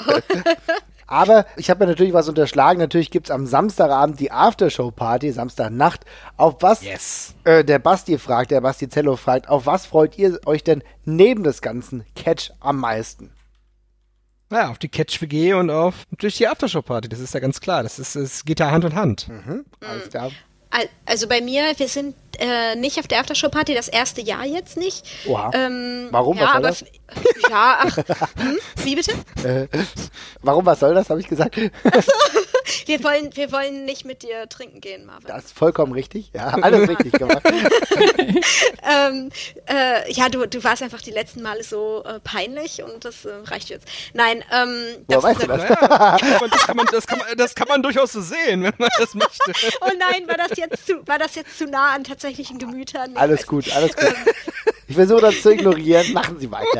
Aber ich habe mir natürlich was unterschlagen. Natürlich gibt es am Samstagabend die Aftershow-Party, Samstagnacht. Auf was, yes. äh, der Basti fragt, der Basti Zello fragt, auf was freut ihr euch denn neben des ganzen Catch am meisten? Ja, auf die Catch-W G und auf natürlich die Aftershow-Party, das ist ja ganz klar. Das ist, es geht ja Hand in Hand. Mhm, alles klar. Also bei mir, wir sind äh, nicht auf der Aftershow-Party, das erste Jahr jetzt nicht. Oha. Ähm, warum? Ja, was soll aber, das? Ja, ach, hm? Wie bitte? Äh, warum, was soll das, habe ich gesagt? wir, wollen, wir wollen nicht mit dir trinken gehen, Marvin. Das ist vollkommen richtig. Ja, alles richtig gemacht. ähm, äh, ja, du, du warst einfach die letzten Male so äh, peinlich, und das äh, reicht jetzt. Nein, ähm... Woher weißt du das? Naja, das, kann man, das, kann man, das kann man durchaus so sehen, wenn man das möchte. Oh nein, war das jetzt zu, war das jetzt zu nah an tatsächlichen Gemütern? Ich alles gut, alles gut. Ich versuche das zu ignorieren. Machen Sie weiter.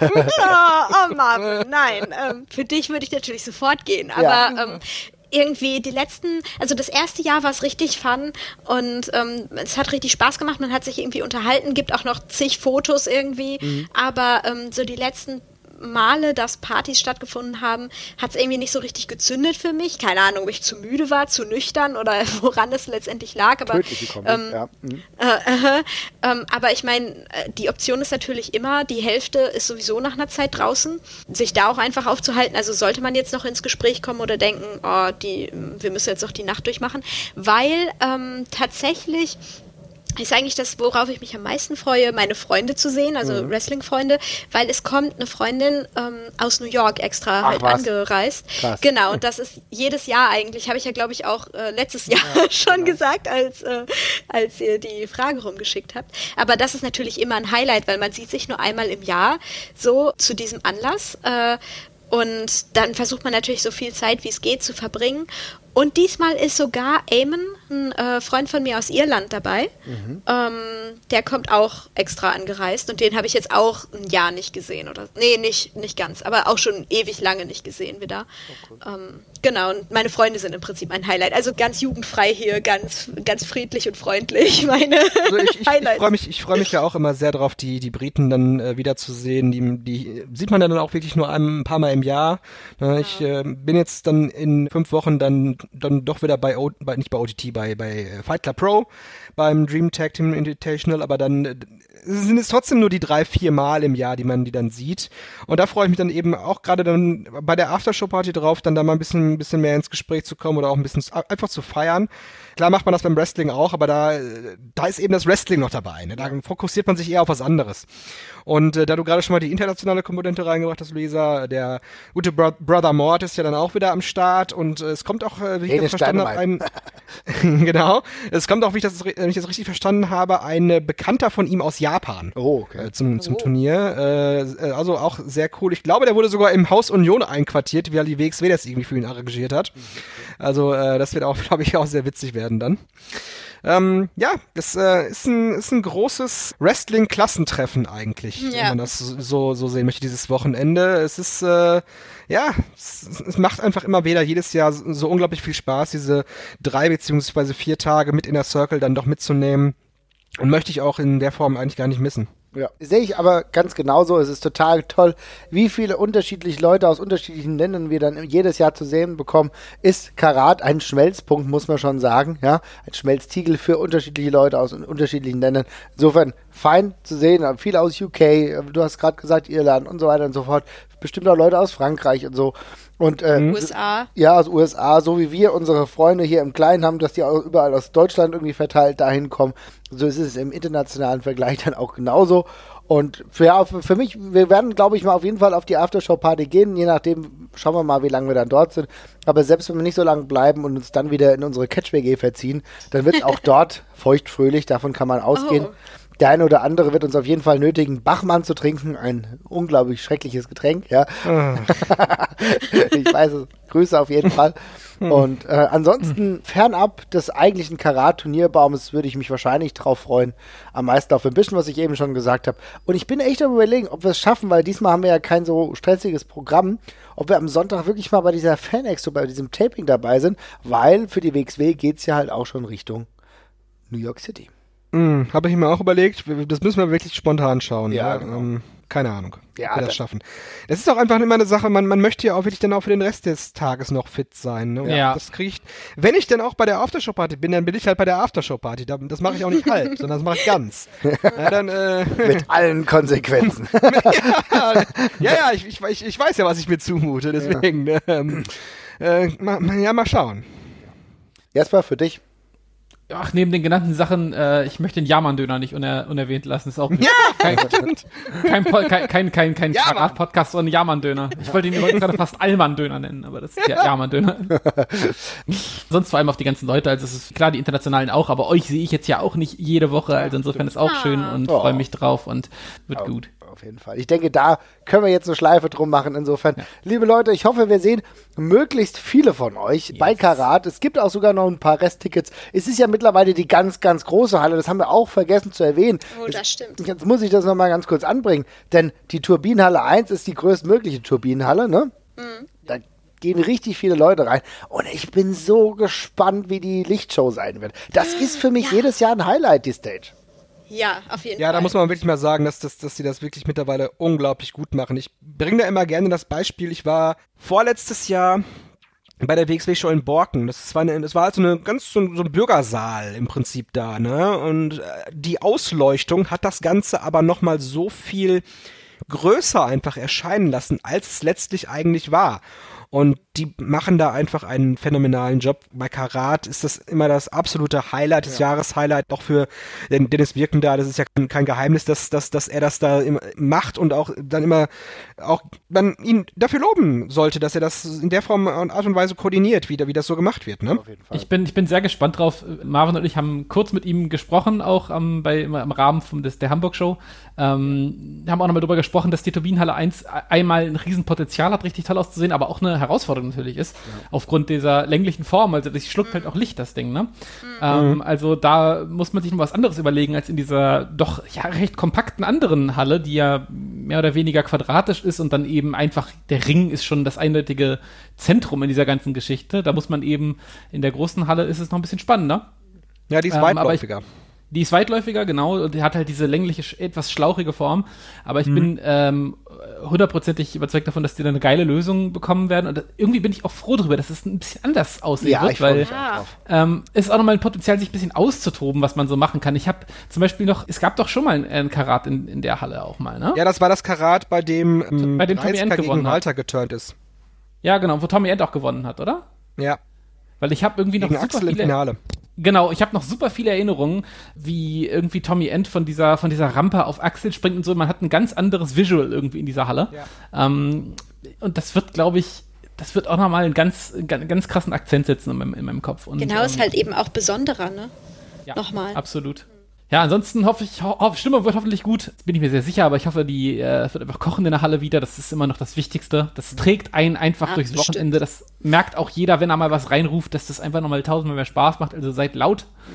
oh, oh Marvin, nein. Ähm, für dich würde ich natürlich sofort gehen, aber Ja. ähm, irgendwie die letzten, also das erste Jahr war es richtig fun, und ähm, es hat richtig Spaß gemacht, man hat sich irgendwie unterhalten, gibt auch noch zig Fotos irgendwie, mhm. aber ähm, so die letzten Male, dass Partys stattgefunden haben, hat es irgendwie nicht so richtig gezündet für mich. Keine Ahnung, ob ich zu müde war, zu nüchtern oder woran es letztendlich lag. Aber, ähm, ja. mhm. äh, äh, ähm, aber ich meine, die Option ist natürlich immer, die Hälfte ist sowieso nach einer Zeit draußen, sich da auch einfach aufzuhalten. Also sollte man jetzt noch ins Gespräch kommen oder denken, oh, die, wir müssen jetzt noch die Nacht durchmachen, weil ähm, tatsächlich ist eigentlich das, worauf ich mich am meisten freue, meine Freunde zu sehen, also mhm. Wrestling-Freunde, weil es kommt eine Freundin ähm, aus New York extra Ach, halt was? angereist. Krass. Genau, und das ist jedes Jahr eigentlich, habe ich ja glaube ich auch äh, letztes Jahr ja, schon genau. gesagt, als, äh, als ihr die Frage rumgeschickt habt. Aber das ist natürlich immer ein Highlight, weil man sieht sich nur einmal im Jahr so zu diesem Anlass äh, und dann versucht man natürlich so viel Zeit, wie es geht, zu verbringen. Und diesmal ist sogar Eamon, ein äh, Freund von mir aus Irland, dabei. Mhm. Ähm, der kommt auch extra angereist, und den habe ich jetzt auch ein Jahr nicht gesehen. Oder nee, nicht, nicht ganz, aber auch schon ewig lange nicht gesehen wieder. Okay. Ähm, genau, und meine Freunde sind im Prinzip ein Highlight. Also ganz jugendfrei hier, ganz, ganz friedlich und freundlich, meine also ich, ich, Highlights. Ich freue mich, ich freu mich ja auch immer sehr darauf, die, die Briten dann äh, wiederzusehen. Die, die sieht man dann auch wirklich nur ein, ein paar Mal im Jahr. Ja. Ich äh, bin jetzt dann in fünf Wochen dann dann doch wieder bei, o, bei nicht bei O T T, bei, bei Fight Club Pro, beim Dream Tag Team Invitational, aber dann äh, sind es trotzdem nur die drei, vier Mal im Jahr, die man die dann sieht. Und da freue ich mich dann eben auch gerade dann bei der Aftershow-Party drauf, dann da mal ein bisschen, ein bisschen mehr ins Gespräch zu kommen oder auch ein bisschen einfach zu feiern. Klar macht man das beim Wrestling auch, aber da, da ist eben das Wrestling noch dabei. Ne? Da fokussiert man sich eher auf was anderes. Und äh, da du gerade schon mal die internationale Komponente reingebracht hast, Luisa, der gute Bro- Brother Mort ist ja dann auch wieder am Start, und äh, es kommt auch, äh, wie ich das verstanden habe, ein genau, es kommt auch, wie ich das, wenn ich das richtig verstanden habe, ein äh, Bekannter von ihm aus Japan oh, okay. äh, zum, zum oh. Turnier. Äh, also auch sehr cool. Ich glaube, der wurde sogar im Haus Union einquartiert, weil die W X W das irgendwie für ihn arrangiert hat. Also äh, das wird auch, glaube ich, auch sehr witzig werden dann. Ähm, ja, das äh, ist, ein, ist ein großes Wrestling-Klassentreffen eigentlich, Ja. wenn man das so, so sehen möchte, dieses Wochenende. Es ist, äh, ja, es, es macht einfach immer wieder jedes Jahr so, so unglaublich viel Spaß, diese drei beziehungsweise vier Tage mit Inner Circle dann doch mitzunehmen. Und möchte ich auch in der Form eigentlich gar nicht missen. Ja, sehe ich aber ganz genauso. Es ist total toll, wie viele unterschiedliche Leute aus unterschiedlichen Ländern wir dann jedes Jahr zu sehen bekommen. Ist Karat ein Schmelzpunkt, muss man schon sagen. Ja, ein Schmelztiegel für unterschiedliche Leute aus unterschiedlichen Ländern. Insofern fein zu sehen. Viele aus U K, du hast gerade gesagt Irland und so weiter und so fort. Bestimmt auch Leute aus Frankreich und so. Und, äh, U S A. Ja, aus U S A, so wie wir unsere Freunde hier im Kleinen haben, dass die auch überall aus Deutschland irgendwie verteilt dahin kommen. So ist es im internationalen Vergleich dann auch genauso. Und für, ja, für, für mich, wir werden, glaube ich, mal auf jeden Fall auf die Aftershow-Party gehen. Je nachdem, schauen wir mal, wie lange wir dann dort sind. Aber selbst wenn wir nicht so lange bleiben und uns dann wieder in unsere Catch-W G verziehen, dann wird es auch dort feuchtfröhlich, davon kann man ausgehen. Oh. Der eine oder andere wird uns auf jeden Fall nötigen, Bachmann zu trinken. Ein unglaublich schreckliches Getränk, ja. Ich weiß es. Grüße auf jeden Fall. Und äh, ansonsten, fernab des eigentlichen Karat-Turnierbaumes, würde ich mich wahrscheinlich drauf freuen. Am meisten auf ein bisschen, was ich eben schon gesagt habe. Und ich bin echt am Überlegen, ob wir es schaffen, weil diesmal haben wir ja kein so stressiges Programm, ob wir am Sonntag wirklich mal bei dieser Fan-Expo, bei diesem Taping dabei sind, weil für die W X W geht es ja halt auch schon Richtung New York City. Hm, habe ich mir auch überlegt. Das müssen wir wirklich spontan schauen. Ja, Ja, genau. ähm, keine Ahnung, Ja, ob wir das das- schaffen. Das ist auch einfach immer eine Sache, man, man möchte ja auch wirklich dann auch für den Rest des Tages noch fit sein. Ne? Und Ja. Das kriege ich, wenn ich dann auch bei der Aftershow-Party bin, dann bin ich halt bei der Aftershow-Party. Da- Das mache ich auch nicht halb, sondern das mache ich ganz. Ja, dann, äh, Mit allen Konsequenzen. ja, ja, ja ich, ich, ich, ich weiß ja, was ich mir zumute, deswegen. Ne, ähm, äh, ma, ma- ja, mal schauen. Jesper, für dich? Ach, neben den genannten Sachen, äh, ich möchte den Jaman-Döner nicht uner unerwähnt lassen. Ist auch Ja, kein, stimmt. kein, Po- kein, kein, kein, kein Jaman. Karat-Podcast, sondern Jaman-Döner. Ich wollte ihn übrigens gerade fast Allmann-Döner nennen, aber das ist ja Jaman-Döner. Sonst vor allem auf die ganzen Leute, also es ist klar, die Internationalen auch, aber euch sehe ich jetzt ja auch nicht jede Woche, also insofern ist auch schön und Oh. freue mich drauf und wird gut. Auf jeden Fall. Ich denke, da können wir jetzt eine Schleife drum machen. Insofern, liebe Leute, ich hoffe, wir sehen möglichst viele von euch bei Karat. Es gibt auch sogar noch ein paar Resttickets. Es ist ja mittlerweile die ganz, ganz große Halle. Das haben wir auch vergessen zu erwähnen. Oh, das stimmt. Jetzt muss ich das nochmal ganz kurz anbringen. Denn die Turbinenhalle eins ist die größtmögliche Turbinenhalle, ne? Da gehen richtig viele Leute rein. Und ich bin so gespannt, wie die Lichtshow sein wird. Das ist für mich Ja. jedes Jahr ein Highlight, die Stage. Ja, auf jeden Ja, Fall. da muss man wirklich mal sagen, dass, dass, dass sie das wirklich mittlerweile unglaublich gut machen. Ich bringe da immer gerne das Beispiel. Ich war vorletztes Jahr bei der W X W-Show in Borken. Das war, eine, das war also eine ganz so, ein- so ein Bürgersaal im Prinzip da, ne? Und äh, die Ausleuchtung hat das Ganze aber nochmal so viel größer einfach erscheinen lassen, als es letztlich eigentlich war. Und die machen da einfach einen phänomenalen Job. Bei Karat ist das immer das absolute Highlight, das Jahreshighlight, auch für den Dennis Wirkender. Das ist ja kein, kein Geheimnis, dass, dass, dass er das da immer macht und auch dann immer auch man ihn dafür loben sollte, dass er das in der Form und Art und Weise koordiniert, wie, da- wie das so gemacht wird. Ne? Auf jeden Fall. Ich bin, ich bin sehr gespannt drauf. Marvin und ich haben kurz mit ihm gesprochen, auch am, bei, im, im Rahmen vom, des, der Hamburg-Show. Ähm, haben auch nochmal darüber gesprochen, dass die Turbinenhalle eins einmal ein Riesenpotenzial hat, richtig toll auszusehen, aber auch eine Herausforderung natürlich ist, aufgrund dieser länglichen Form. Also das schluckt halt auch Licht, das Ding, ne? Ähm, also da muss man sich noch was anderes überlegen, als in dieser doch ja recht kompakten anderen Halle, die ja mehr oder weniger quadratisch ist und dann eben einfach, der Ring ist schon das eindeutige Zentrum in dieser ganzen Geschichte. Da muss man eben, in der großen Halle ist es noch ein bisschen spannender. Ja, die ist Ähm, aber ich- weitläufiger. Die ist weitläufiger, genau, und die hat halt diese längliche, sch- etwas schlauchige Form. Aber ich bin ähm, hundertprozentig überzeugt davon, dass die da eine geile Lösung bekommen werden. Und irgendwie bin ich auch froh darüber, dass es ein bisschen anders aussehen Ja, wird, ich freue weil mich auch Ja. drauf. ähm, es ist auch nochmal ein Potenzial, sich ein bisschen auszutoben, was man so machen kann. Ich habe zum Beispiel noch, es gab doch schon mal ein, ein Karat in, in der Halle auch mal, ne? Ja, das war das Karat, bei dem ähm, Bei dem Tommy End Reitzker gewonnen gegen hat. Walter geturnt ist. Ja, genau, wo Tommy End auch gewonnen hat, oder? Ja, Weil ich habe irgendwie noch gegen super Axel im viele, Finale. genau, ich habe noch super viele Erinnerungen, wie irgendwie Tommy End von dieser von dieser Rampe auf Axel springt und so. Man hat ein ganz anderes Visual irgendwie in dieser Halle. Ähm, und das wird, glaube ich, das wird auch nochmal einen ganz, ganz, ganz krassen Akzent setzen in meinem, in meinem Kopf. Und, Genau, ist ähm, halt eben auch besonderer, ne? ja, nochmal. Absolut. Ja, ansonsten hoffe ich, ho hoffe, Stimmung wird hoffentlich gut. Das bin ich mir sehr sicher, aber ich hoffe, die äh, es wird einfach kochen in der Halle wieder. Das ist immer noch das Wichtigste. Das trägt einen einfach Ja, durchs bestimmt. Wochenende. Das merkt auch jeder, wenn er mal was reinruft, dass das einfach nochmal tausendmal mehr Spaß macht. Also seid laut.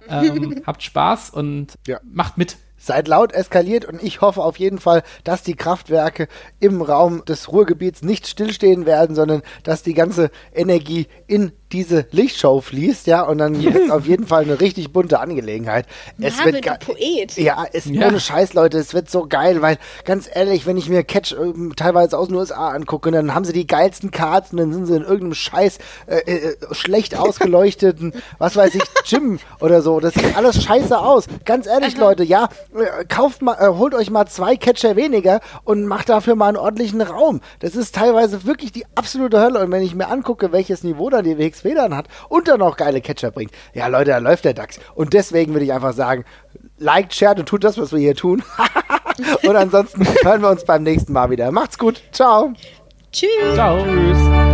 Ähm, habt Spaß und Ja. macht mit. Seid laut, eskaliert und ich hoffe auf jeden Fall, dass die Kraftwerke im Raum des Ruhrgebiets nicht stillstehen werden, sondern dass die ganze Energie in diese Lichtshow fließt, ja, und dann Yes. ist auf jeden Fall eine richtig bunte Angelegenheit. Es Marvin, wird du ge- Poet. Ja, es Ja. ohne Scheiß, Leute, es wird so geil, weil ganz ehrlich, wenn ich mir Catch ähm, teilweise aus den U S A angucke, dann haben sie die geilsten Cards und dann sind sie in irgendeinem Scheiß äh, äh, schlecht ausgeleuchteten, was weiß ich, Gym oder so. Das sieht alles scheiße aus. Ganz ehrlich, Leute, ja, äh, kauft mal, äh, holt euch mal zwei Catcher weniger und macht dafür mal einen ordentlichen Raum. Das ist teilweise wirklich die absolute Hölle. Und wenn ich mir angucke, welches Niveau dann die W X W dann hat und dann noch geile Catcher bringt, ja Leute, da läuft der DAX. Und deswegen würde ich einfach sagen, liked, shared und tut das, was wir hier tun. Und ansonsten hören wir uns beim nächsten Mal wieder. Macht's gut. Ciao. Tschüss. Ciao. Tschüss.